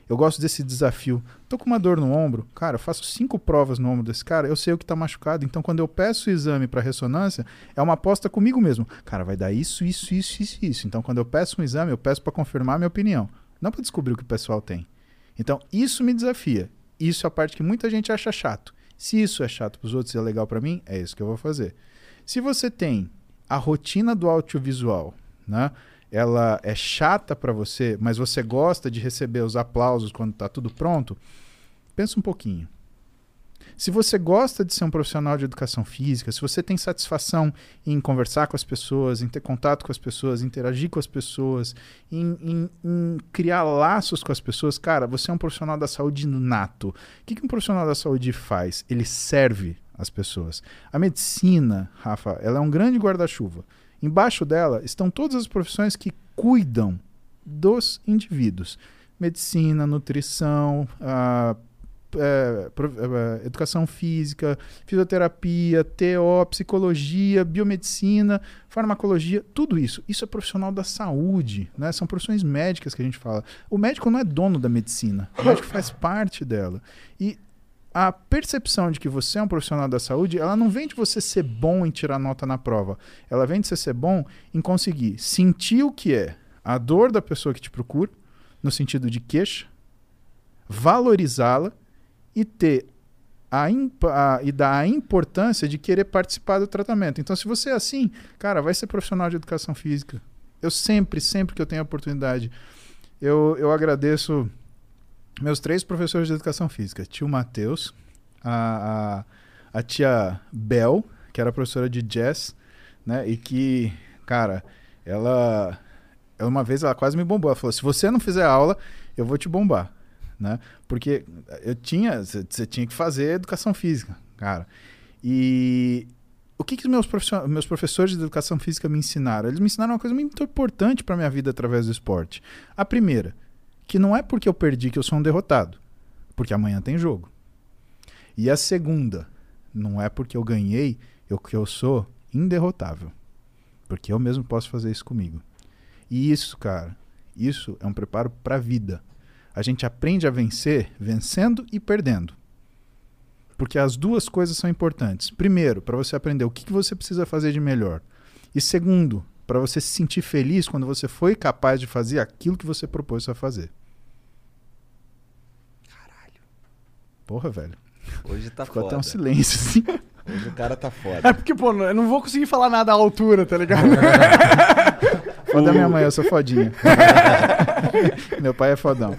D: Eu gosto desse desafio. Tô com uma dor no ombro, cara, eu faço 5 provas no ombro desse cara, eu sei o que tá machucado. Então, quando eu peço o exame para ressonância, é uma aposta comigo mesmo. Cara, vai dar isso. Então, quando eu peço um exame, eu peço para confirmar a minha opinião, não para descobrir o que o pessoal tem. Então, isso me desafia. Isso é a parte que muita gente acha chato. Se isso é chato para os outros e é legal para mim, é isso que eu vou fazer. Se você tem a rotina do audiovisual, né? Ela é chata para você, mas você gosta de receber os aplausos quando está tudo pronto, pensa um pouquinho. Se você gosta de ser um profissional de educação física, se você tem satisfação em conversar com as pessoas, em ter contato com as pessoas, interagir com as pessoas, em criar laços com as pessoas, cara, você é um profissional da saúde nato. O que um profissional da saúde faz? Ele serve as pessoas. A medicina, Rafa, ela é um grande guarda-chuva. Embaixo dela estão todas as profissões que cuidam dos indivíduos. Medicina, nutrição, educação física, fisioterapia, TO, psicologia, biomedicina, farmacologia, tudo isso. Isso é profissional da saúde, né? São profissões médicas que a gente fala. O médico não é dono da medicina, o médico faz parte dela. E a percepção de que você é um profissional da saúde, ela não vem de você ser bom em tirar nota na prova. Ela vem de você ser bom em conseguir sentir o que é a dor da pessoa que te procura, no sentido de queixa, valorizá-la e ter e dar a importância de querer participar do tratamento. Então, se você é assim, cara, vai ser profissional de educação física. Eu sempre que eu tenho a oportunidade, eu agradeço meus 3 professores de educação física, tio Matheus, a tia Bel, que era professora de jazz, né, e que, cara, ela uma vez ela quase me bombou, ela falou, se você não fizer aula, eu vou te bombar, né, porque você tinha que fazer educação física, cara, e o que os meus professores de educação física me ensinaram? Eles me ensinaram uma coisa muito importante para minha vida através do esporte. A primeira, que não é porque eu perdi que eu sou um derrotado, porque amanhã tem jogo. E a segunda, não é porque eu ganhei que eu sou inderrotável, porque eu mesmo posso fazer isso comigo. E isso, cara, isso é um preparo para a vida. A gente aprende a vencer vencendo e perdendo, porque as duas coisas são importantes. Primeiro, para você aprender o que você precisa fazer de melhor. E segundo, para você se sentir feliz quando você foi capaz de fazer aquilo que você propôs a fazer. Porra, velho.
C: Hoje tá
D: Ficou
C: foda.
D: até um silêncio, assim.
C: Hoje o cara tá foda.
B: É porque, pô, eu não vou conseguir falar nada à altura, tá ligado?
D: Foda minha mãe, eu sou fodinha. Meu pai é fodão.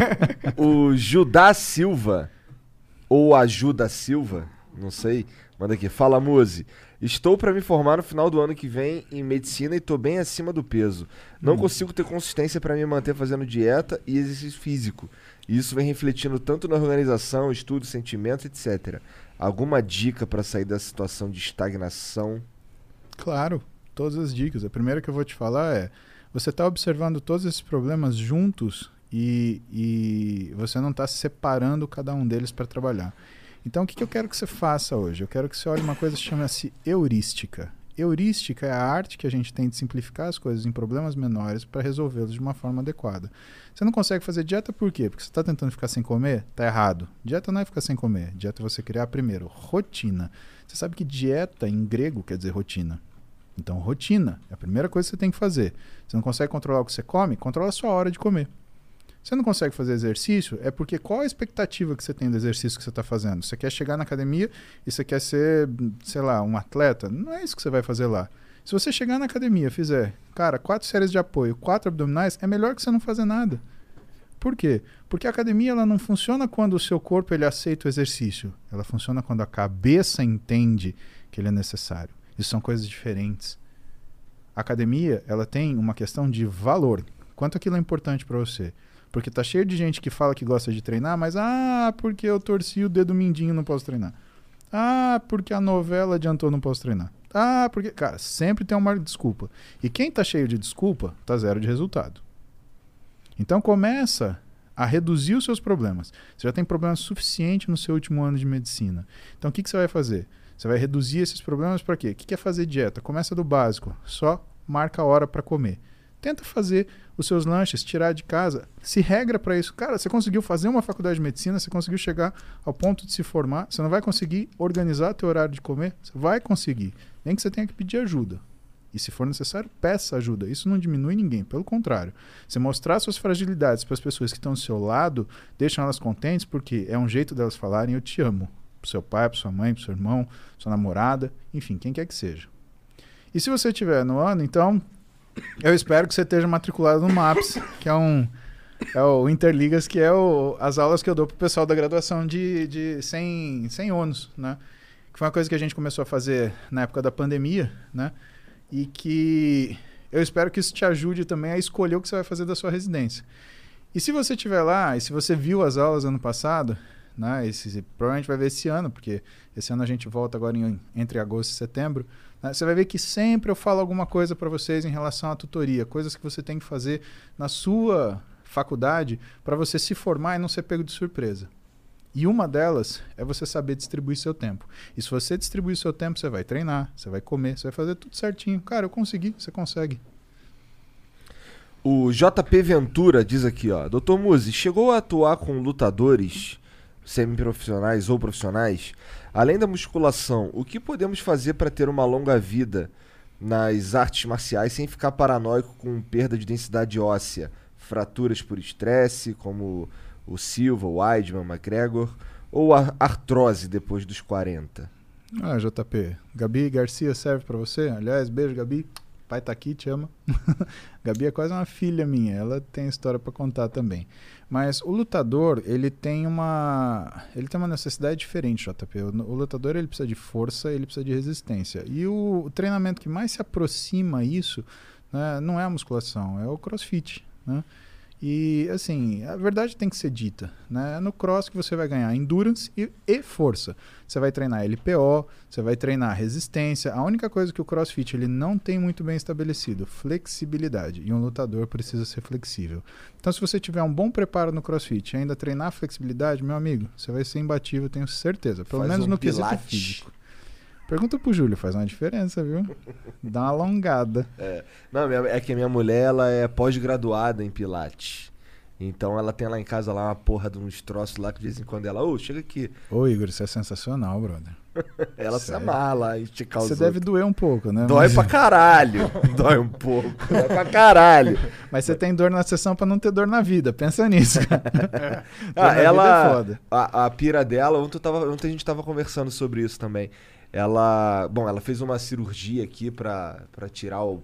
C: O Judá Silva, ou a Juda Silva, não sei, manda aqui. Fala, Muzi. Estou para me formar no final do ano que vem em medicina e tô bem acima do peso. Não consigo ter consistência para me manter fazendo dieta e exercício físico. E isso vem refletindo tanto na organização, estudos, sentimentos, etc. Alguma dica para sair da situação de estagnação?
D: Claro, todas as dicas. A primeira que eu vou te falar é, você está observando todos esses problemas juntos e você não está separando cada um deles para trabalhar. Então, o que eu quero que você faça hoje? Eu quero que você olhe uma coisa que chama-se heurística. Heurística é a arte que a gente tem de simplificar as coisas em problemas menores para resolvê-los de uma forma adequada. Você não consegue fazer dieta por quê? Porque você está tentando ficar sem comer? Está errado. Dieta não é ficar sem comer. Dieta é você criar, primeiro, rotina. Você sabe que dieta em grego quer dizer rotina. Então, rotina é a primeira coisa que você tem que fazer. Você não consegue controlar o que você come? Controla a sua hora de comer. Você não consegue fazer exercício, é porque qual a expectativa que você tem do exercício que você está fazendo? Você quer chegar na academia e você quer ser, sei lá, um atleta? Não é isso que você vai fazer lá. Se você chegar na academia e fizer, cara, 4 séries de apoio, 4 abdominais, é melhor que você não fazer nada. Por quê? Porque a academia ela não funciona quando o seu corpo ele aceita o exercício. Ela funciona quando a cabeça entende que ele é necessário. Isso são coisas diferentes. A academia ela tem uma questão de valor. Quanto aquilo é importante para você? Porque tá cheio de gente que fala que gosta de treinar, mas porque eu torci o dedo mindinho não posso treinar. Porque a novela adiantou não posso treinar. Porque... Cara, sempre tem uma desculpa. E quem tá cheio de desculpa, tá zero de resultado. Então começa a reduzir os seus problemas. Você já tem problemas suficiente no seu último ano de medicina. Então o que você vai fazer? Você vai reduzir esses problemas para quê? O que é fazer dieta? Começa do básico. Só marca a hora para comer. tenta fazer os seus lanches, tirar de casa, se regra para isso. Cara, você conseguiu fazer uma faculdade de medicina, você conseguiu chegar ao ponto de se formar, você não vai conseguir organizar teu horário de comer? Você vai conseguir, nem que você tenha que pedir ajuda. E se for necessário, peça ajuda. Isso não diminui ninguém, pelo contrário. Você mostrar suas fragilidades para as pessoas que estão do seu lado, deixam elas contentes, porque é um jeito delas falarem eu te amo. Pro seu pai, pro sua mãe, pro seu irmão, sua namorada, enfim, quem quer que seja. E se você estiver no ano, então, eu espero que você esteja matriculado no MAPS, que é o Interligas, que é as aulas que eu dou pro pessoal da graduação sem ônus, né? Que foi uma coisa que a gente começou a fazer na época da pandemia, né? E que eu espero que isso te ajude também a escolher o que você vai fazer da sua residência. E se você estiver lá, e se você viu as aulas ano passado, né, provavelmente vai ver esse ano, porque esse ano a gente volta agora entre agosto e setembro, né, você vai ver que sempre eu falo alguma coisa para vocês em relação à tutoria, coisas que você tem que fazer na sua faculdade para você se formar e não ser pego de surpresa. E uma delas é você saber distribuir seu tempo. E se você distribuir seu tempo, você vai treinar, você vai comer, você vai fazer tudo certinho. Cara, eu consegui, você consegue.
C: O JP Ventura diz aqui, ó. Dr. Muzi, chegou a atuar com lutadores semiprofissionais ou profissionais? Além da musculação, o que podemos fazer para ter uma longa vida nas artes marciais sem ficar paranoico com perda de densidade óssea? Fraturas por estresse, como o Silva, o Weidman, o McGregor, ou a artrose depois dos 40?
D: Ah, JP, Gabi Garcia serve para você? Aliás, beijo, Gabi. Pai tá aqui, te ama. Gabi é quase uma filha minha, ela tem história para contar também. Mas o lutador, ele tem uma necessidade diferente, JP. O lutador, ele precisa de força, ele precisa de resistência. E o treinamento que mais se aproxima a isso, né, não é a musculação, é o CrossFit, né? E, assim, a verdade tem que ser dita, né? É no cross que você vai ganhar endurance e força. Você vai treinar LPO, você vai treinar resistência. A única coisa que o CrossFit ele não tem muito bem estabelecido, flexibilidade. E um lutador precisa ser flexível. Então, se você tiver um bom preparo no CrossFit e ainda treinar flexibilidade, meu amigo, você vai ser imbatível, tenho certeza. Pelo menos no quesito físico. Pergunta pro Júlio, faz uma diferença, viu? Dá uma alongada.
C: Não, é que a minha mulher, ela é pós-graduada em Pilates. Então ela tem lá em casa lá uma porra de uns troços lá que de vez em quando ela, chega aqui.
D: Ô Igor, isso é sensacional, brother.
C: Ela se amarra lá, esticar os
D: Você deve doer um pouco, né?
C: Dói pra caralho. Dói um pouco. Dói pra caralho.
D: Mas você tem dor na sessão pra não ter dor na vida. Pensa nisso, cara.
C: Ela,
D: é foda.
C: A pira dela, ontem a gente tava conversando sobre isso também. Ela fez uma cirurgia aqui pra tirar o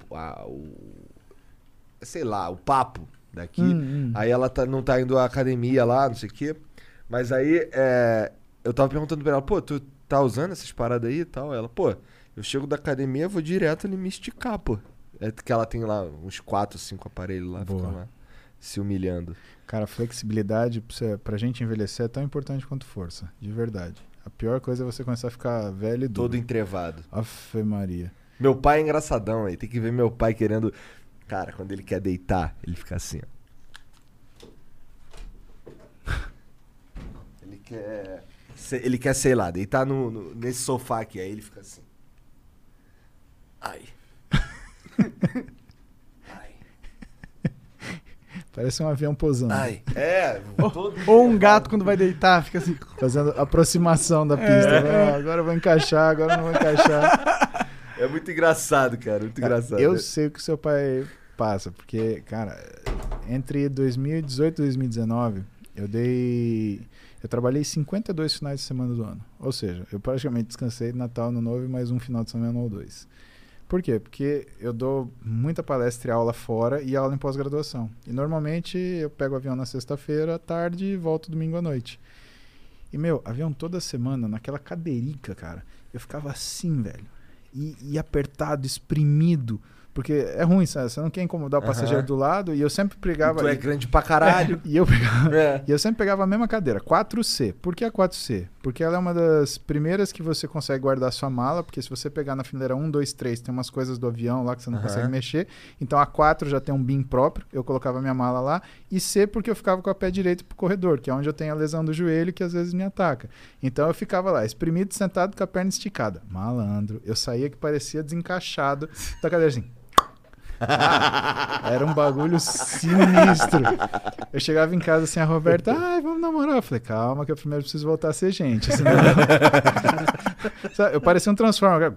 C: papo daqui. Aí ela não tá indo à academia lá, não sei o quê. Mas aí eu tava perguntando pra ela, pô, tu tá usando essas paradas aí e tal? Ela, pô, eu chego da academia, vou direto me esticar, pô. É que ela tem lá uns 4, 5 aparelhos lá, fica lá se humilhando.
D: Cara, flexibilidade pra gente envelhecer é tão importante quanto força, de verdade. A pior coisa é você começar a ficar velho e duro.
C: Todo entrevado.
D: Afe Maria.
C: Meu pai é engraçadão aí. Tem que ver meu pai querendo... Cara, quando ele quer deitar, ele fica assim, ó. Ele quer, sei lá, deitar nesse sofá aqui. Aí ele fica assim. Ai.
D: Parece um avião pousando.
C: Ai.
B: Ou um gato quando vai deitar, fica assim.
D: Fazendo aproximação da pista. Agora eu vou encaixar, agora não vou encaixar.
C: É muito engraçado, cara. Muito engraçado.
D: Eu sei o que seu pai passa, porque, cara, entre 2018 e 2019, eu trabalhei 52 finais de semana do ano. Ou seja, eu praticamente descansei Natal, Ano Novo e mais um final de semana ou 2. Por quê? Porque eu dou muita palestra e aula fora e aula em pós-graduação. E normalmente eu pego o avião na sexta-feira à tarde e volto domingo à noite. E, avião toda semana, naquela cadeirica, cara, eu ficava assim, velho. E apertado, espremido. Porque é ruim, sabe? Você não quer incomodar o passageiro do lado. E eu sempre pegava...
C: Tu é grande pra caralho.
D: E eu sempre pegava a mesma cadeira, 4C. Por que a 4C? Porque ela é uma das primeiras que você consegue guardar a sua mala. Porque se você pegar na fileira 1, 2, 3, tem umas coisas do avião lá que você não consegue mexer. Então a 4 já tem um bin próprio. Eu colocava minha mala lá. E C porque eu ficava com o pé direito pro corredor, que é onde eu tenho a lesão do joelho que às vezes me ataca. Então eu ficava lá, espremido, sentado com a perna esticada. Malandro. Eu saía que parecia desencaixado da cadeira assim. Era um bagulho sinistro. Eu chegava em casa assim, a Roberta, vamos namorar. Eu falei, calma que eu primeiro preciso voltar a ser gente. Senão... Sabe, eu parecia um Transformer.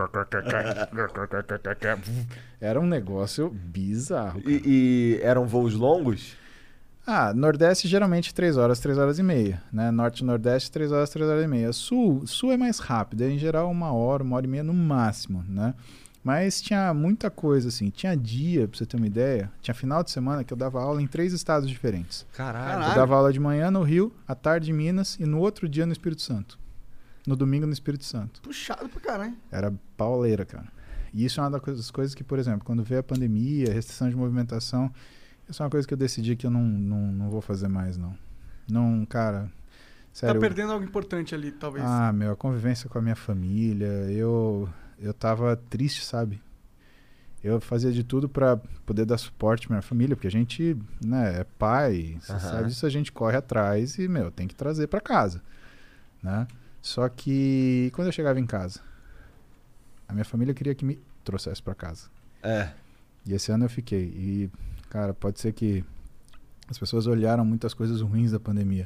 D: Era um negócio bizarro.
C: E eram voos longos?
D: Nordeste geralmente 3 horas, 3 horas e meia, né? Norte e Nordeste 3 horas, 3 horas e meia. Sul é mais rápido, em geral 1 hora, 1 hora e meia no máximo, né? Mas tinha muita coisa, assim. Tinha dia, pra você ter uma ideia, tinha final de semana que eu dava aula em 3 estados diferentes.
C: Caralho.
D: Eu dava aula de manhã no Rio, à tarde em Minas e no outro dia no Espírito Santo. No domingo no Espírito Santo.
B: Puxado pra caralho.
D: Era pauleira, cara. E isso é uma das coisas que, por exemplo, quando veio a pandemia, restrição de movimentação... Isso é uma coisa que eu decidi que eu não vou fazer mais, não. Não, cara... Sério,
B: tá perdendo algo importante ali, talvez.
D: A convivência com a minha família, eu tava triste, sabe? Eu fazia de tudo pra poder dar suporte pra minha família, porque a gente, né, é pai, você sabe disso, a gente corre atrás e, tem que trazer pra casa, né? Só que quando eu chegava em casa, a minha família queria que me trouxesse pra casa. E esse ano eu fiquei. E, cara, pode ser que as pessoas olharam muitas coisas ruins da pandemia.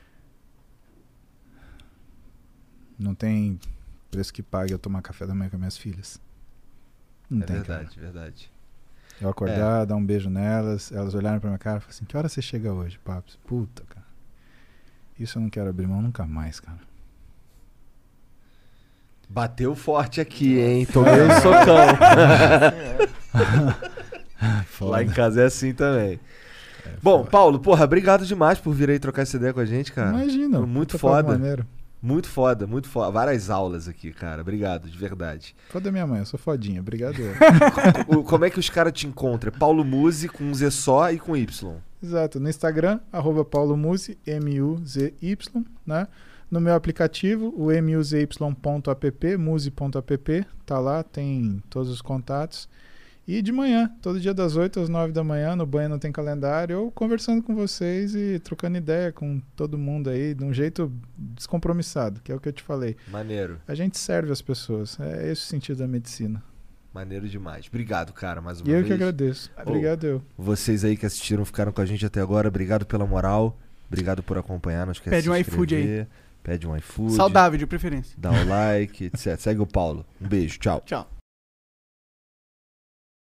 D: Não tem preço que pague eu tomar café da manhã com minhas filhas. Não tem,
C: verdade,
D: cara.
C: verdade.
D: Eu acordar, dar um beijo nelas, elas olharam pra minha cara e falaram assim, que hora você chega hoje, papo? Puta, cara. Isso eu não quero abrir mão nunca mais, cara.
C: Bateu forte aqui, hein? Tomei um socão. Lá em casa é assim também. Bom, Paulo, obrigado demais por vir aí trocar essa ideia com a gente, cara.
D: Imagina.
C: Muito foda. Muito foda, muito foda. Várias aulas aqui, cara. Obrigado, de verdade.
D: Foda minha mãe, eu sou fodinha. Obrigado.
C: Como é que os caras te encontram? Paulo Musi com um Z só e com Y.
D: Exato. No Instagram, @PauloMuzi, MUZY, né? No meu aplicativo, o muzy.app, muzi.app, tá lá, tem todos os contatos. E de manhã, todo dia das 8 às 9 da manhã, no banho não tem calendário, eu conversando com vocês e trocando ideia com todo mundo aí, de um jeito descompromissado, que é o que eu te falei.
C: Maneiro.
D: A gente serve as pessoas, é esse o sentido da medicina.
C: Maneiro demais. Obrigado, cara, mais uma vez.
D: E eu que agradeço. Obrigado eu.
C: Vocês aí que assistiram, ficaram com a gente até agora, obrigado pela moral, obrigado por acompanhar, não esquece de se inscrever.
B: Pede um iFood aí.
C: Pede um iFood.
B: Saudável, de preferência.
C: Dá o like, etc. Segue o Paulo. Um beijo, tchau.
B: Tchau.